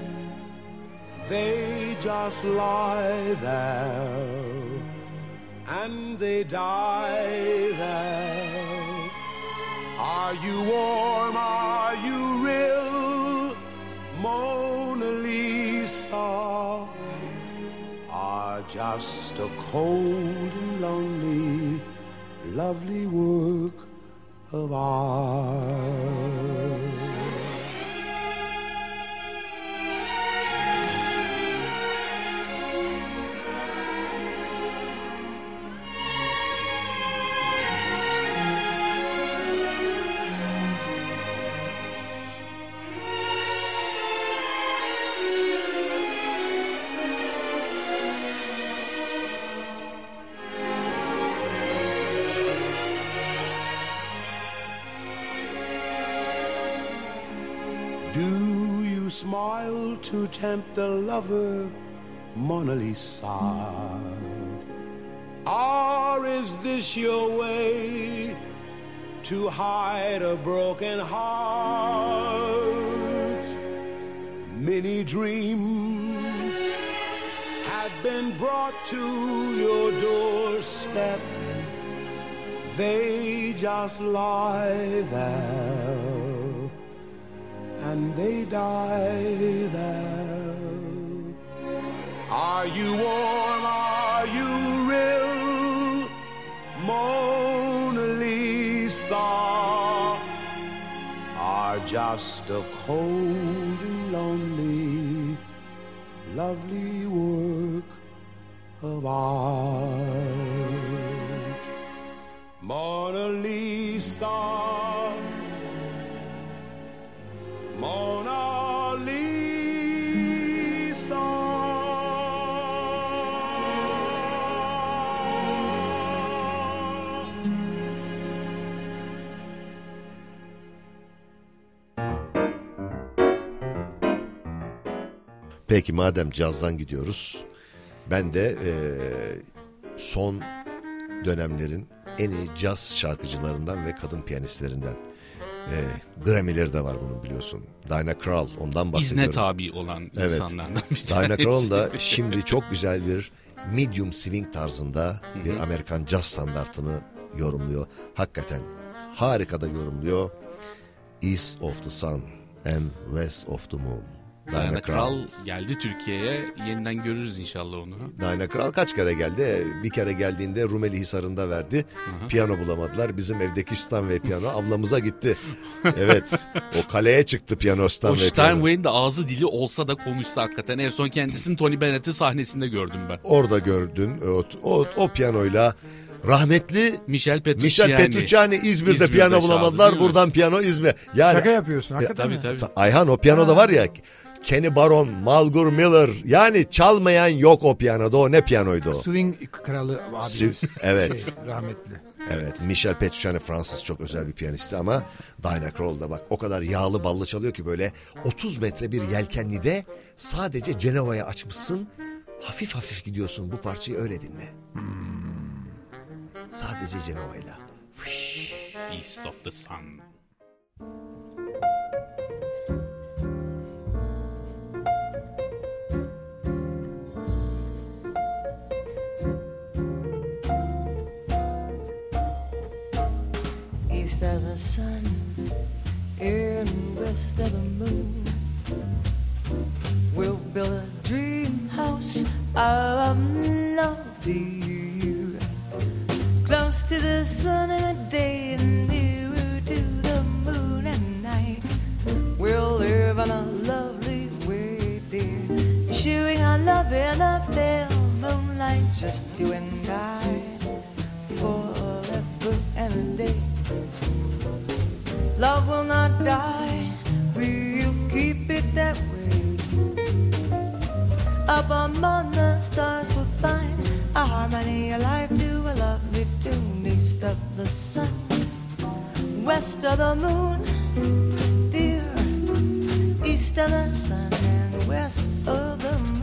They just lie there and they die there. Are you warm? Are you real, Mona Lisa? Or just a cold and lonely, lovely work of art? Do you smile to tempt a lover, Mona Lisa? Or is this your way to hide a broken heart? Many dreams have been brought to your doorstep. They just lie there and they die there. Are you warm? Are you real, Mona Lisa? Or just a cold and lonely, lovely work of art? Mona Lisa, Mona Lisa. Peki madem cazdan gidiyoruz, ben de son dönemlerin en iyi caz şarkıcılarından ve kadın piyanistlerinden. Grammy'leri de var bunun biliyorsun. Dinah Krall, ondan bahsediyorum. İzne tabi olan insanlardan bir tanesi. Dinah Krall da şimdi çok güzel bir medium swing tarzında bir Amerikan caz standartını yorumluyor. Hakikaten harika da yorumluyor. East of the Sun and West of the Moon. Diana Krall geldi Türkiye'ye. Yeniden görürüz inşallah onu. Diana Krall kaç kere geldi? Bir kere geldiğinde Rumeli Hisarı'nda verdi. Piyano bulamadılar. Bizim evdeki Steinway piyano ablamıza gitti. Evet. O kaleye çıktı piyano Steinway piyano. O Steinway'in de ağzı dili olsa da konuşsa hakikaten. En son kendisini Tony Bennett'in sahnesinde gördüm ben. Orada gördün. O piyanoyla rahmetli Michel Petrucciani İzmir'de piyano bulamadılar. Buradan piyano İzmir. Yani, şaka yapıyorsun hakikaten. Tabii. Ayhan o piyanoda var ya, Kenny Baron, Malgur Miller, yani çalmayan yok o piyanoda. O ne piyanoydu o? Swing kralı abimiz. Evet. Rahmetli. Evet. Michel Petrucciani Fransız çok özel bir piyanisti ama Diana Krall da bak o kadar yağlı ballı çalıyor ki böyle 30 metre bir yelkenlide sadece Cenova'ya açmışsın. Hafif hafif gidiyorsun, bu parçayı öyle dinle. Sadece Cenova'yla. East of the Sun. East of the sun and west of the moon, we'll build a dream house of love, dear, close to the sun in the day and nearer to the moon at night. We'll live on a lovely way, dear, sharing our love in the pale moonlight, just you and I, forever and a day. Love will not die, we'll keep it that way. Up among the stars we'll find a harmony alive to a lovely tune. East of the sun, west of the moon, dear. East of the sun and west of the moon.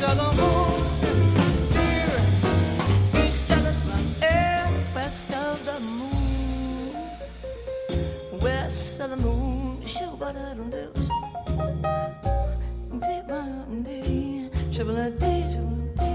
East of the moon, dear, east of the sun, west of the moon, west of the moon. Shoo-ba-da-dum-doo, dee-ba-dum-dee, shoo-ba-da-dee, shoo-ba-da-dee, shoo-ba-da-dee.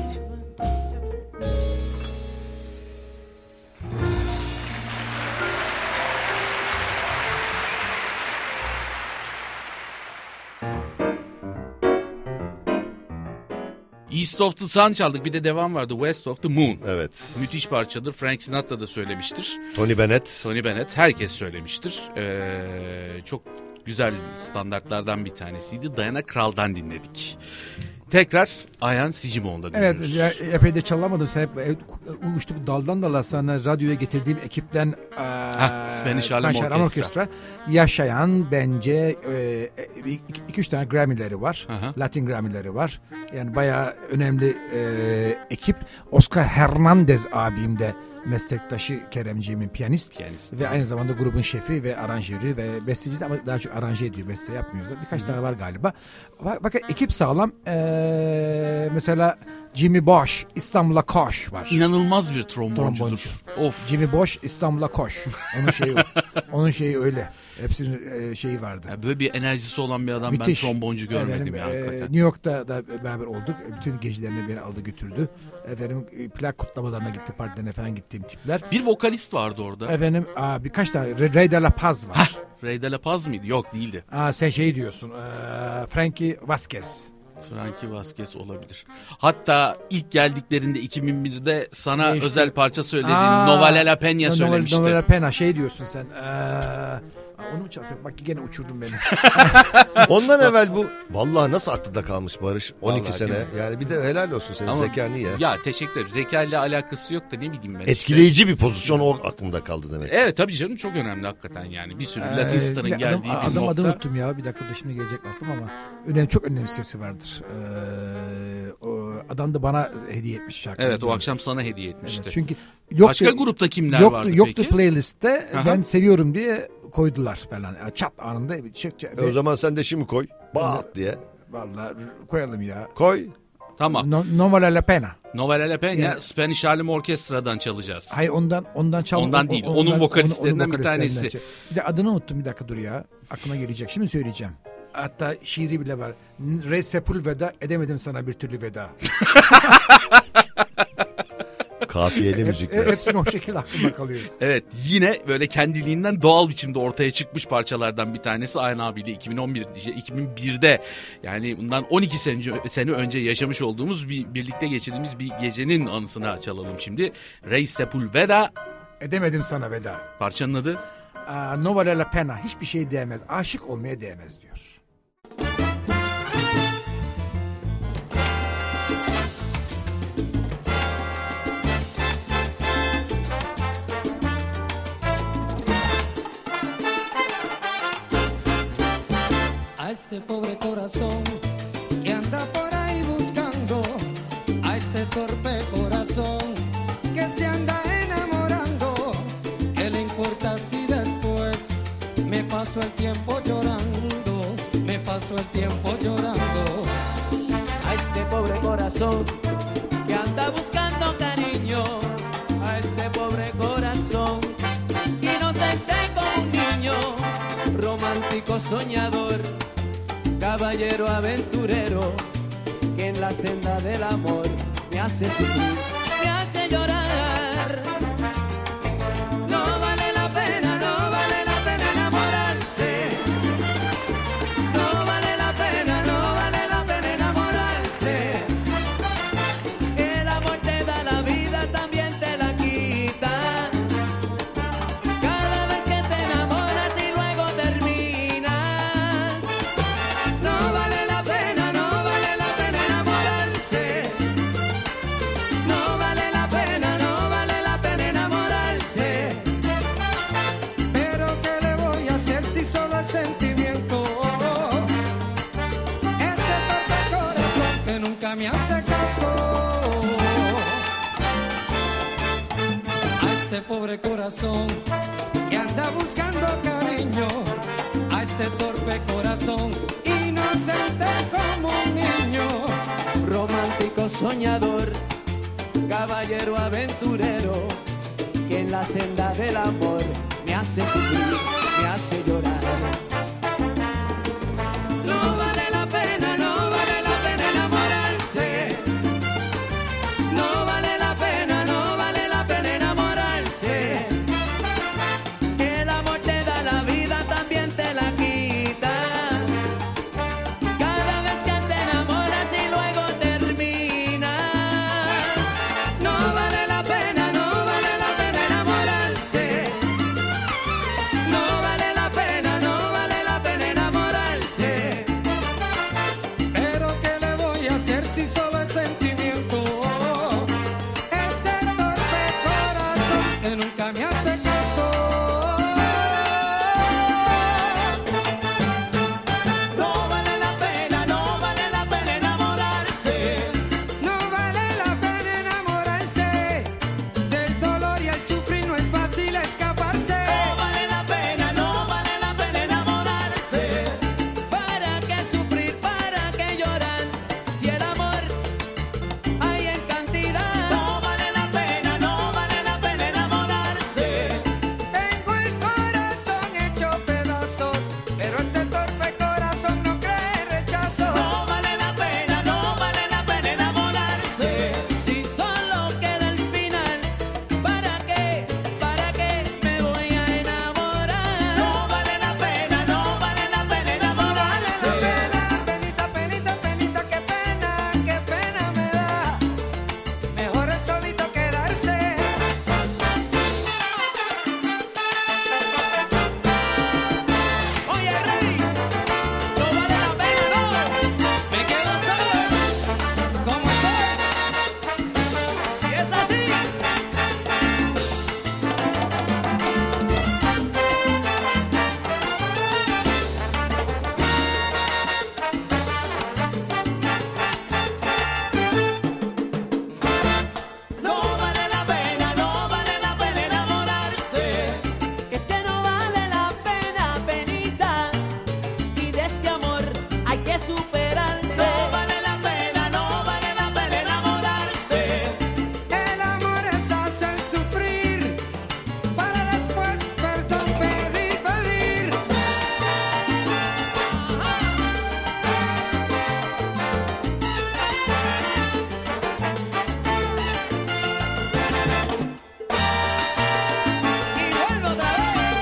East of the Sun çaldık. Bir de devam vardı. West of the Moon. Evet. Müthiş parçadır. Frank Sinatra da söylemiştir. Tony Bennett. Herkes söylemiştir. Çok güzel standartlardan bir tanesiydi. Diana Krall'dan dinledik. Tekrar Ayhan Sicimoğlu'nda dinliyoruz. Evet, epey de çalamadım. Sen hep uçtuk daldan dala, sana radyoya getirdiğim ekipten Spanish Harlem Orchestra yaşayan bence 2-3 tane Grammy'leri var. Aha. Latin Grammy'leri var. Yani bayağı önemli ekip. Oscar Hernandez abim de meslektaşı Keremciğimin piyanist ve aynı zamanda grubun şefi ve aranjörü ve bestecisi, ama daha çok aranje ediyor, beste yapmıyor. Birkaç tane var galiba. Bakın ekip sağlam. Mesela Jimmy Bosch, İstanbul'a koş var. İnanılmaz bir tromboncudur. Of. Jimmy Bosch, İstanbul'a koş. Onun şeyi öyle. Hepsinin şeyi vardı. Ya böyle bir enerjisi olan bir adam. Müthiş. Ben tromboncu görmedim ya hakikaten. New York'ta da beraber olduk. Bütün gecelerine beni aldı götürdü. Plak kutlamalarına gitti, partilerine falan gittiğim tipler. Bir vokalist vardı orada. Birkaç tane. Ray de la Paz var. Ray de la Paz mıydı? Yok, değildi. Sen şey diyorsun. Frankie Vasquez. Frankie Vasquez olabilir. Hatta ilk geldiklerinde 2001'de sana özel parça söylediğin Novela La Peña söylemişti. Novela La Peña şey diyorsun sen. Onu mu çalsak? Bak gene uçurdun beni. Ondan evvel bu vallahi nasıl aklında kalmış Barış? 12 vallahi sene. Yani bir de helal olsun senin zekan iyi ya. Ya teşekkür ederim. Zeka ile alakası yok da ne bileyim ben. Etkileyici bir pozisyon o aklımda kaldı demek. Evet tabii canım, çok önemli hakikaten yani. Bir sürü Latin star'ın geldiği bir nokta. Adını unuttum ya. Bir dakika da şimdi gelecek aklıma ama çok önemli sesi vardır. O adam da bana hediye etmiş şarkıyı. Evet, o akşam sana hediye etmişti. Evet, çünkü başka grupta kimler vardı peki? Yoktu playlistte. Ben seviyorum diye koydular falan. Çat anında. O zaman sen de şimdi koy. Bağat diye. Vallahi koyalım ya. Koy. Tamam. Novela La Peña. Novela La Peña Spanish Harlem Orchestra'dan çalacağız. Hayır ondan çal. Ondan değil. Onun vokalistlerinden bir tanesi. Bir de adını unuttum, bir dakika dur ya. Aklıma gelecek. Şimdi söyleyeceğim. Hatta şiiri bile var. Re Sepulveda, edemedim sana bir türlü veda. Kafiyeli müzikler. Hepsinin o şekilde aklımda kalıyor. Evet, yine böyle kendiliğinden doğal biçimde ortaya çıkmış parçalardan bir tanesi Ayhan abiyle 2001'de yani bundan 12 sene önce yaşamış olduğumuz birlikte geçirdiğimiz bir gecenin anısına çalalım şimdi. Rey Sepulveda, edemedim sana veda. Parçanın adı? Novela La Peña, hiçbir şey değmez. Aşık olmaya değmez diyor. A este pobre corazón que anda por ahí buscando, a este torpe corazón que se anda enamorando, ¿qué le importa si después me paso el tiempo llorando, me paso el tiempo llorando? A este pobre corazón que anda buscando cariño, a este pobre corazón inocente como un niño, romántico soñador, caballero aventurero, que en la senda del amor me hace sufrir, me hace llorar. No vale la pena enamorarse. No vale la pena enamorarse. El amor te da la vida, también te la quita. Cada vez que te enamoras y luego terminas. No vale la pena enamorarse. No vale la pena enamorarse. Pero ¿qué le voy a hacer si solo el sentimiento es de torpe corazón que nunca me hace caso? A este pobre corazón que anda buscando cariño, a este torpe corazón inocente como un niño, romántico soñador, caballero aventurero, que en la senda del amor me hace sufrir, me hace llorar. No vale la pena, no vale la pena enamorarse. No vale la pena, no vale la pena enamorarse. El amor te da la vida, también te la quita. Cada vez que te enamoras y luego terminas. No vale la pena, no vale la pena enamorarse. No vale la pena, no vale la pena enamorarse. Pero ¿qué le voy a hacer si solo es sentimiento? Este torpe corazón que nunca me hace caso. No vale la pena, no vale la pena enamorarse. No vale la pena enamorarse. Del dolor y el sufrir no es fácil escaparse. No vale la pena, no vale la pena enamorarse. ¿Para qué sufrir, para qué llorar? Si el amor hay en cantidad. No vale la pena, no vale la pena enamorarse. Tengo el corazón hecho pedazos, pero este torpe corazón no cree rechazo. No vale la pena, no vale la pena enamorarse. Si solo queda el final, ¿para qué me voy a enamorar? No vale la pena, no vale la pena enamorarse. Penita, penita, penita, qué pena me da. Mejor es solito quedarse. Oye, Rey, no vale la pena, no. Me quedo solo, como estoy. Y es así. No vale la pena, no vale la pena enamorarse. Es que no vale la pena, penita. Y de este amor hay que superarse. No vale la pena, no vale la pena enamorarse. El amor es hacer sufrir, para después perdón pedir. Y vuelvo otra vez.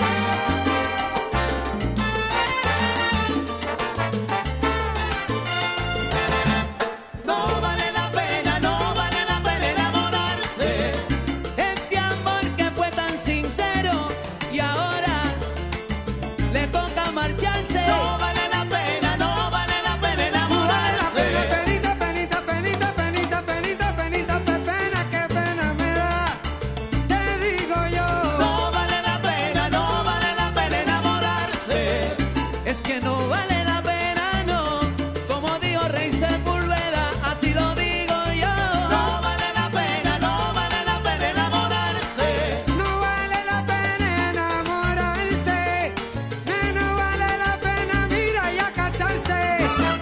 No vale la pena, no vale la pena enamorarse. Ese amor que fue tan sincero y ahora le toca marcharse. No vale la pena, no vale la pena enamorarse. Penita, penita, penita, penita, penita, penita, qué pena me da. Te digo yo. No vale la pena, no vale la pena enamorarse. Es que no vale la pena, no. Como dijo Rey Sepúlveda, así lo digo yo. No vale la pena, no vale la pena enamorarse. No vale la pena enamorarse. No vale la pena, mira, ya casarse.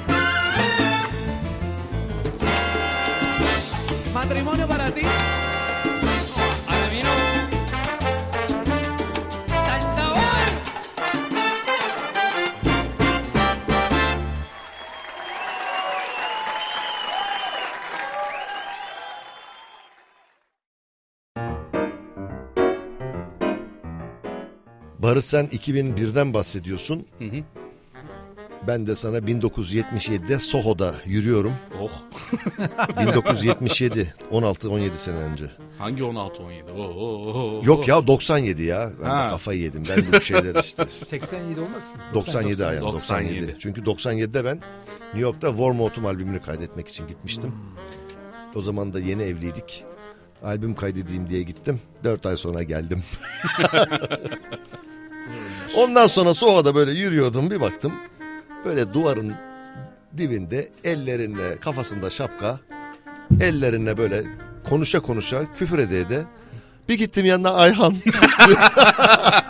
Matrimonio para ti. Adivino. Salsa hoy. Barış, sen 2001'den bahsediyorsun. Ben de sana 1977'de Soho'da yürüyorum. Oh. 1977, 16-17 sene önce. Hangi 16-17? Yok ya, 97 ya. Ben de kafayı yedim. Ben bu şeyler işte. 87 olmasın? 97 ayağım, 97. 97. Çünkü 97'de ben New York'ta Warm Autumn albümünü kaydetmek için gitmiştim. O zaman da yeni evliydik. Albüm kaydedeyim diye gittim. 4 ay sonra geldim. Ondan sonra Soho'da böyle yürüyordum, bir baktım. Böyle duvarın dibinde ellerinde, kafasında şapka, ellerinde böyle konuşa konuşa, küfür ede. Bir gittim yanına, Ayhan.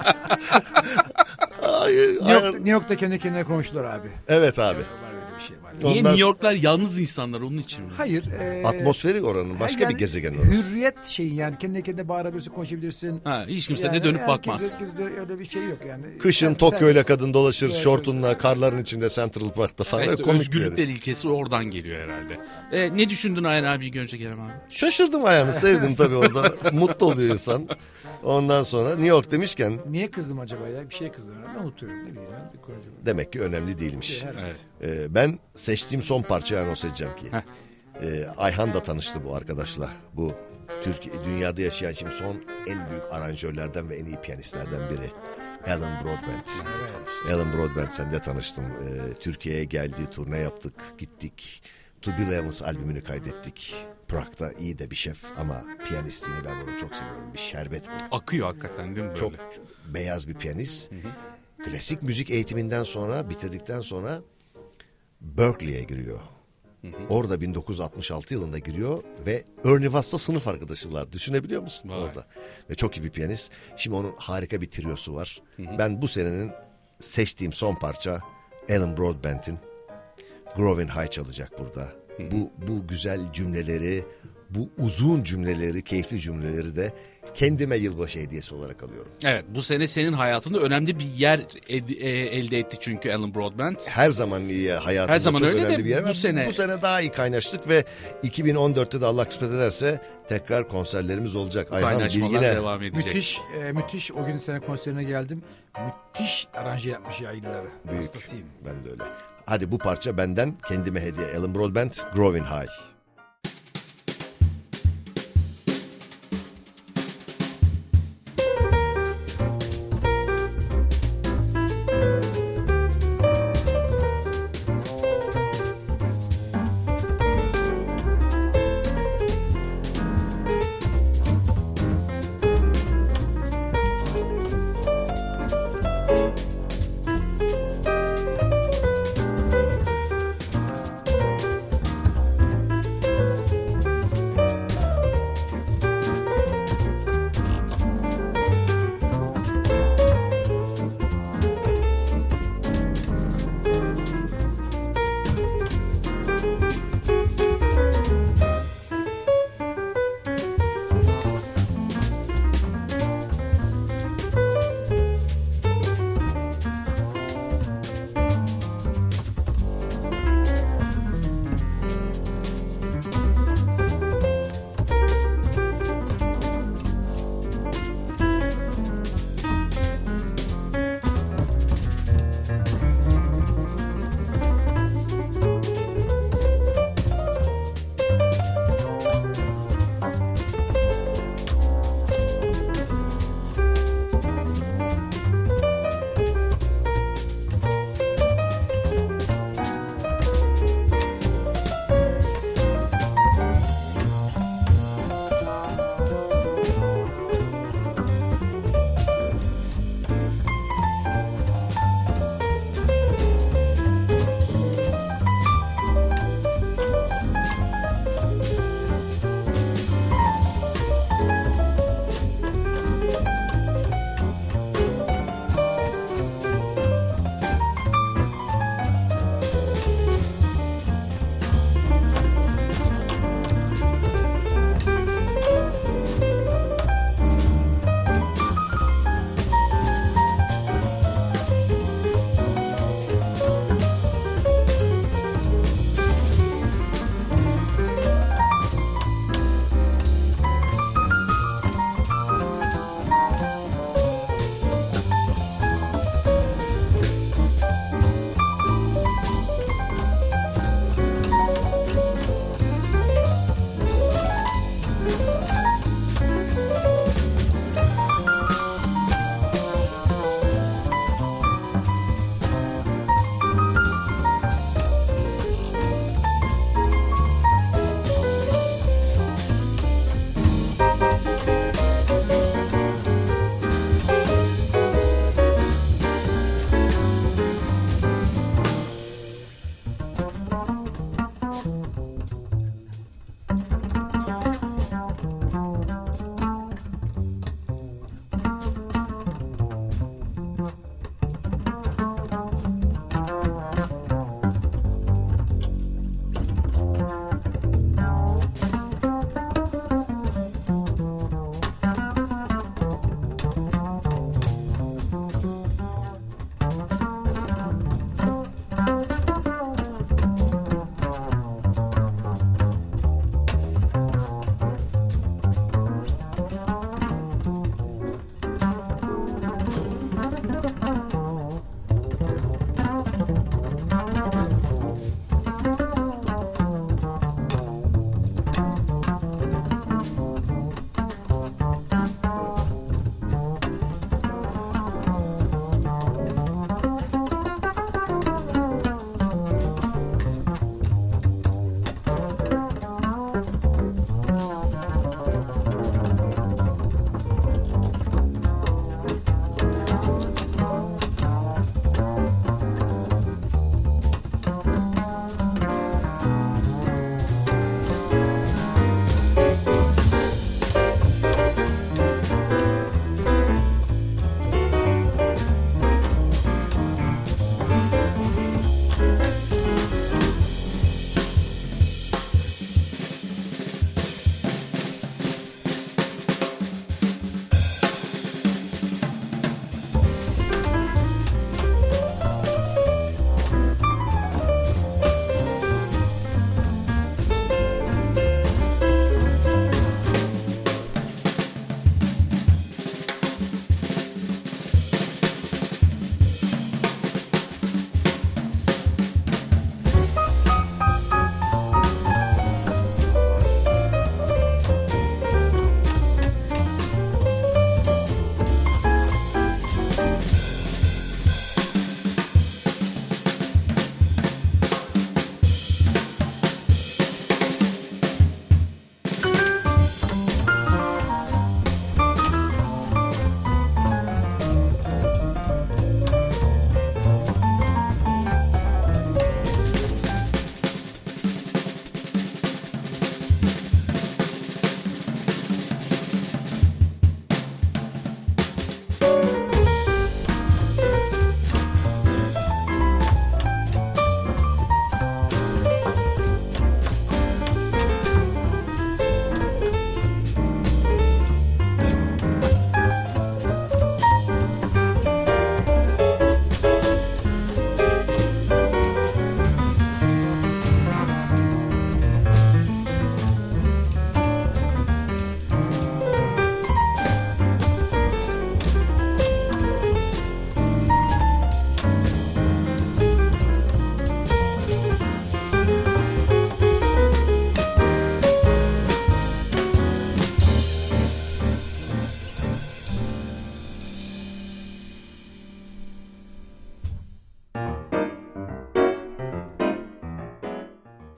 New York'ta kendi kendine konuştular abi. Evet abi. Var öyle bir şey var. Niye New Yorklar yalnız insanlar onun için mi? Hayır. Atmosferi oranın başka yani bir gezegen orası. Hürriyet şeyi yani kendine bağırabilirsin, konuşabilirsin. Hiç kimse de dönüp bakmaz. Öyle bir şey yok yani. Kışın Tokyo'yla kadın dolaşır şortunla karların içinde Central Park'ta falan. İşte özgürlükler ilkesi oradan geliyor herhalde. Ne düşündün Ayhan abiyi görünce Kerem abi? Şaşırdım Ayhan'ı, sevdim tabii orada. Mutlu oluyor insan. Ondan sonra New York demişken. Niye kızdım acaba ya? Bir şey kızdım. Ben unutuyorum. Ne bileyim. Demek ki önemli değilmiş. Evet. Ben seçtiğim son parçayı anons edeceğim ki. Ayhan da tanıştı bu arkadaşla. Bu dünyada yaşayan şimdi son en büyük aranjörlerden ve en iyi piyanistlerden biri. Alan Broadbent. Evet. Alan Broadbent, sen de tanıştın. Türkiye'ye geldi, turne yaptık, gittik. To Bill Evans albümünü kaydettik. Prag'da iyi de bir şef ama piyanistliğini ben bunu çok seviyorum. Bir şerbet bu. Akıyor hakikaten değil mi böyle? Çok beyaz bir piyanist. Klasik müzik eğitiminden sonra, bitirdikten sonra Berklee'ye giriyor. Orada 1966 yılında giriyor ve Ernie Wass'la sınıf arkadaşılar. Düşünebiliyor musun? Vay. Orada. Ve çok iyi bir piyanist. Şimdi onun harika bir triosu var. Ben bu senenin seçtiğim son parça Alan Broadbent'in Growing High çalacak burada. Bu güzel cümleleri, bu uzun cümleleri, keyifli cümleleri de kendime yılbaşı hediyesi olarak alıyorum. Evet, bu sene senin hayatında önemli bir yer elde etti çünkü Alan Broadbent. Her zaman hayatımda her zaman çok öyle önemli de bir yer. Bu sene daha iyi kaynaştık ve 2014'te de Allah kısmet ederse tekrar konserlerimiz olacak. Kaynaşmalar devam edecek. Müthiş. O gün senin konserine geldim. Müthiş aranje yapmış yaylıları. Hastasıyım. Ben de öyle. Hadi bu parça benden kendime hediye. Alan Broadbent, Growing High.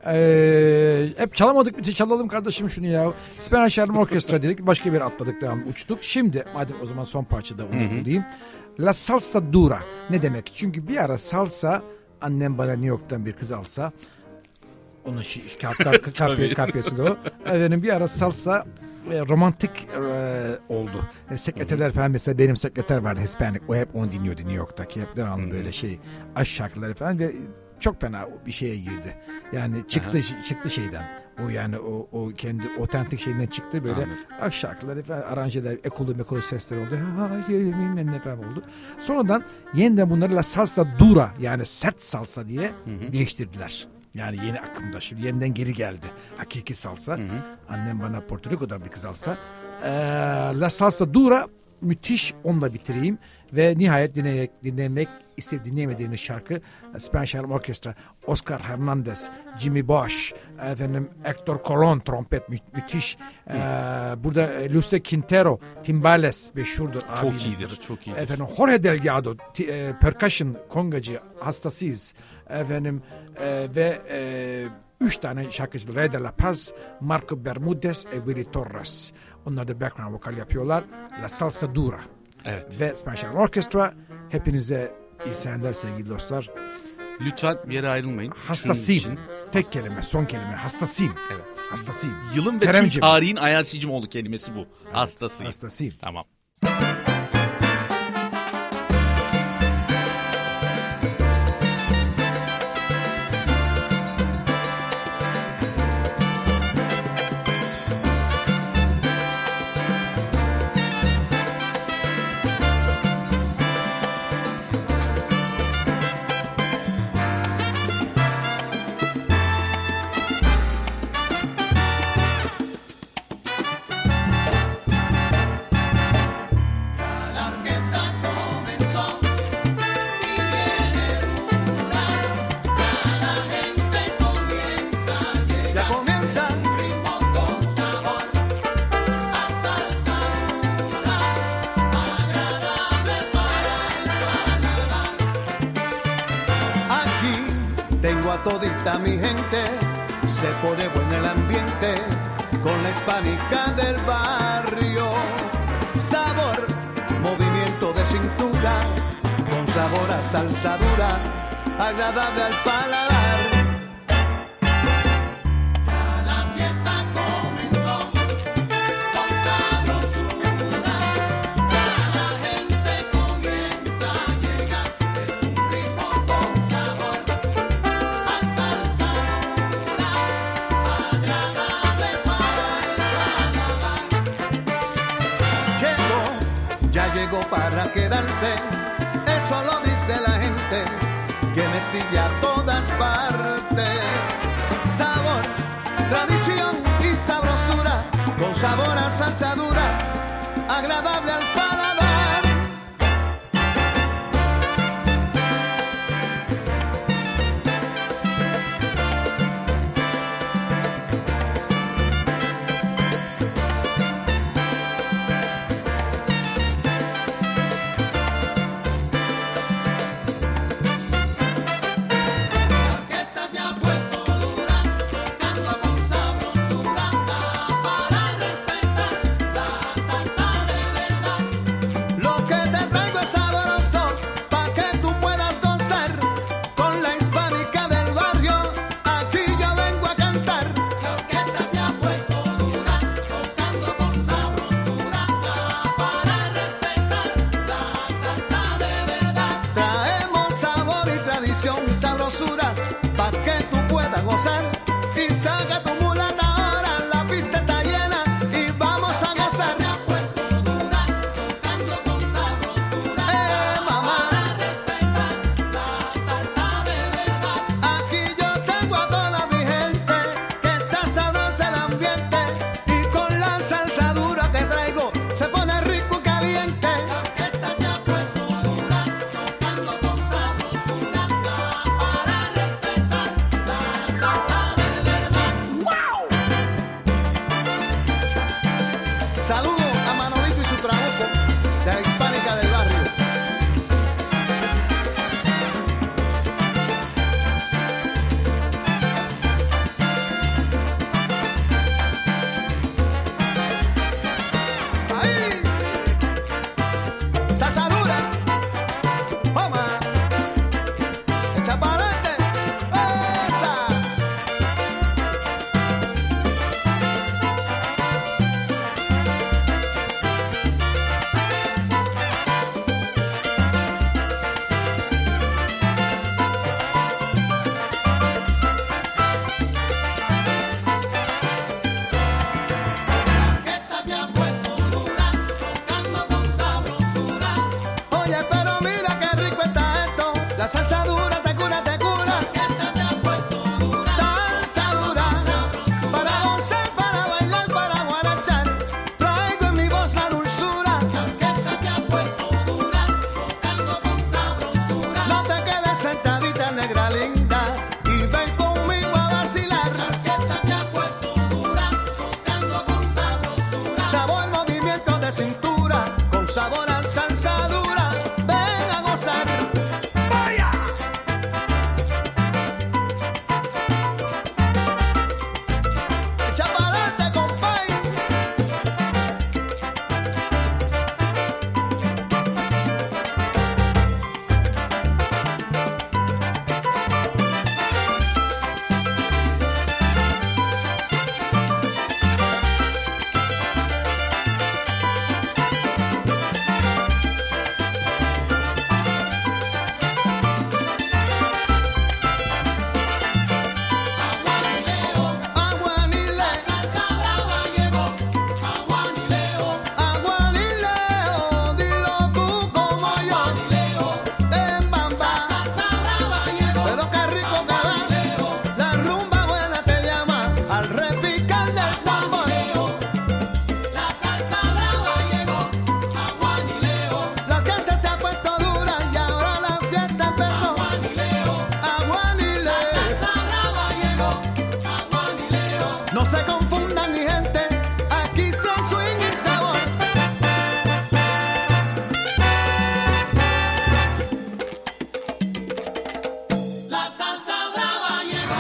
Hep çalamadık, bir çalalım kardeşim şunu ya. Spanish Harlem Orchestra dedik, başka bir atladık, devam uçtuk. Şimdi madem o zaman son parçada onu bulayım. La salsa dura ne demek? Çünkü bir ara salsa, annem bana New York'tan bir kız alsa, onun kafiyesi de o. Efendim bir ara salsa romantik oldu. Sekreterler falan, mesela benim sekreter vardı Hispanic, o hep onu dinliyordu New York'taki, hep devamlı böyle aşk şarkıları falan ve çok fena bir şeye girdi. Yani çıktı şeyden. O yani o kendi otantik şeyinden çıktı, böyle aşk şarkıları falan, aranjeler, ekolu sesler oldu. Ne falan oldu. Sonradan yeniden bunları la salsa dura, yani sert salsa diye değiştirdiler. Yani yeni akımda şimdi yeniden geri geldi. Hakiki salsa. Annem bana Porto Rico'dan bir kız alsa. La salsa dura müthiş, onunla bitireyim. Ve nihayet dinlemek isteyip dinleyemediğimiz şarkı Spanish Harlem Orchestra, Oscar Hernandez, Jimmy Bosch, Hector Colon trompet müthiş. Burada Luis Quintero Timbales meşhurdur. Çok iyidir. Jorge Delgado percussion kongacı, hastasıyız. Ve 3 tane şarkıcı, Ray de la Paz, Marco Bermudez ve Willy Torres. Onlar da background vokal yapıyorlar. La salsa dura. Evet. Ve Spanish Harlem Orchestra. Hepinize iyi seneler sevgili dostlar. Lütfen bir yere ayrılmayın. Hastasıyım. Tek kelime, son kelime. Hastasıyım. Evet. Hastasıyım. Yılın ve tüm tarihin Ayhan Sicimoğlu kelimesi bu. Evet. Hastasıyım. Hastasıyım. Tamam. Todita mi gente se pone bueno el ambiente con la hispánica del barrio. Sabor, movimiento de cintura, con sabor a salsa dura, agradable al paladar. Para quedarse, eso lo dice la gente que me sigue a todas partes. Sabor, tradición y sabrosura, con sabor a salsa dura, agradable al paladar. Pa' que tú puedas gozar y saca tu mulata ahora, la pista está llena y vamos a gozar. Se ha puesto dura, tocando con sabrosura. Mamá, para respetar la salsa de verdad. Aquí yo tengo a toda mi gente que está sabrosa el ambiente y con la salsa dura que traigo se pone rico y caliente. La orquesta se ha puesto dura, tocando con sabrosura. Para respetar la salsa de verdad. La salsa dura te cura, te cura. La orquesta se ha puesto dura. Salsa dura. Para gozar, para bailar, para guarachar. Traigo en mi voz la dulzura. La orquesta se ha puesto dura, tocando con sabrosura. No te quedes sentadita, negra linda, y ven conmigo a vacilar. La orquesta se ha puesto dura, tocando con sabrosura. Sabor, movimiento de cintura, con sabor a salsa dura. Ven a gozar. ¡Vaya! Echa pa'lante, compay. Aguanile, La salsa brava llegó. Aguanileo, aguanileo, dilo tú como yo. aguanileo. En bamba, La salsa brava llegó. pero qué rico que va. La rumba buena te llama al repicar del tambor. La salsa brava llegó. Aguanileo, La orquesta se ha puesto dura y ahora la fiesta empezó. aguanileo. Aguanile, La salsa brava llegó. Aguanileo. no se confundan mi gente, aquí se swing y sabor. La salsa brava llegó.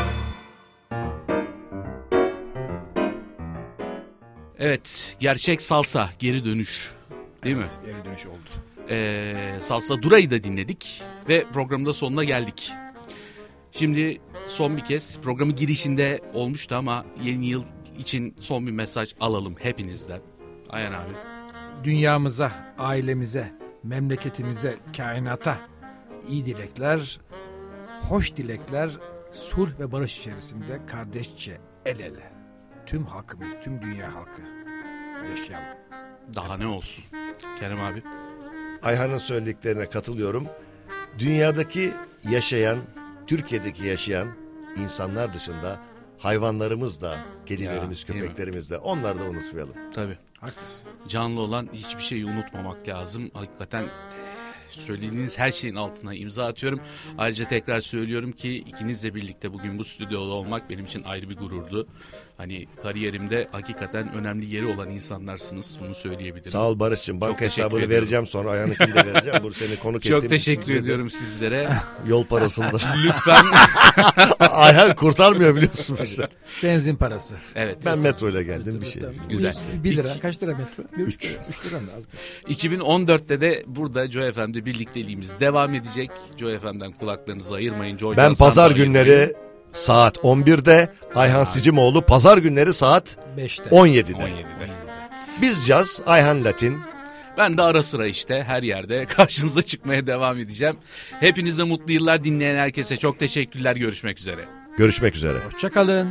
Evet, gerçek salsa geri dönüş. Değil mi? Geri dönüş oldu. Salsa Dura'yı da dinledik ve programın da sonuna geldik. Şimdi son bir kez programın girişinde olmuştu ama yeni yıl için son bir mesaj alalım hepinizden. Ayhan abi. Dünyamıza, ailemize, memleketimize, kainata iyi dilekler, hoş dilekler, sulh ve barış içerisinde kardeşçe el ele. Tüm halkımız, tüm dünya halkı yaşayalım. Daha ne olsun? Kerem abi. Ayhan'ın söylediklerine katılıyorum. Dünyadaki yaşayan, Türkiye'deki yaşayan insanlar dışında hayvanlarımız da, kedilerimiz, Ya, değil mi? köpeklerimiz de, onları da unutmayalım. Tabii. Haklısın. Canlı olan hiçbir şeyi unutmamak lazım. Hakikaten söylediğiniz her şeyin altına imza atıyorum. Ayrıca tekrar söylüyorum ki ikinizle birlikte bugün bu stüdyoda olmak benim için ayrı bir gururdu. Hani kariyerimde hakikaten önemli yeri olan insanlarsınız. Bunu söyleyebilirim. Sağ ol Barış'cığım. Banka Çok teşekkür hesabını ediyorum. vereceğim sonra. Ayhan'ınkini de vereceğim. Bu seni konuk ettiğim Çok teşekkür için ediyorum sizlere. Yol parasındır. Lütfen. Ayhan kurtarmıyor biliyorsun. Benzin parası. Evet. Ben metro ile geldim bir şey. Güzel. 1 lira. Kaç lira metro? 3 lira mı az? 2014'te de burada Joy FM'de birlikteliğimiz devam edecek. Joy FM'den kulaklarınızı ayırmayın. Joy Ben Joy'dan pazar da günleri ayırmayın. saat 11'de, Ayhan Sicimoğlu pazar günleri saat 5'te. 17'de. 17'de. Biz caz, Ayhan Latin. Ben de ara sıra işte her yerde karşınıza çıkmaya devam edeceğim. Hepinize mutlu yıllar, dinleyen herkese çok teşekkürler. Görüşmek üzere. Görüşmek üzere. Hoşçakalın.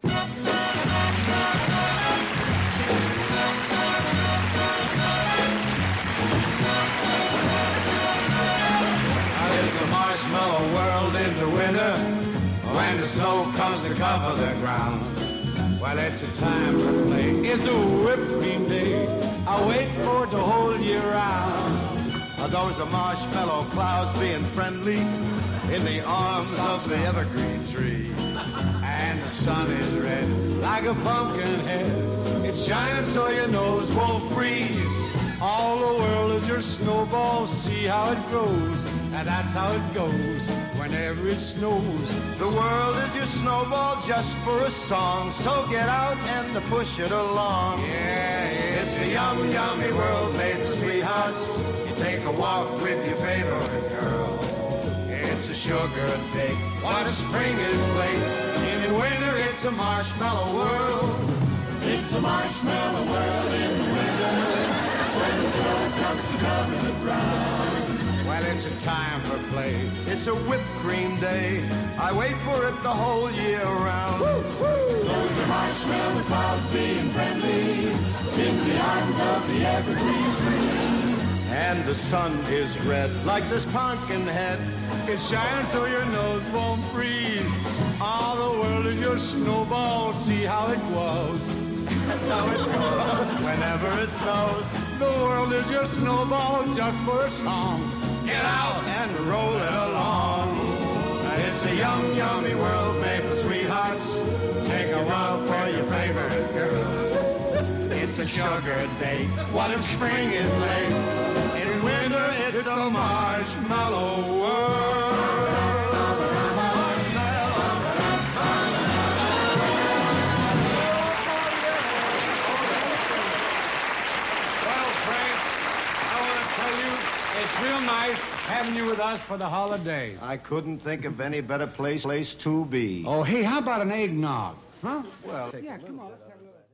It's a marshmallow world in the winter when the snow comes to cover the ground. Well, it's a time for play. It's a whipped cream day. I wait for it the whole year round. Those are marshmallow clouds being friendly in the arms of the evergreen tree. And the sun is red like a pumpkin head. It's shining so your nose won't freeze. All the world is your snowball, see how it grows. And that's how it goes whenever it snows. The world is your snowball just for a song, so get out and push it along. Yeah, It's a yum, yummy world made for sweethearts. You take a walk with your favorite girl. it's a sugar day. What a spring is late. In winter, it's a marshmallow world. It's a marshmallow world in the winter when the snow comes to cover the ground. Well, it's a time for play. It's a whipped cream day. I wait for it the whole year round. Those are marshmallow clouds being friendly in the arms of the evergreen tree. And the sun is red like this pumpkin head. It's shining so your nose won't freeze. All the world is your snowball. See how it glows. That's how it goes. Whenever it snows, the world is your snowball just for a song. Get out and roll it along. It's a young, yummy world made for sweethearts. Take a while for your favorite girl. It's a sugar date. What if spring is late? In winter, it's a marshmallow world. Well, Frank, I want to tell you, it's real nice having you with us for the holiday. I couldn't think of any better place to be. Oh, hey, how about an eggnog? Huh? Well, Yeah, come on, let's have a little.